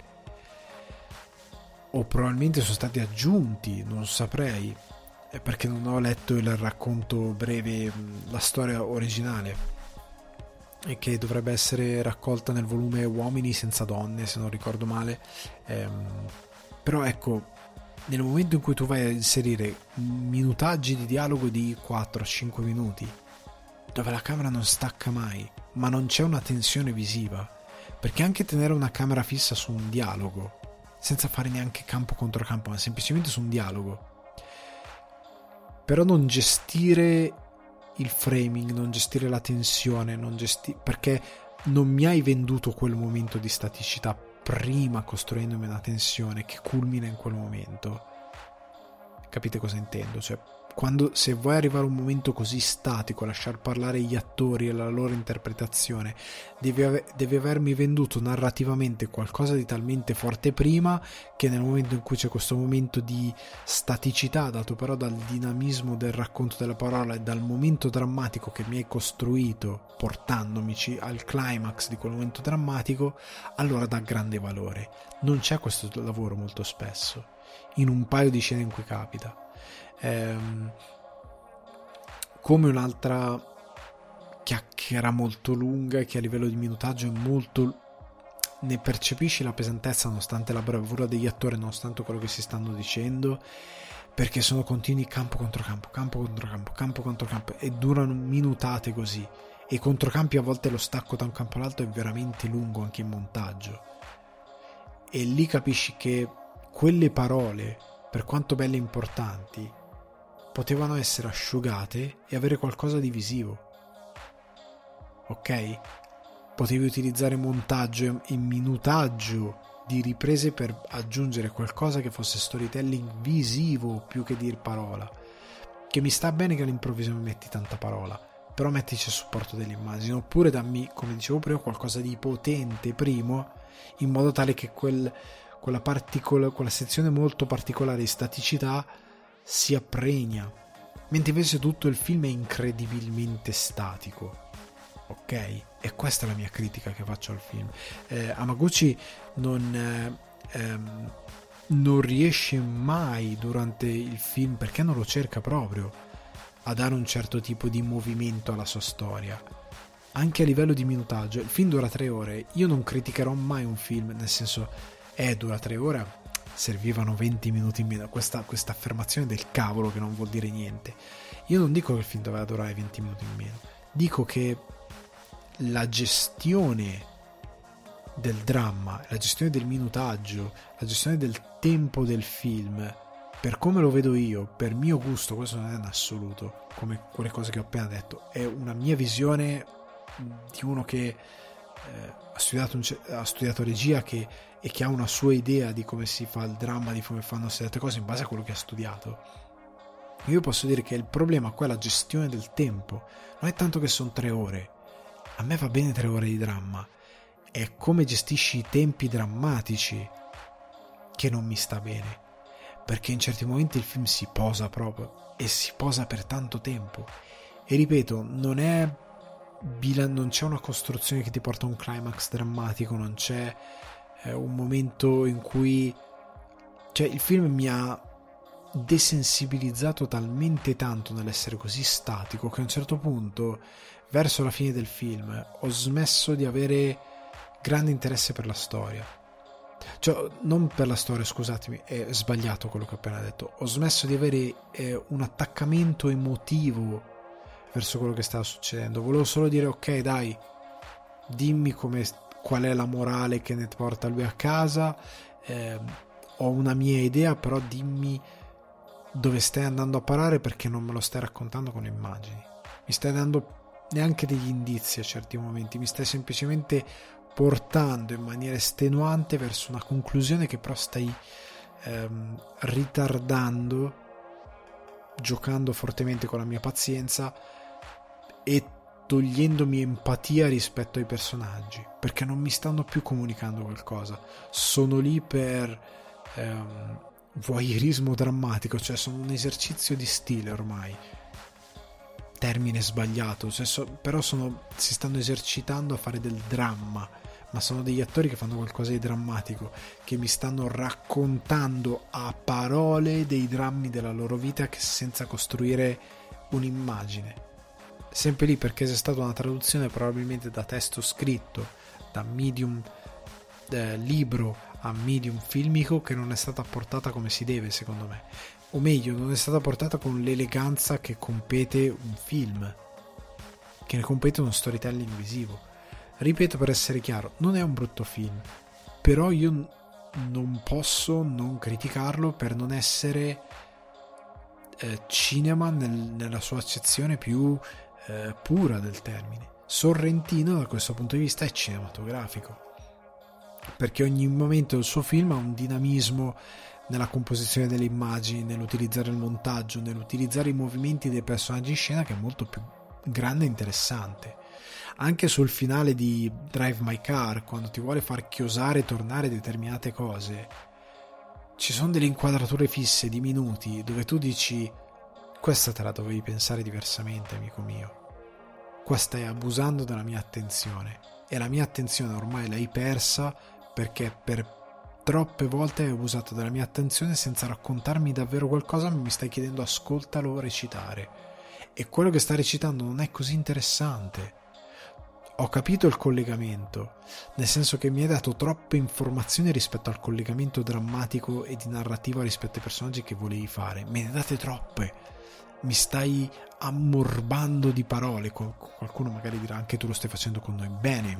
o probabilmente sono stati aggiunti, non saprei, perché non ho letto il racconto breve, la storia originale, e che dovrebbe essere raccolta nel volume Uomini senza donne, se non ricordo male. Ehm, però ecco, nel momento in cui tu vai a inserire minutaggi di dialogo di quattro a cinque minuti, dove la camera non stacca mai, ma non c'è una tensione visiva, perché anche tenere una camera fissa su un dialogo, senza fare neanche campo contro campo, ma semplicemente su un dialogo, però non gestire il framing, non gestire la tensione, non gesti- perché non mi hai venduto quel momento di staticità prima, costruendomi una tensione che culmina in quel momento. Capite cosa intendo? Cioè, quando, se vuoi arrivare a un momento così statico, lasciar parlare gli attori e la loro interpretazione, devi, ave- devi avermi venduto narrativamente qualcosa di talmente forte prima, che nel momento in cui c'è questo momento di staticità, dato però dal dinamismo del racconto della parola e dal momento drammatico che mi hai costruito, portandomici al climax di quel momento drammatico, allora dà grande valore. Non c'è questo lavoro molto spesso, in un paio di scene in cui capita. Ehm, come un'altra chiacchiera molto lunga, che a livello di minutaggio è molto, ne percepisci la pesantezza nonostante la bravura degli attori, nonostante quello che si stanno dicendo, perché sono continui campo contro campo, campo contro campo, campo contro campo, e durano minutate così, e i controcampi a volte lo stacco da un campo all'altro è veramente lungo anche in montaggio, e lì capisci che quelle parole, per quanto belle e importanti, potevano essere asciugate e avere qualcosa di visivo, ok? Potevi utilizzare montaggio e minutaggio di riprese per aggiungere qualcosa che fosse storytelling visivo più che dir parola, che mi sta bene che all'improvviso mi metti tanta parola, però mettici il supporto delle immagini, oppure dammi, come dicevo prima, qualcosa di potente primo, in modo tale che quel, quella, particola, quella sezione molto particolare di staticità si appregna, mentre invece tutto il film è incredibilmente statico, ok? E questa è la mia critica che faccio al film. eh, Hamaguchi non eh, ehm, non riesce mai durante il film, perché non lo cerca proprio, a dare un certo tipo di movimento alla sua storia, anche a livello di minutaggio. Il film dura tre ore, io non criticherò mai un film, nel senso, eh dura tre ore, servivano venti minuti in meno, questa, questa affermazione del cavolo che non vuol dire niente. Io non dico che il film doveva durare venti minuti in meno, dico che la gestione del dramma, la gestione del minutaggio, la gestione del tempo del film, per come lo vedo io, per mio gusto, questo non è in assoluto, come quelle cose che ho appena detto, è una mia visione di uno che eh, ha, studiato un, ha studiato regia che, e che ha una sua idea di come si fa il dramma, di come fanno certe cose in base a quello che ha studiato. Io posso dire che il problema qua è la gestione del tempo, non è tanto che sono tre ore, a me va bene tre ore di dramma, è come gestisci i tempi drammatici che non mi sta bene, perché in certi momenti il film si posa proprio, e si posa per tanto tempo, e ripeto, non è non c'è una costruzione che ti porta a un climax drammatico, non c'è eh, un momento in cui, cioè, il film mi ha desensibilizzato talmente tanto nell'essere così statico che a un certo punto verso la fine del film ho smesso di avere grande interesse per la storia. Cioè, non per la storia, scusatemi, è sbagliato quello che ho appena detto. Ho smesso di avere eh, un attaccamento emotivo verso quello che stava succedendo. Volevo solo dire: ok, dai, dimmi come, qual è la morale che ne porta lui a casa. Eh, ho una mia idea, però dimmi dove stai andando a parare, perché non me lo stai raccontando con immagini. Mi stai dando neanche degli indizi a certi momenti, mi stai semplicemente portando in maniera estenuante verso una conclusione che però stai ehm, ritardando, giocando fortemente con la mia pazienza e togliendomi empatia rispetto ai personaggi, perché non mi stanno più comunicando qualcosa. Sono lì per ehm, voyeurismo drammatico, cioè sono un esercizio di stile ormai. Termine sbagliato, cioè so, però sono, si stanno esercitando a fare del dramma, ma sono degli attori che fanno qualcosa di drammatico, che mi stanno raccontando a parole dei drammi della loro vita, che senza costruire un'immagine. Sempre lì, perché c'è stata una traduzione probabilmente da testo scritto, da medium eh, libro a medium filmico, che non è stata portata come si deve, secondo me. O meglio, non è stata portata con l'eleganza che compete un film, che ne compete uno storytelling visivo. Ripeto, per essere chiaro, non è un brutto film, però io n- non posso non criticarlo per non essere eh, cinema nel, nella sua accezione più eh, pura del termine. Sorrentino da questo punto di vista è cinematografico, perché ogni momento del suo film ha un dinamismo nella composizione delle immagini, nell'utilizzare il montaggio, nell'utilizzare i movimenti dei personaggi in scena, che è molto più grande e interessante. Anche sul finale di Drive My Car, quando ti vuole far chiosare e tornare determinate cose, ci sono delle inquadrature fisse di minuti dove tu dici: questa te la dovevi pensare diversamente, amico mio, qua stai abusando della mia attenzione, e la mia attenzione ormai l'hai persa, perché per troppe volte hai abusato della mia attenzione senza raccontarmi davvero qualcosa, ma mi stai chiedendo ascoltalo recitare, e quello che sta recitando non è così interessante. Ho capito il collegamento, nel senso che mi hai dato troppe informazioni rispetto al collegamento drammatico e di narrativa rispetto ai personaggi che volevi fare. Me ne date troppe, mi stai ammorbando di parole. Qualcuno magari dirà: anche tu lo stai facendo con noi. Bene.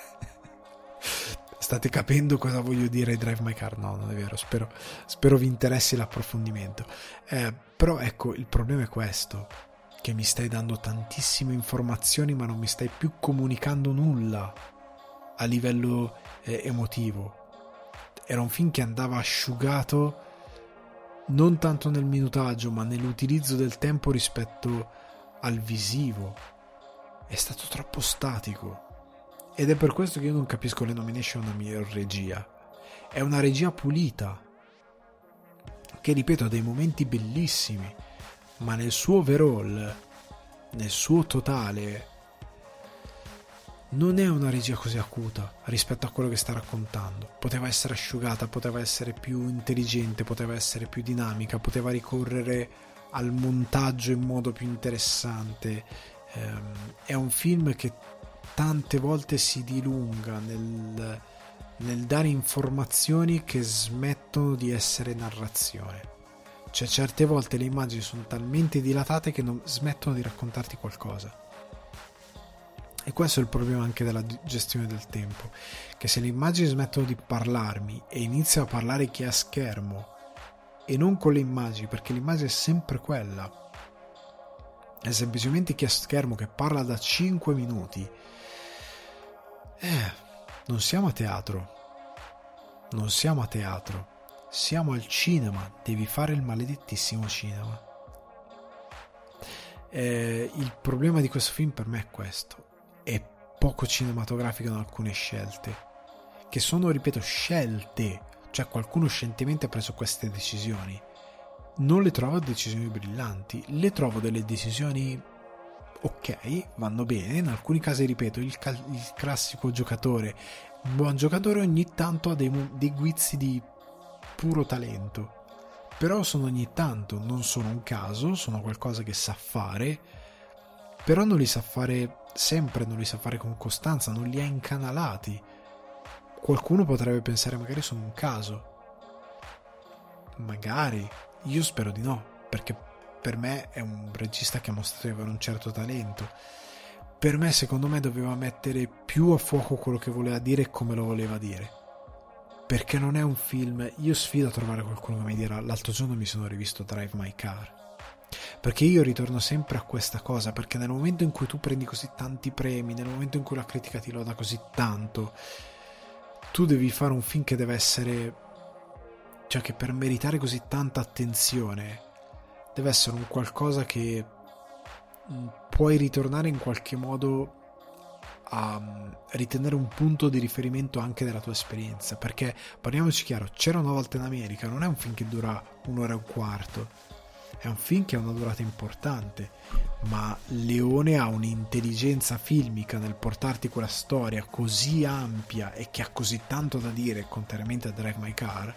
State capendo cosa voglio dire Drive My Car? No, non è vero, spero, spero vi interessi l'approfondimento. Eh, però ecco, il problema è questo, che mi stai dando tantissime informazioni ma non mi stai più comunicando nulla a livello eh, emotivo. Era un film che andava asciugato non tanto nel minutaggio ma nell'utilizzo del tempo rispetto al visivo. È stato troppo statico. Ed è per questo che io non capisco le nomination a miglior regia. È una regia pulita, che ripeto ha dei momenti bellissimi, ma nel suo overall, nel suo totale, non è una regia così acuta rispetto a quello che sta raccontando. Poteva essere asciugata, poteva essere più intelligente, poteva essere più dinamica, poteva ricorrere al montaggio in modo più interessante. Ehm, è un film che tante volte si dilunga nel, nel dare informazioni che smettono di essere narrazione. Cioè, certe volte le immagini sono talmente dilatate che non smettono di raccontarti qualcosa. E questo è il problema anche della gestione del tempo, che se le immagini smettono di parlarmi e inizia a parlare chi è a schermo e non con le immagini, perché l'immagine è sempre quella, è semplicemente chi è a schermo che parla da cinque minuti. Eh, non siamo a teatro, non siamo a teatro, siamo al cinema, devi fare il maledettissimo cinema. Eh, il problema di questo film per me è questo, è poco cinematografico in alcune scelte, che sono, ripeto, scelte, cioè qualcuno scientemente ha preso queste decisioni. Non le trovo decisioni brillanti, le trovo delle decisioni ok, vanno bene, in alcuni casi, ripeto, il, cal- il classico giocatore, un buon giocatore ogni tanto ha dei, dei guizzi di puro talento, però sono ogni tanto, non sono un caso, sono qualcosa che sa fare, però non li sa fare sempre, non li sa fare con costanza, non li ha incanalati. Qualcuno potrebbe pensare magari sono un caso, magari, io spero di no, perché per me è un regista che ha mostrato di avere un certo talento. Per me, secondo me, doveva mettere più a fuoco quello che voleva dire e come lo voleva dire, perché non è un film. Io sfido a trovare qualcuno che mi dirà: l'altro giorno mi sono rivisto Drive My Car, perché io ritorno sempre a questa cosa, perché nel momento in cui tu prendi così tanti premi, nel momento in cui la critica ti loda così tanto, tu devi fare un film che deve essere, cioè che per meritare così tanta attenzione deve essere un qualcosa che puoi ritornare in qualche modo a ritenere un punto di riferimento anche della tua esperienza, perché parliamoci chiaro, C'era una volta in America non è un film che dura un'ora e un quarto, è un film che ha una durata importante, ma Leone ha un'intelligenza filmica nel portarti quella storia così ampia e che ha così tanto da dire, contrariamente a Drive My Car,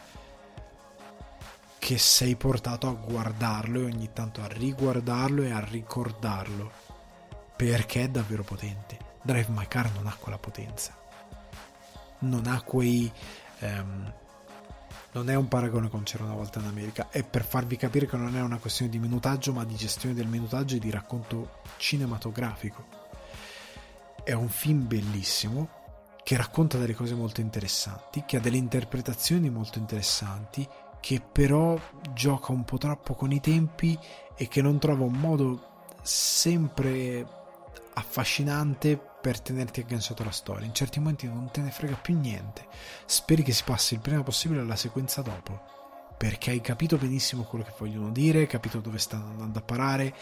che sei portato a guardarlo e ogni tanto a riguardarlo e a ricordarlo, perché è davvero potente. Drive My Car non ha quella potenza, non ha quei ehm, non è un paragone con C'era una volta in America, è per farvi capire che non è una questione di minutaggio, ma di gestione del minutaggio e di racconto cinematografico. È un film bellissimo che racconta delle cose molto interessanti, che ha delle interpretazioni molto interessanti, che però gioca un po' troppo con i tempi e che non trova un modo sempre affascinante per tenerti agganciato alla storia. In certi momenti non te ne frega più niente, speri che si passi il prima possibile alla sequenza dopo, perché hai capito benissimo quello che vogliono dire, hai capito dove stanno andando a parare,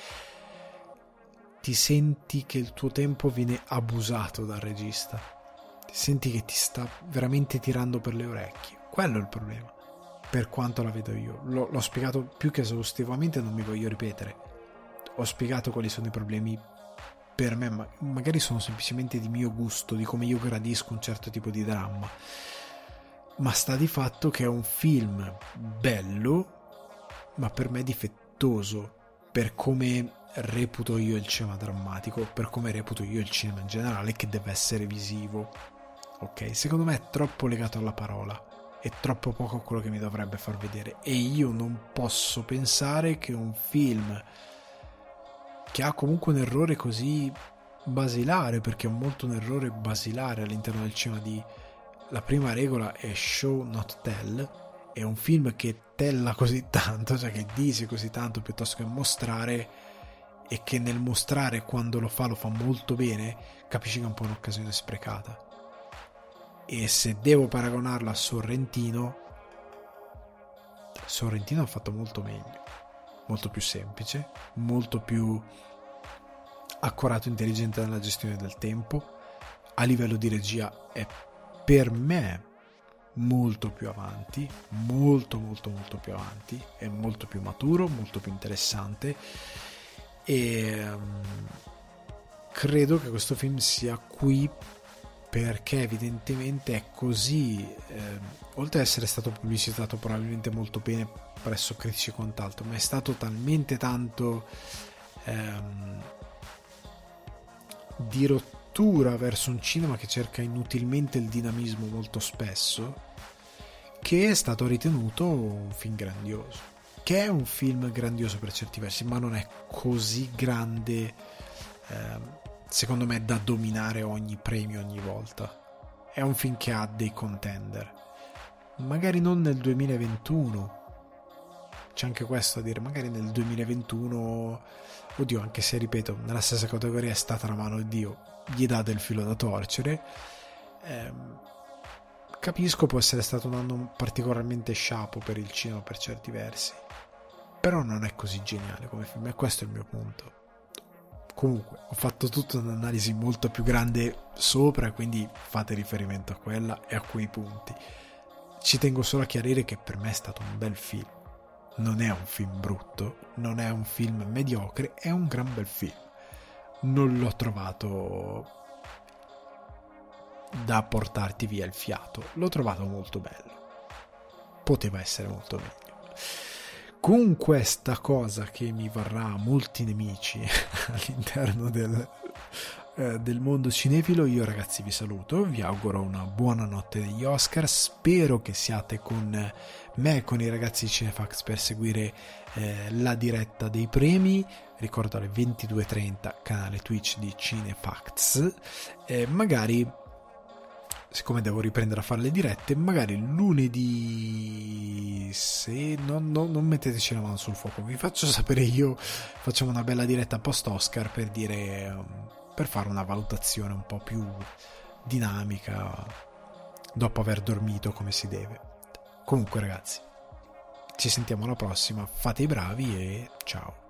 ti senti che il tuo tempo viene abusato dal regista, ti senti che ti sta veramente tirando per le orecchie. Quello è il problema, per quanto la vedo io. L'ho, l'ho spiegato più che esaustivamente, non mi voglio ripetere, ho spiegato quali sono i problemi per me, ma magari sono semplicemente di mio gusto, di come io gradisco un certo tipo di dramma, ma sta di fatto che è un film bello, ma per me difettoso, per come reputo io il cinema drammatico, per come reputo io il cinema in generale, che deve essere visivo. Ok, secondo me è troppo legato alla parola, è troppo poco quello che mi dovrebbe far vedere, e io non posso pensare che un film che ha comunque un errore così basilare, perché è molto un errore basilare all'interno del cinema, di la prima regola è show not tell, è un film che tella così tanto, cioè che dice così tanto piuttosto che mostrare, e che nel mostrare, quando lo fa, lo fa molto bene, capisci che è un po' un'occasione sprecata. E se devo paragonarla a Sorrentino, Sorrentino ha fatto molto meglio, molto più semplice, molto più accurato e intelligente nella gestione del tempo. A livello di regia è per me molto più avanti, molto molto molto più avanti, è molto più maturo, molto più interessante, e um, credo che questo film sia qui perché evidentemente è così, eh, oltre ad essere stato pubblicizzato probabilmente molto bene presso critici e quant'altro, ma è stato talmente tanto ehm, di rottura verso un cinema che cerca inutilmente il dinamismo molto spesso, che è stato ritenuto un film grandioso, che è un film grandioso per certi versi, ma non è così grande ehm, secondo me da dominare ogni premio ogni volta. È un film che ha dei contender, magari non nel duemilaventuno, c'è anche questo a dire, magari nel duemilaventuno, oddio, anche se ripeto, nella stessa categoria è stata la mano di Dio, gli dà del filo da torcere. ehm, capisco, può essere stato un anno particolarmente sciapo per il cinema per certi versi, però non è così geniale come film, e questo è il mio punto. Comunque ho fatto tutta un'analisi molto più grande sopra, quindi fate riferimento a quella e a quei punti. Ci tengo solo a chiarire che per me è stato un bel film, non è un film brutto, non è un film mediocre, è un gran bel film. Non l'ho trovato da portarti via il fiato, l'ho trovato molto bello, poteva essere molto meglio. con questa cosa che mi varrà molti nemici all'interno del, eh, del mondo cinefilo, io ragazzi vi saluto, vi auguro una buona notte degli Oscar, spero che siate con me, con i ragazzi di Cinefax per seguire eh, la diretta dei premi. Ricordo alle ventidue e trenta canale Twitch di Cinefax, eh, magari, siccome devo riprendere a fare le dirette, magari lunedì, se non, non, non metteteci la mano sul fuoco, vi faccio sapere io, facciamo una bella diretta post Oscar per dire, per fare una valutazione un po' più dinamica dopo aver dormito come si deve. Comunque ragazzi, ci sentiamo alla prossima, fate i bravi e ciao.